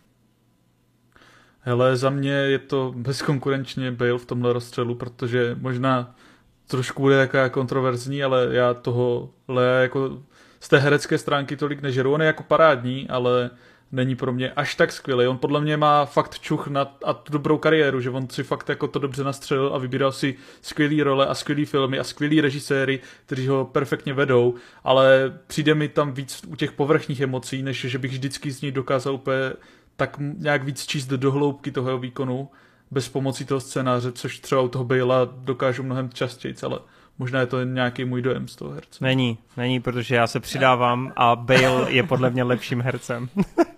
Hele, za mě je to bezkonkurenčně Bale v tomhle rozstřelu, protože možná trošku bude jaká kontroverzní, ale já toho Lea jako z té herecké stránky tolik nežeru. On je jako parádní, ale není pro mě až tak skvělý. On podle mě má fakt čuch na a tu dobrou kariéru, že on si fakt jako to dobře nastřelil a vybíral si skvělý role a skvělý filmy a skvělý režiséry, kteří ho perfektně vedou, ale přijde mi tam víc u těch povrchních emocí, než že bych vždycky z něj dokázal úplně tak nějak víc číst do hloubky toho jeho výkonu bez pomocí toho scénáře, což třeba u toho Balea dokážu mnohem častěji, ale možná je to nějaký můj dojem z toho herce. Není, není, protože já se přidávám a Bale je podle mě lepším hercem.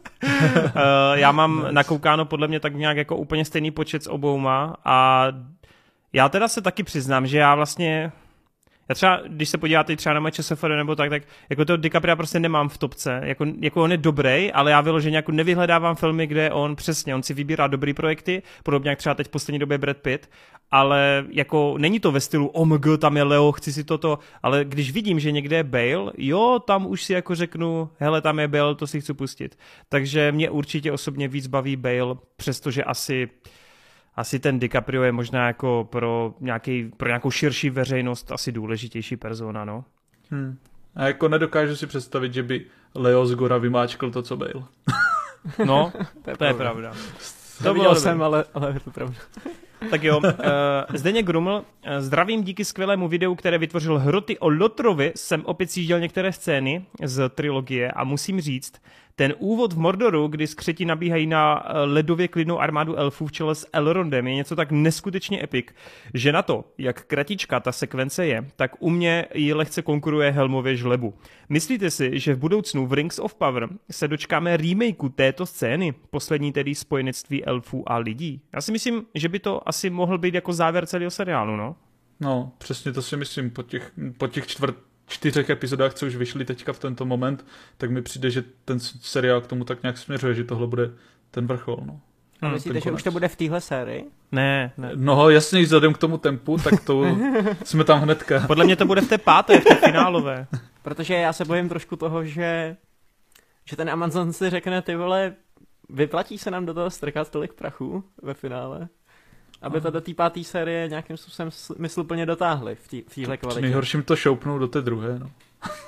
Já mám nice. nakoukáno podle mě tak nějak jako úplně stejný počet s obouma a já teda se taky přiznám, že já vlastně já třeba, když se podíváte třeba na moje ČSFD nebo tak, tak jako toho DiCapria prostě nemám v topce, jako, jako on je dobrý, ale já vyloženě jako nevyhledávám filmy, kde on přesně, on si vybírá dobrý projekty, podobně jak třeba teď v poslední době Brad Pitt, ale jako není to ve stylu oh my god, tam je Leo, chci si toto, ale když vidím, že někde je Bale, jo, tam už si jako řeknu, hele, tam je Bale, to si chci pustit. Takže mě určitě osobně víc baví Bale, přestože asi Asi ten DiCaprio je možná jako pro, nějaký, pro nějakou širší veřejnost asi důležitější persona, no. Hmm. A jako nedokážu si představit, že by Leo z Gora vymáčkl to, co Bale. No, to je, to je pravda. To bylo jsem, ale, ale je to pravda. Tak jo, uh, Zdeněk Gruml, zdravím, díky skvělému videu, které vytvořil Hroty o Lotrovi, jsem opět sjížděl některé scény z trilogie a musím říct, ten úvod v Mordoru, kdy skřeti nabíhají na ledově klidnou armádu elfů v čele s Elrondem, je něco tak neskutečně epic, že na to, jak kratička ta sekvence je, tak u mě ji lehce konkuruje Helmově žlebu. Myslíte si, že v budoucnu v Rings of Power se dočkáme remakeu této scény, poslední tedy spojenectví elfů a lidí? Já si myslím, že by to asi mohl být jako závěr celého seriálu, no? No, přesně to si myslím, po těch, po těch čtvrt čtyřech epizodách, co už vyšly teďka v tento moment, tak mi přijde, že ten seriál k tomu tak nějak směřuje, že tohle bude ten vrchol. No. A myslíte, že už to bude v téhle sérii? Ne, ne. No jasně, vzhledem k tomu tempu, tak to jsme tam hnedka. Podle mě to bude v té páté, v té finálové. Protože já se bojím trošku toho, že, že ten Amazon si řekne, ty vole, vyplatí se nám do toho strkat tolik prachu ve finále, aby to do té páté série nějakým způsobem smysluplně dotáhli v téhle kvalitě. Nejhorším to šoupnou do té druhé, no.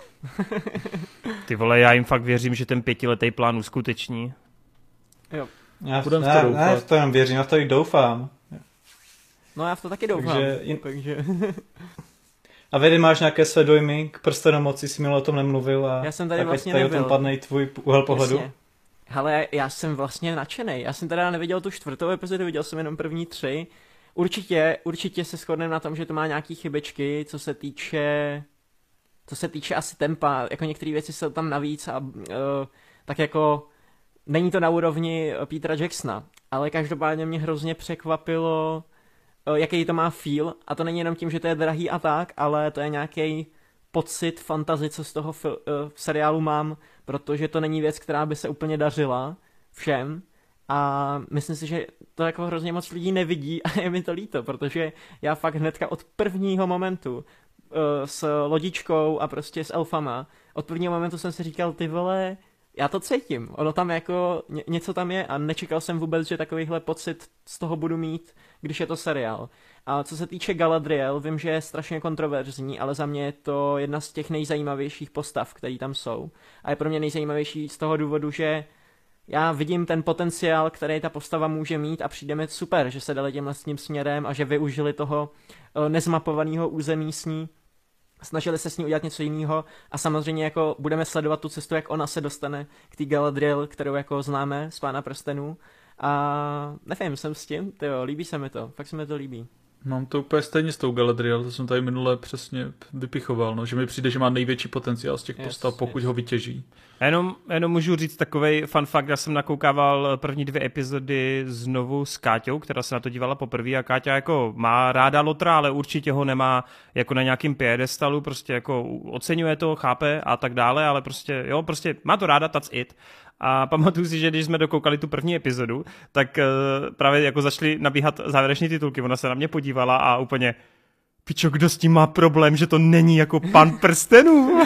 Ty vole, já jim fakt věřím, že ten pětiletý plán uskuteční. Jo. Já, v, já, to já v to jenom věřím, já v to i doufám. No já v to taky doufám. Takže, in... Takže... A vedy, máš nějaké své dojmy k prstenu moci, jsi mi o tom nemluvil a já jsem tady tak vlastně tady nebyl. o tom padne i tvůj úhel pohledu. Jasně. Hele, já jsem vlastně nadšenej. Já jsem teda neviděl tu čtvrtou epizodu, viděl jsem jenom první tři. Určitě, určitě se shodneme na tom, že to má nějaký chybečky, co se týče, co se týče asi tempa. Jako některé věci jsou tam navíc a uh, tak jako není to na úrovni Petera Jacksona. Ale každopádně mě hrozně překvapilo, uh, jaký to má feel. A to není jenom tím, že to je drahý a tak, ale to je nějaký pocit, fantazy, co z toho fil- uh, seriálu mám, protože to není věc, která by se úplně dařila všem a myslím si, že to jako hrozně moc lidí nevidí a je mi to líto, protože já fakt hnedka od prvního momentu uh, s lodičkou a prostě s elfama, od prvního momentu jsem si říkal, ty vole, já to cítím, ono tam jako ně, něco tam je a nečekal jsem vůbec, že takovýhle pocit z toho budu mít, když je to seriál. A co se týče Galadriel, vím, že je strašně kontroverzní, ale za mě je to jedna z těch nejzajímavějších postav, které tam jsou. A je pro mě nejzajímavější z toho důvodu, že já vidím ten potenciál, který ta postava může mít a přijde mi super, že se dali tímhle s tím směrem a že využili toho nezmapovaného území s ní. Snažili se s ní udělat něco jiného a samozřejmě jako budeme sledovat tu cestu, jak ona se dostane k té Galadriel, kterou jako známe z Pána prstenů. A nevím, jsem s tím, tyjo, líbí se mi to, fakt se mi to líbí. Mám to úplně stejně s tou Galadriel, to jsem tady minule přesně vypichoval, no, že mi přijde, že má největší potenciál z těch yes, postav, pokud yes. ho vytěží. Jenom, jenom můžu říct takovej fun fact, já jsem nakoukával první dvě epizody znovu s Káťou, která se na to dívala poprvé a Káťa jako má ráda Lotra, ale určitě ho nemá jako na nějakým piedestalu, prostě jako oceňuje to, chápe a tak dále, ale prostě, jo, prostě má to ráda, that's it. A pamatuju si, že když jsme dokoukali tu první epizodu, tak uh, právě jako začaly nabíhat závěrečné titulky, ona se na mě podívala a úplně pičo, kdo s tím má problém, že to není jako Pan prstenů?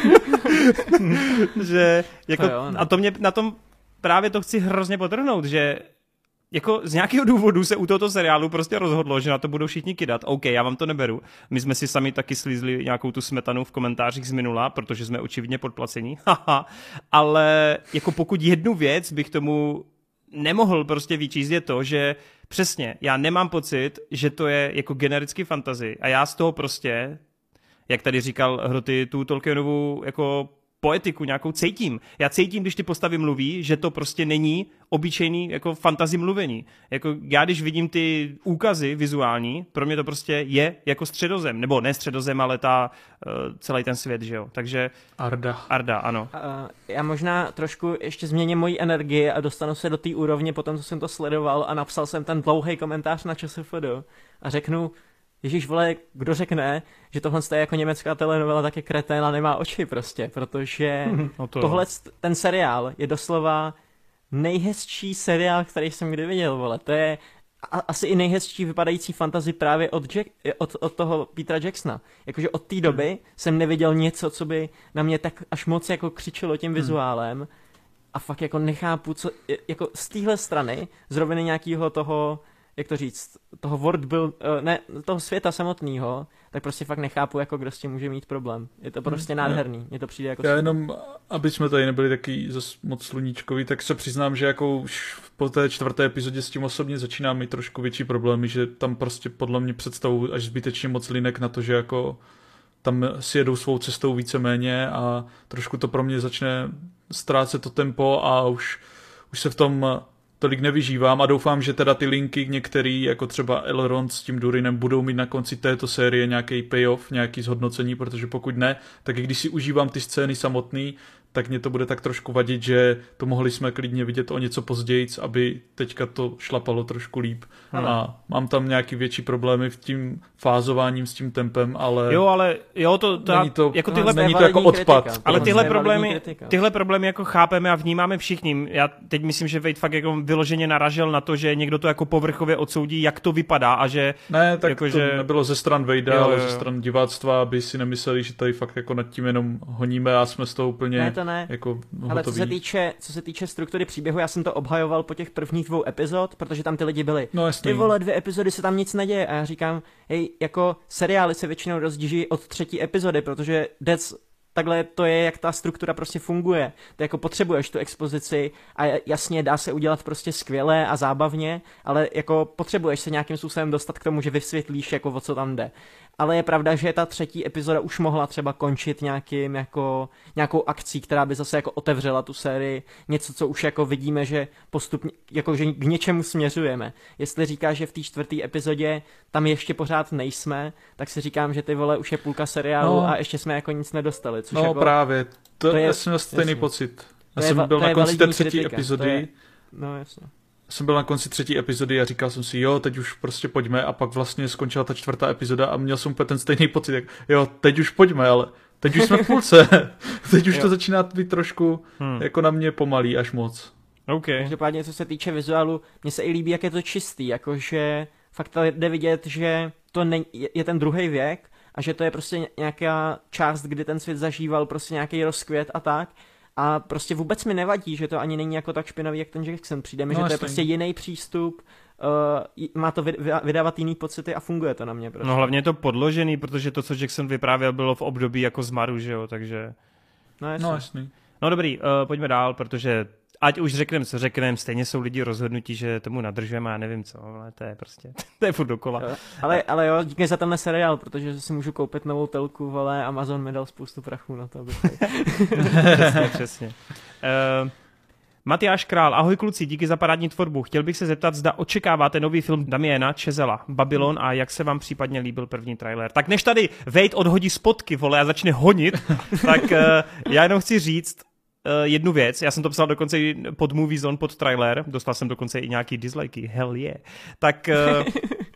že jako, to jo, no. A to mě na tom právě to chci hrozně podtrhnout, že jako z nějakého důvodu se u tohoto seriálu prostě rozhodlo, že na to budou všichni kydat. OK, já vám to neberu. My jsme si sami taky slízli nějakou tu smetanu v komentářích z minula, protože jsme očividně podplacení. Haha. Ale jako pokud jednu věc bych tomu nemohl prostě vyčíst, je to, že přesně, já nemám pocit, že to je jako generický fantasy a já z toho prostě, jak tady říkal Hroty, tu Tolkienovu jako poetiku nějakou cítím. Já cítím, když ty postavy mluví, že to prostě není obyčejný jako fantasy mluvení. Jako já, když vidím ty úkazy vizuální, pro mě to prostě je jako Středozem. Nebo ne Středozem, ale ta, uh, celý ten svět, že jo. Takže... Arda. Arda, ano. Uh, já možná trošku ještě změním moji energii a dostanu se do té úrovně potom, co jsem to sledoval a napsal jsem ten dlouhý komentář na ČSFD a řeknu, Ježíš vole, kdo řekne, že tohle je jako německá telenovela, tak je kretén a nemá oči prostě, protože no to tohle, ten seriál je doslova nejhezčí seriál, který jsem kdy viděl, vole. To je a, asi i nejhezčí vypadající fantasy právě od, Jack, od, od toho Petera Jacksona. Jakože od té doby hmm. jsem neviděl něco, co by na mě tak až moc jako křičelo tím vizuálem hmm. a fakt jako nechápu, co, jako z téhle strany, z roviny nějakého toho, jak to říct, toho world build, ne, toho světa samotného, tak prostě fakt nechápu, jako kdo s tím může mít problém. Je to prostě hmm, nádherný, mně to přijde jako... Já jenom, aby jsme tady nebyli taky zas moc sluníčkoví, tak se přiznám, že jako už po té čtvrté epizodě s tím osobně začíná mít trošku větší problémy, že tam prostě podle mě představují až zbytečně moc linek na to, že jako tam si jedou svou cestou víceméně a trošku to pro mě začne ztrácet to tempo a už, už se v tom tolik nevyžívám a doufám, že teda ty linky některý, jako třeba Elrond s tím Durinem, budou mít na konci této série nějaký payoff, nějaký zhodnocení, protože pokud ne, tak i když si užívám ty scény samotný, tak mě to bude tak trošku vadit, že to mohli jsme klidně vidět o něco později, aby teďka to šlapalo trošku líp. Hmm. A mám tam nějaký větší problémy v tím fázováním s tím tempem, ale... Jo, ale jo, to, to, není to, jako tyhle, není to jako odpad. Kritika. Ale tyhle problémy, tyhle problémy jako chápeme a vnímáme všichni. Já teď myslím, že Vejt fakt jako vyloženě naražel na to, že někdo to jako povrchově odsoudí, jak to vypadá a že... Ne, tak jako, to že... nebylo ze stran Vejda, ale ze stran diváctva, aby si nemysleli, že tady fakt jako nad tím jenom honíme a jsme z toho úplně... Ne, to ne. Jako ale co se, týče, co se týče struktury příběhu, já jsem to obhajoval po těch prvních dvou epizod, protože tam ty lidi byli. No jasný. Ty vole, dvě epizody se tam nic neděje a já říkám, hej, jako seriály se většinou rozdíží od třetí epizody, protože that's, takhle to je, jak ta struktura prostě funguje. Ty jako potřebuješ tu expozici a jasně dá se udělat prostě skvěle a zábavně, ale jako potřebuješ se nějakým způsobem dostat k tomu, že vysvětlíš, jako o co tam jde. Ale je pravda, že ta třetí epizoda už mohla třeba končit nějakým jako, nějakou akcí, která by zase jako otevřela tu sérii, něco, co už jako vidíme, že postupně, jako že k něčemu směřujeme. Jestli říkáš, že v té čtvrté epizodě tam ještě pořád nejsme, tak si říkám, že ty vole už je půlka seriálu no. a ještě jsme jako nic nedostali. Což no jako, právě, to, to je, já jsem měl stejný jasně. pocit. Já to jsem je, byl na konci té třetí kritika. epizody. Je, no jasně. Jsem byl na konci třetí epizody a říkal jsem si, jo, teď už prostě pojďme a pak vlastně skončila ta čtvrtá epizoda a měl jsem úplně ten stejný pocit, jak jo, teď už pojďme, ale teď už jsme v půlce. Teď už to začíná být trošku hmm. jako na mě pomalý až moc. Okay. Každopádně, co se týče vizuálu, mně se i líbí, jak je to čistý, jakože fakt jde vidět, že to ne, je ten druhý věk a že to je prostě nějaká část, kdy ten svět zažíval prostě nějaký rozkvět a tak. A prostě vůbec mi nevadí, že to ani není jako tak špinavý, jak ten Jackson. Přijde mi, no, že to je prostě jiný přístup, uh, má to vydávat jiný pocity a funguje to na mě. Prostě. No hlavně je to podložený, protože to, co Jackson vyprávěl, bylo v období jako zmaru, že jo, takže... No jasný. No, jasný. No dobrý, uh, pojďme dál, protože ať už řekneme, co řekneme, stejně jsou lidi rozhodnutí, že tomu nadržujeme a nevím co, ale to je prostě, to je furt dokola. Ale, ale jo, díky za tenhle seriál, protože si můžu koupit novou telku, vole, Amazon mi dal spoustu prachu na to, abych... Přesně, přesně. Uh, Matyáš Král, ahoj kluci, díky za parádní tvorbu. Chtěl bych se zeptat, zda očekáváte nový film Damiena Chazela, Babylon, a jak se vám případně líbil první trailer. Tak než tady Wade odhodí spotky, vole, a začne honit, tak uh, já jenom chci říct uh, jednu věc. Já jsem to psal dokonce i pod Movie Zone, pod trailer, dostal jsem dokonce i nějaký dislikey, hell yeah. Tak uh,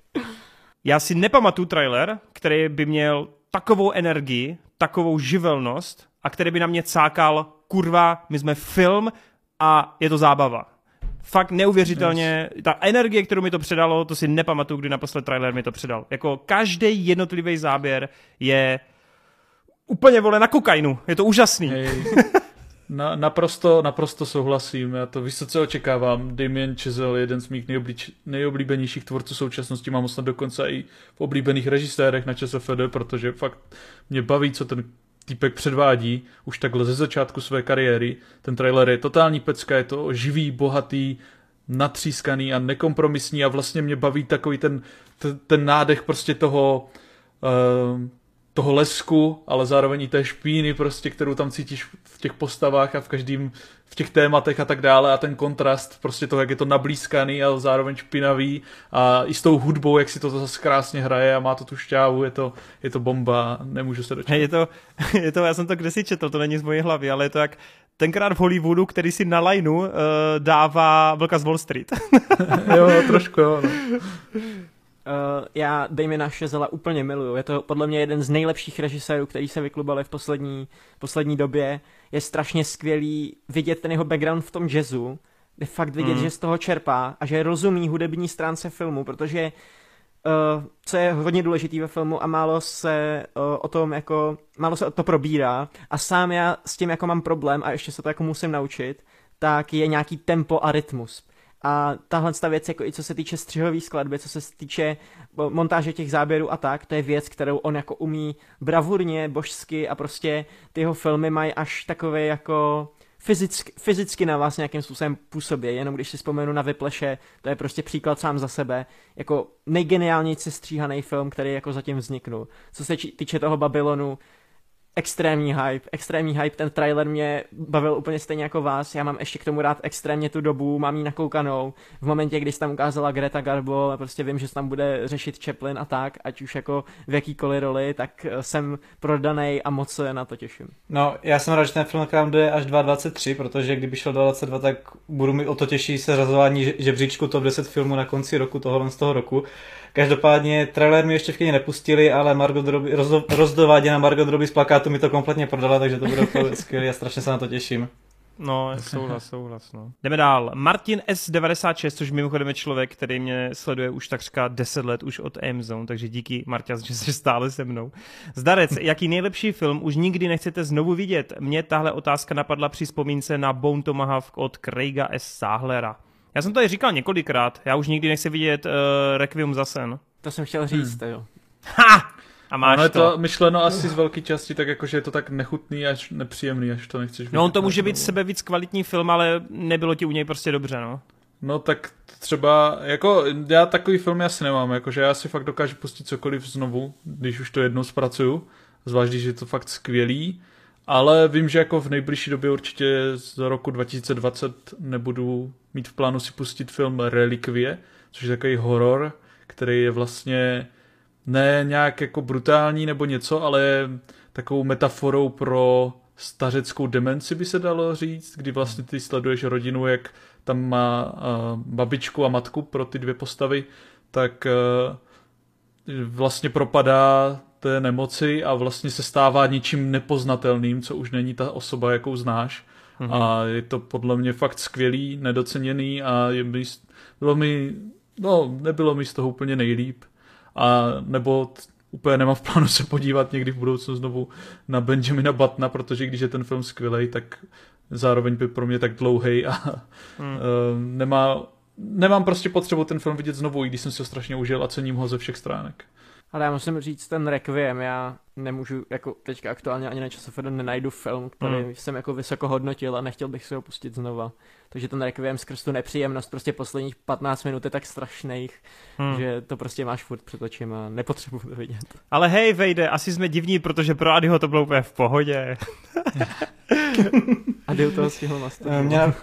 já si nepamatuju trailer, který by měl takovou energii, takovou živelnost a který by na mě cákal, kurva, my jsme film a je to zábava. Fakt neuvěřitelně, ta energie, kterou mi to předalo, to si nepamatuju, kdy naposled trailer mi to předal. Jako každý jednotlivý záběr je úplně, vole, na kokainu. Je to úžasný. Hej. Na, naprosto, naprosto souhlasím. Já to vysoce očekávám. Damien Chazelle je jeden z mých nejoblíč, nejoblíbenějších tvůrců současnosti. Mám ho snad dokonce i v oblíbených režisérech na ČSFD, protože fakt mě baví, co ten týpek předvádí už takhle ze začátku své kariéry. Ten trailer je totální pecka, je to živý, bohatý, natřískaný a nekompromisní a vlastně mě baví takový ten, ten, ten nádech prostě toho uh, toho lesku, ale zároveň i té špíny prostě, kterou tam cítíš v těch postavách a v každém, v těch tématech a tak dále a ten kontrast prostě toho, jak je to nablízkaný a zároveň špinavý a i s tou hudbou, jak si to zase krásně hraje a má to tu šťávu, je to, je to bomba, nemůžu se dočkat. Hey, je to, je to, já jsem to kdesi četl, to není z mojí hlavy, ale je to jak tenkrát v Hollywoodu, který si na lineu uh, dává Vlka z Wall Street. Jo, trošku jo. No. Uh, já Damiena Chazella úplně miluju. Je to podle mě jeden z nejlepších režisérů, který se vyklubali v poslední, poslední době. Je strašně skvělý vidět ten jeho background v tom jazzu. Je fakt vidět, mm. že z toho čerpá a že rozumí hudební stránce filmu, protože uh, co je hodně důležitý ve filmu a málo se uh, o tom jako, málo se o to probírá a sám já s tím jako mám problém a ještě se to jako musím naučit, tak je nějaký tempo a rytmus. A tahle ta věc, jako i co se týče střihové skladby, co se týče montáže těch záběrů a tak, to je věc, kterou on jako umí bravurně, božsky a prostě ty jeho filmy mají až takové jako fyzicky, fyzicky na vás nějakým způsobem působí. Jenom když si vzpomenu na Whiplashe, to je prostě příklad sám za sebe, jako nejgeniálnější stříhaný film, který jako zatím vzniknul. Co se týče toho Babylonu, extrémní hype, extrémní hype, ten trailer mě bavil úplně stejně jako vás, já mám ještě k tomu rád extrémně tu dobu, mám ji nakoukanou, v momentě, když tam ukázala Greta Garbo, prostě vím, že se tam bude řešit Chaplin a tak, ať už jako v jakýkoliv roli, tak jsem prodanej a moc se na to těším. No, já jsem rád, že ten film k nám jde až dvacet tři, protože kdyby šel dvacet dva, tak budu mít o to těžší seřazování žebříčku top deset filmů na konci roku, tohohle z toho roku. Každopádně trailer mi ještě v kyně nepustili, ale Margot Robbie, rozdo, rozdováděna Margot Robbie z plakátu mi to kompletně prodala, takže to bude skvělé a strašně se na to těším. No, souhlas, souhlas, no. Jdeme dál. Martin S devadesát šest, což mimochodem je člověk, který mě sleduje už takřka deset let, už od Amazon, takže díky, Marťas, že jsi stále se mnou. Zdarec, jaký nejlepší film už nikdy nechcete znovu vidět? Mně tahle otázka napadla při vzpomínce na Bone Tomahawk od Craiga S. Sahlera. Já jsem to tady říkal několikrát, já už nikdy nechci vidět uh, Requiem za sen. To jsem chtěl říct, hmm. jo. Ha! A máš no, je to. to myšleno asi z velké části, tak jakože je to tak nechutný až nepříjemný, až to nechceš vidět. No on to může být sebe víc kvalitní film, ale nebylo ti u něj prostě dobře, no. No tak třeba, jako já takový film asi nemám, jakože já si fakt dokážu pustit cokoliv znovu, když už to jednou zpracuju, zvlášť když je to fakt skvělý, ale vím, že jako v nejbližší době určitě z roku dva tisíce dvacet nebudu mít v plánu si pustit film Relikvie, což je takový horor, který je vlastně ne nějak jako brutální nebo něco, ale je takovou metaforou pro stařeckou demenci, by se dalo říct, kdy vlastně ty sleduješ rodinu, jak tam má uh, babičku a matku pro ty dvě postavy, tak uh, vlastně propadá té nemoci a vlastně se stává něčím nepoznatelným, co už není ta osoba, jakou znáš. Mhm. A je to podle mě fakt skvělý, nedoceněný a je mi, bylo mi, no, nebylo mi z toho úplně nejlíp. A nebo t- úplně nemám v plánu se podívat někdy v budoucnu znovu na Benjamina Buttona, protože když je ten film skvělej, tak zároveň by pro mě tak dlouhej a hmm. uh, nemá, nemám prostě potřebu ten film vidět znovu, i když jsem si ho strašně užil a cením ho ze všech stránek. Ale já musím říct, ten Requiem, já nemůžu, jako teďka aktuálně ani na ČSFD nenajdu film, který mm. jsem jako vysoko hodnotil a nechtěl bych si ho pustit znova. Takže ten Requiem skrz tu nepříjemnost, prostě posledních patnáct minut je tak strašných, mm. že to prostě máš furt před očima a nepotřebuji to vidět. Ale hej, Vejde, asi jsme divní, protože pro Adyho to bylo úplně v pohodě. A jde u toho stihl na studiu. Mě na...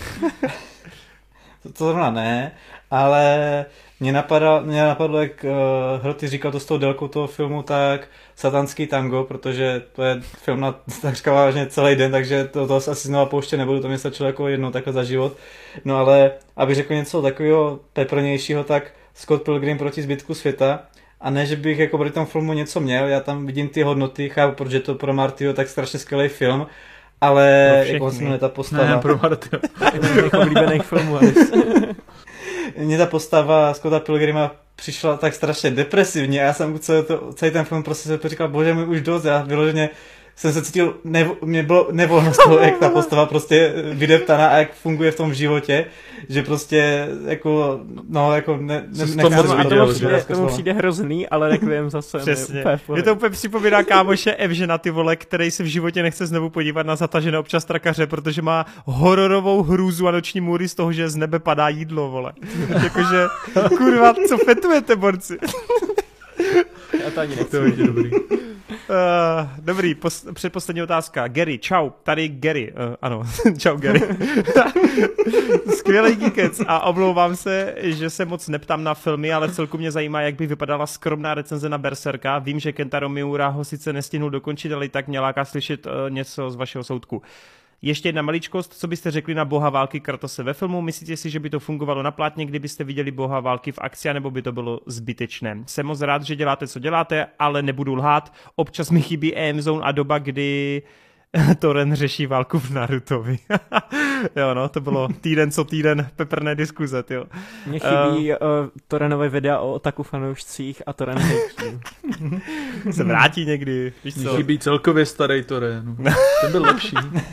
to, to zrovna ne, ale mě napadlo, mě napadlo jak uh, Hroty říkal to s tou délkou toho filmu, tak Satanský tango, protože to je film na takřka vážně celý den, takže to, to asi znovu pouštět nebudu, to mě stačilo jako jednou takhle za život. No ale, aby řekl něco takového peprnějšího, tak Scott Pilgrim proti zbytku světa. A ne, že bych jako proti tomu filmu něco měl, já tam vidím ty hodnoty, chápu, protože to pro Martyho tak strašně skvělý film, ale jako se jmenuje ta postava. Ne, pro Martyho. Jeden z mých oblíbených filmů. Mně ta postava Scotta Pilgrima přišla tak strašně depresivně a já jsem celý, to, celý ten film prostě se říkal, bože můj, už dost, já vyloženě jsem se cítil, nevo, mě bylo nevolno z toho, jak ta postava prostě vydeptaná a jak funguje v tom životě, že prostě jako, no jako ne, ne, to moc viděl, tomu, přijde, tomu přijde hrozný, ale Requiem zase přesně. Mě to úplně připomíná kámoše Evžena, ty vole, který se v životě nechce znovu podívat na Zatažené občas trakaře, protože má hororovou hrůzu a noční můry z toho, že z nebe padá jídlo, vole. Jakože, kurva, co fetujete, borci? Já to ani nechci. To je dobrý. Uh, dobrý, pos- předposlední otázka. Gary, čau, tady Gary. Uh, ano, čau Gary. Skvělý díkec a omlouvám se, že se moc neptám na filmy, ale celku mě zajímá, jak by vypadala skromná recenze na Berserka. Vím, že Kentaro Miura ho sice nestihnul dokončit, ale tak mě láká slyšet uh, něco z vašeho soudku. Ještě jedna maličkost, co byste řekli na boha války Kratose ve filmu? Myslíte si, že by to fungovalo na plátně, kdybyste viděli boha války v akci, nebo by to bylo zbytečné? Jsem moc rád, že děláte, co děláte, ale nebudu lhát. Občas mi chybí E M Zone a doba, kdy Toren řeší válku v Narutovi. Jo, no, to bylo týden co týden peprné diskuze, jo. Mně chybí uh, uh, Torenové videa o otaku fanoušcích a Toren hejtí. Se vrátí někdy, víš co? Mně chybí celkově starý Toren. Ten byl lepší.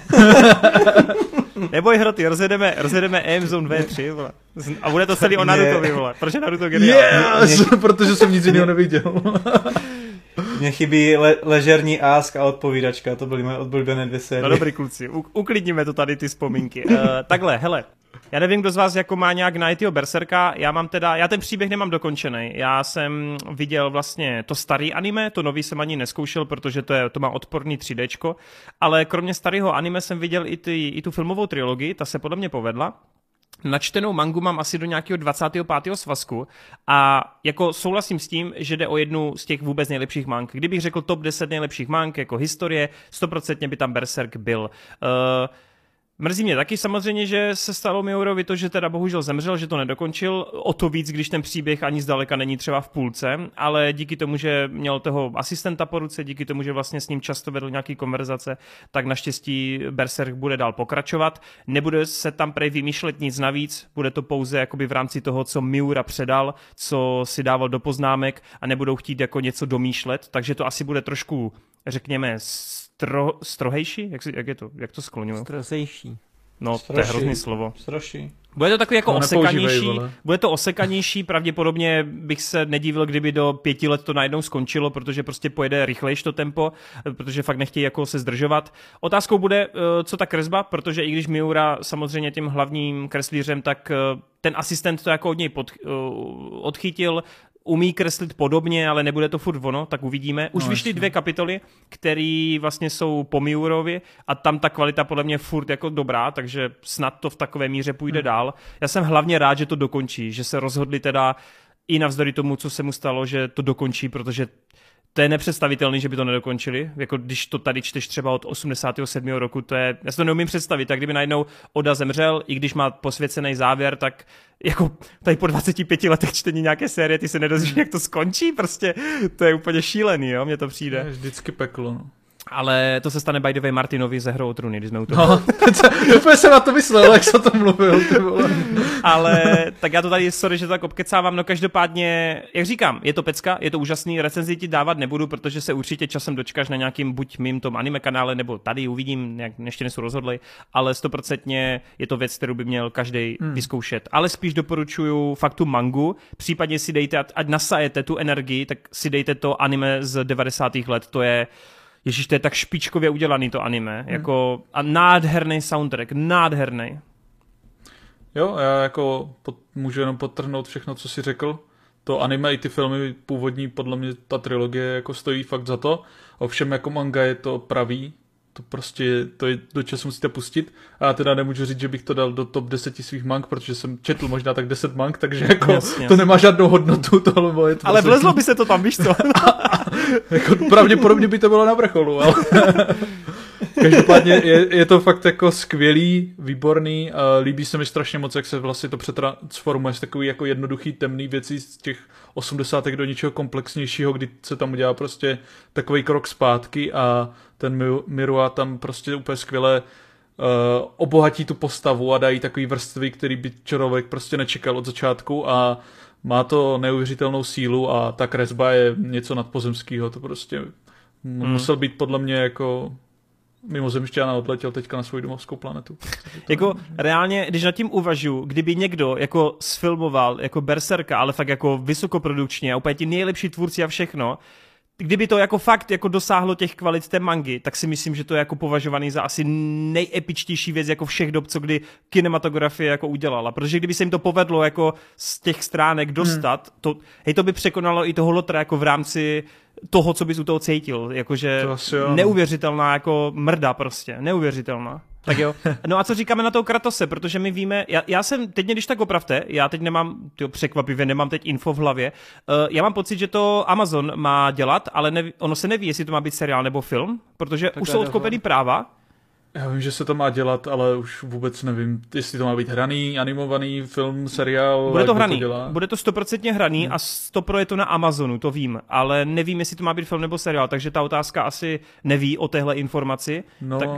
Neboj Hroty, rozjedeme, rozjedeme E M Zone V tři, vole. A bude to celý o Narutovi, vole. Proč je Naruto geniální? Yes, mě... protože jsem nic jiného neviděl. Mně chybí le- ležerní ask a odpovídačka, to byly moje oblíbené dvě série. No dobrý kluci, u- uklidníme to tady ty vzpomínky. Uh, takhle, hele, já nevím, kdo z vás jako má nějak najít Berserka, já mám teda, já ten příběh nemám dokončený, já jsem viděl vlastně to starý anime, to nový jsem ani neskoušel, protože to, je, to má odporný tři déčko, ale kromě starého anime jsem viděl i, ty, i tu filmovou trilogii, ta se podle mě povedla. Načtenou mangu mám asi do nějakého dvacátého pátého svazku a jako souhlasím s tím, že jde o jednu z těch vůbec nejlepších mang. Kdybych řekl top deset nejlepších mang jako historie, stoprocentně by tam Berserk byl. Uh, Mrzí mě taky samozřejmě, že se stalo Miurovi to, že teda bohužel zemřel, že to nedokončil, o to víc, když ten příběh ani zdaleka není třeba v půlce, ale díky tomu, že měl toho asistenta po ruce, díky tomu, že vlastně s ním často vedl nějaký konverzace, tak naštěstí Berserk bude dál pokračovat. Nebude se tam prej vymýšlet nic navíc, bude to pouze jakoby v rámci toho, co Miura předal, co si dával do poznámek a nebudou chtít jako něco domýšlet, takže to asi bude trošku, řekněme, Stro, strohejší? Jak, jak je to? Jak to skloňuju? Strozejší. No, Stroší. to je hrozný slovo. Stroší. Bude to takový jako no, osekanější, bude to osekanější, pravděpodobně bych se nedivil, kdyby do pěti let to najednou skončilo, protože prostě pojede rychlejš to tempo, protože fakt nechtějí jako se zdržovat. Otázkou bude, co ta kresba, protože i když Miura samozřejmě tím hlavním kreslířem, tak ten asistent to jako od něj pod, odchytil, umí kreslit podobně, ale nebude to furt ono, tak uvidíme. Už no, vyšly dvě kapitoly, které vlastně jsou po Miurovi a tam ta kvalita podle mě furt jako dobrá, takže snad to v takové míře půjde hmm. dál. Já jsem hlavně rád, že to dokončí, že se rozhodli teda i navzdory tomu, co se mu stalo, že to dokončí, protože to je nepředstavitelný, že by to nedokončili. Jako když to tady čteš třeba od osmdesátého sedmého roku, to je, já si to neumím představit. Tak kdyby najednou Oda zemřel, i když má posvěcený závěr, tak jako tady po dvaceti pěti letech čtení nějaké série, ty se nedozvíš, jak to skončí, prostě to je úplně šílený, jo, mně to přijde. Je vždycky peklo, no. Ale to se stane by the way Martinovi ze Hrou o trůny, když jsme u toho. No, úplně jsem na to myslel, jak se to mluvil, ty vole. Ale tak já to tady, sorry, že to tak obkecávám, no každopádně, jak říkám, je to pecka, je to úžasný, recenzi ti dávat nebudu, protože se určitě časem dočkáš na nějakým buď mým tom anime kanále, nebo tady uvidím, jak ještě nejsou rozhodli, ale stoprocentně je to věc, kterou by měl každý hmm. vyzkoušet. Ale spíš doporučuju fakt tu mangu, případně si dejte, ať nasajete tu energii, tak si dejte to anime z devadesátých let, to je Ježíš, to je tak špičkově udělaný to anime, hmm. jako a nádherný soundtrack, nádherný. Jo, já jako pod, můžu jenom podtrhnout všechno, co jsi řekl. To anime i ty filmy původní, podle mě ta trilogie jako stojí fakt za to. Ovšem jako manga je to pravý, To prostě, to je, do čeho musíte pustit. A já teda nemůžu říct, že bych to dal do top deseti svých mang, protože jsem četl možná tak deset mang, takže jako jasně, to nemá žádnou hodnotu. Tohle je to ale vlezlo by se to tam, víš co? Jako pravděpodobně by to bylo na vrcholu, ale... Každopádně je, je to fakt jako skvělý, výborný, a líbí se mi strašně moc, jak se vlastně to přetransformuje z takový jako jednoduchý temný věcí z těch osmdesátek do něčeho komplexnějšího, kdy se tam udělá prostě takový krok zpátky a ten Mirua tam prostě úplně skvěle uh, obohatí tu postavu a dají takový vrstvy, který by člověk prostě nečekal od začátku a má to neuvěřitelnou sílu a ta kresba je něco nadpozemského, to prostě hmm. musel být podle mě jako... Mimozemšťana odletěl teďka na svou domovskou planetu. Jako reálně, když nad tím uvažuji, kdyby někdo jako sfilmoval jako Berserka, ale fakt jako vysokoprodukčně a úplně ti nejlepší tvůrci a všechno, kdyby to jako fakt jako dosáhlo těch kvalit té mangy, tak si myslím, že to je jako považovaný za asi nejepičtější věc jako všech dob, co kdy kinematografie jako udělala. Protože kdyby se jim to povedlo jako z těch stránek dostat, hmm. to, hej, to by překonalo i toho Lotra jako v rámci toho, co bys u toho cítil. Jakože to neuvěřitelná jako mrda prostě. Neuvěřitelná. Tak jo. No a co říkáme na toho Kratose, protože my víme, já, já jsem, teď mě když tak opravte, já teď nemám, tyjo, překvapivě nemám teď info v hlavě, uh, já mám pocit, že to Amazon má dělat, ale neví, ono se neví, jestli to má být seriál nebo film, protože tak už jsou odkoupený práva. Já vím, že se to má dělat, ale už vůbec nevím, jestli to má být hraný, animovaný film, seriál. Bude to hraný, to bude to stoprocentně hraný hmm. a sto pro je to na Amazonu, to vím, ale nevím, jestli to má být film nebo seriál, takže ta otázka asi neví o téhle informaci. No... Tak...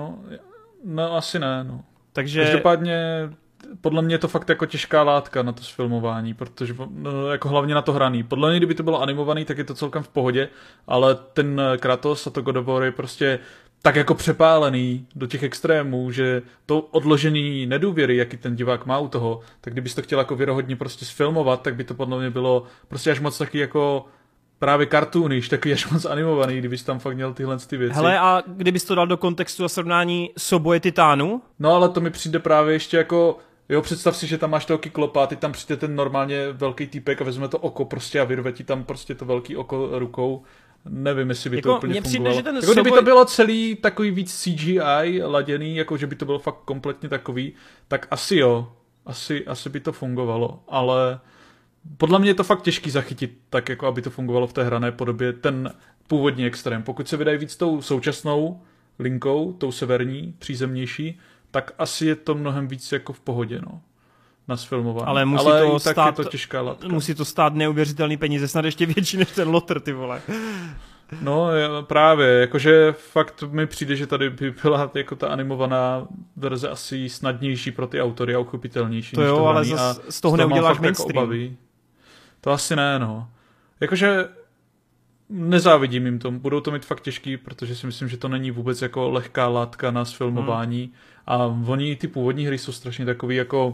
No asi ne, no. Takže... Každopádně podle mě je to fakt jako těžká látka na to sfilmování, protože no, jako hlavně na to hraný. Podle mě, kdyby to bylo animovaný, tak je to celkem v pohodě, ale ten Kratos a to God of War je prostě tak jako přepálený do těch extrémů, že to odložení nedůvěry, jaký ten divák má u toho, tak kdybys to chtěl jako věrohodně prostě sfilmovat, tak by to podle mě bylo prostě až moc taky jako právě kartúny, takový až moc animovaný, kdybys tam fakt měl tyhle ty věci. Hele, a kdybys to dal do kontextu a srovnání Souboje titánů? No ale to mi přijde právě ještě jako, jo, představ si, že tam máš toho Kyklopa a ty tam přijde ten normálně velký týpek a vezme to oko prostě a vyrve ti tam prostě to velký oko rukou. Nevím, jestli by jako, to úplně fungovalo. Přijde, jako souboj... kdyby to bylo celý takový víc C G I laděný, jako že by to bylo fakt kompletně takový, tak asi jo, asi, asi by to fungovalo, ale... Podle mě je to fakt těžký zachytit tak, jako aby to fungovalo v té hrané podobě, ten původní extrém. Pokud se vydají víc tou současnou linkou, tou severní, přízemnější, tak asi je to mnohem víc jako v pohodě, no, na sfilmování. Ale musí Ale to stát, je to těžká latka. Musí to stát neuvěřitelný peníze, snad ještě větší než ten Lotr, ty vole. No právě, jakože fakt mi přijde, že tady by byla jako ta animovaná verze asi snadnější pro ty autory a uchopitelnější. To jo, ale zas, z toho neuděláš mainstream. Jako to asi ne, no. Jakože nezávidím jim to, budou to mít fakt těžký, protože si myslím, že to není vůbec jako lehká látka na sfilmování hmm. a oni ty původní hry jsou strašně takový jako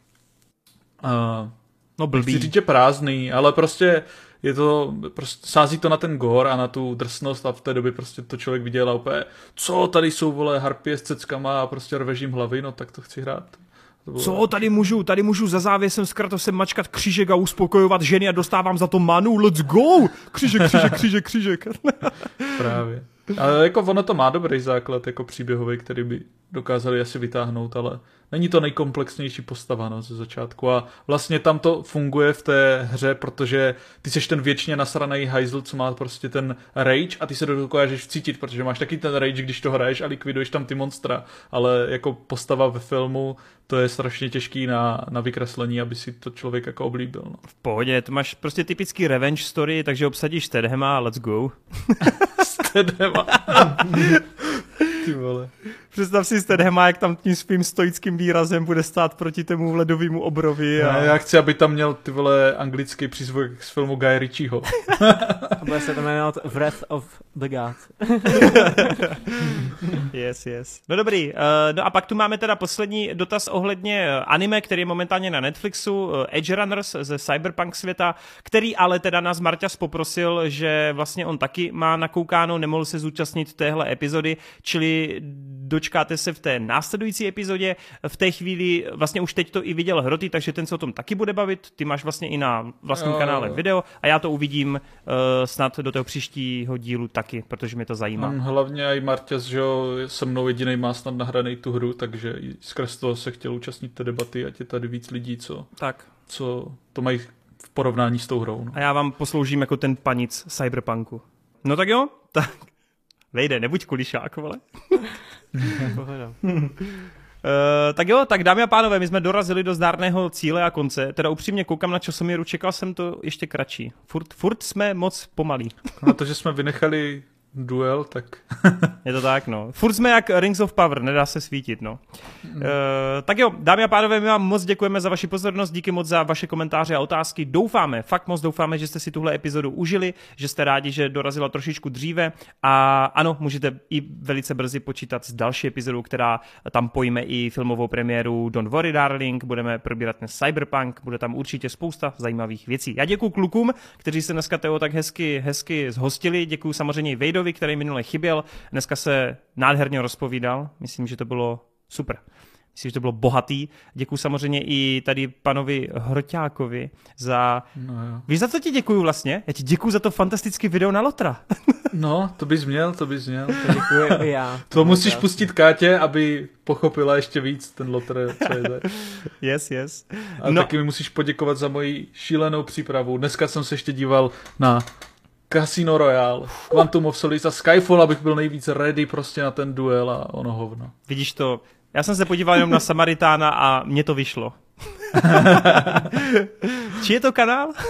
uh, no blbý. Chci říct, že prázdný, ale prostě je to, prostě sází to na ten gore a na tu drsnost a v té době prostě to člověk viděl a úplně, co tady jsou, vole, harpie s ceckama a prostě rveš jim hlavy, no tak to chci hrát. To co, tady můžu, tady můžu za závěsem s Kratosem mačkat křížek a uspokojovat ženy a dostávám za to manu, let's go! Křížek, křížek, křížek, křížek. Právě. Ale jako ono to má dobrý základ jako příběhový, který by dokázali asi vytáhnout, ale není to nejkomplexnější postava, no, ze začátku a vlastně tam to funguje v té hře, protože ty seš ten věčně nasranej hajzl, co má prostě ten rage a ty se dokážeš vcítit, protože máš taky ten rage, když to hraješ a likviduješ tam ty monstra, ale jako postava ve filmu to je strašně těžký na, na vykreslení, aby si to člověk jako oblíbil. No. V pohodě, to máš prostě typický revenge story, takže obsadíš Stedhama a let's go. Stedhama. Ty vole. Představ si Stedhama, jak tam tím svým stoickým výrazem bude stát proti tomu ledovému obrovi. A... Ne, já chci, aby tam měl ty vole anglický přízvuk z filmu Guy Ritchieho. A bude se to jmenovat Wrath of the God. Yes, yes. No dobrý, uh, no a pak tu máme teda poslední dotaz ohledně anime, který je momentálně na Netflixu, uh, Edge Runners ze Cyberpunk světa, který ale teda nás Marťas poprosil, že vlastně on taky má nakoukáno, nemohl se zúčastnit téhle epizody, čili do dočkáte se v té následující epizodě. V té chvíli, vlastně už teď to i viděl Hroty, takže ten se o tom taky bude bavit. Ty máš vlastně i na vlastním kanále video a já to uvidím uh, snad do toho příštího dílu taky, protože mě to zajímá. Hmm, hlavně i Martěz, že se mnou jedinej má snad nahranej tu hru, takže i skrz toho se chtěl účastnit té debaty, ať je tady víc lidí, co, tak. co to mají v porovnání s tou hrou. No. A já vám posloužím jako ten panic cyberpunku. No tak jo, tak vejde, nebuď kulišák, vole. uh, tak jo, tak dámy a pánové, my jsme dorazili do zdárného cíle a konce. Teda upřímně koukám na časomíru, čekal jsem to ještě kratší. Furt, furt jsme moc pomalí. Na to, že jsme vynechali duel, tak... Je to tak, no. Furt jsme jak Rings of Power, nedá se svítit, no. Mm. Uh, tak jo, dámy a pánové, my vám moc děkujeme za vaši pozornost, díky moc za vaše komentáře a otázky. Doufáme, fakt moc doufáme, že jste si tuhle epizodu užili, že jste rádi, že dorazila trošičku dříve a ano, můžete i velice brzy počítat s další epizodou, která tam pojme i filmovou premiéru Don't Worry Darling, budeme probírat ten Cyberpunk, bude tam určitě spousta zajímavých věcí. Já děkuju klukům, kteří se dneska Teo tak hezky, hezky zhostili, děkuju samozřejmě Vejdovi, který minule chyběl, dneska se nádherně rozpovídal, myslím, že to bylo super. Myslím, že to bylo bohatý. Děkuju samozřejmě i tady panovi Hroťákovi za... No jo. Víš, za co ti děkuju vlastně? Já ti děkuju za to fantastické video na Lotra. No, to bys měl, to bys měl. To děkuju já. To, to musíš krásný. Pustit Kátě, aby pochopila ještě víc ten Lotr, co je tady. Yes, yes. A no. Taky mi musíš poděkovat za moji šílenou přípravu. Dneska jsem se ještě díval na Casino Royale, Quantum of Solace a Skyfall, abych byl nejvíc ready prostě na ten duel a ono hovno. Vidíš to, já jsem se podíval jenom na Samaritána a mně to vyšlo. Či je to kanál? uh,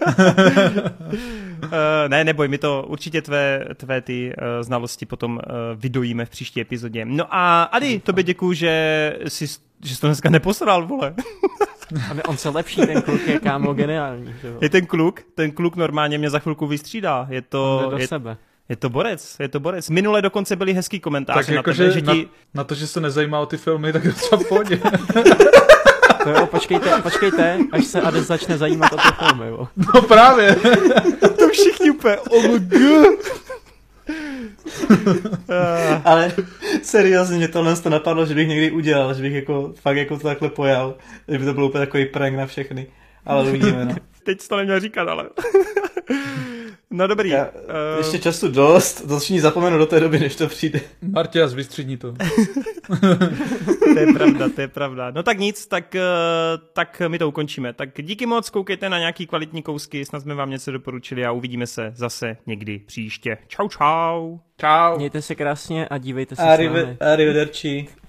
ne, neboj, my to určitě tvé, tvé ty uh, znalosti potom uh, vydojíme v příští epizodě. No a Ady, tobě děkuju, že jsi, že jsi to dneska neposral, vole. A on se lepší, ten kluk je kámo geniální. Že? Je ten kluk, ten kluk normálně mě za chvilku vystřídá. Je to... do je, sebe. Je to borec, je to borec. Minule dokonce byly hezký komentáře tak na jako, tebe, že, že na, ti... na to, že se nezajímá o ty filmy, tak to v pohodě. To jo, počkejte, počkejte, až se Ades začne zajímat o ty filmy, jo. No právě. To všichni úplně, oh my god. Ale seriózně mě tohle to napadlo, že bych někdy udělal, že bych jako fakt jako to takhle pojal, že by to bylo úplně takový prank na všechny. Ale uvidíme, no. Teď jsi to neměl říkat, ale... No dobrý. Já, uh... Ještě času dost, to všichni zapomenu do té doby, než to přijde. Marťas, vystřídni to. To je pravda, to je pravda. No tak nic, tak, tak my to ukončíme. Tak díky moc, koukejte na nějaký kvalitní kousky, snad jsme vám něco doporučili a uvidíme se zase někdy příště. Čau, čau. Čau. Mějte se krásně a dívejte se Arrive, s námi. Arrivederci.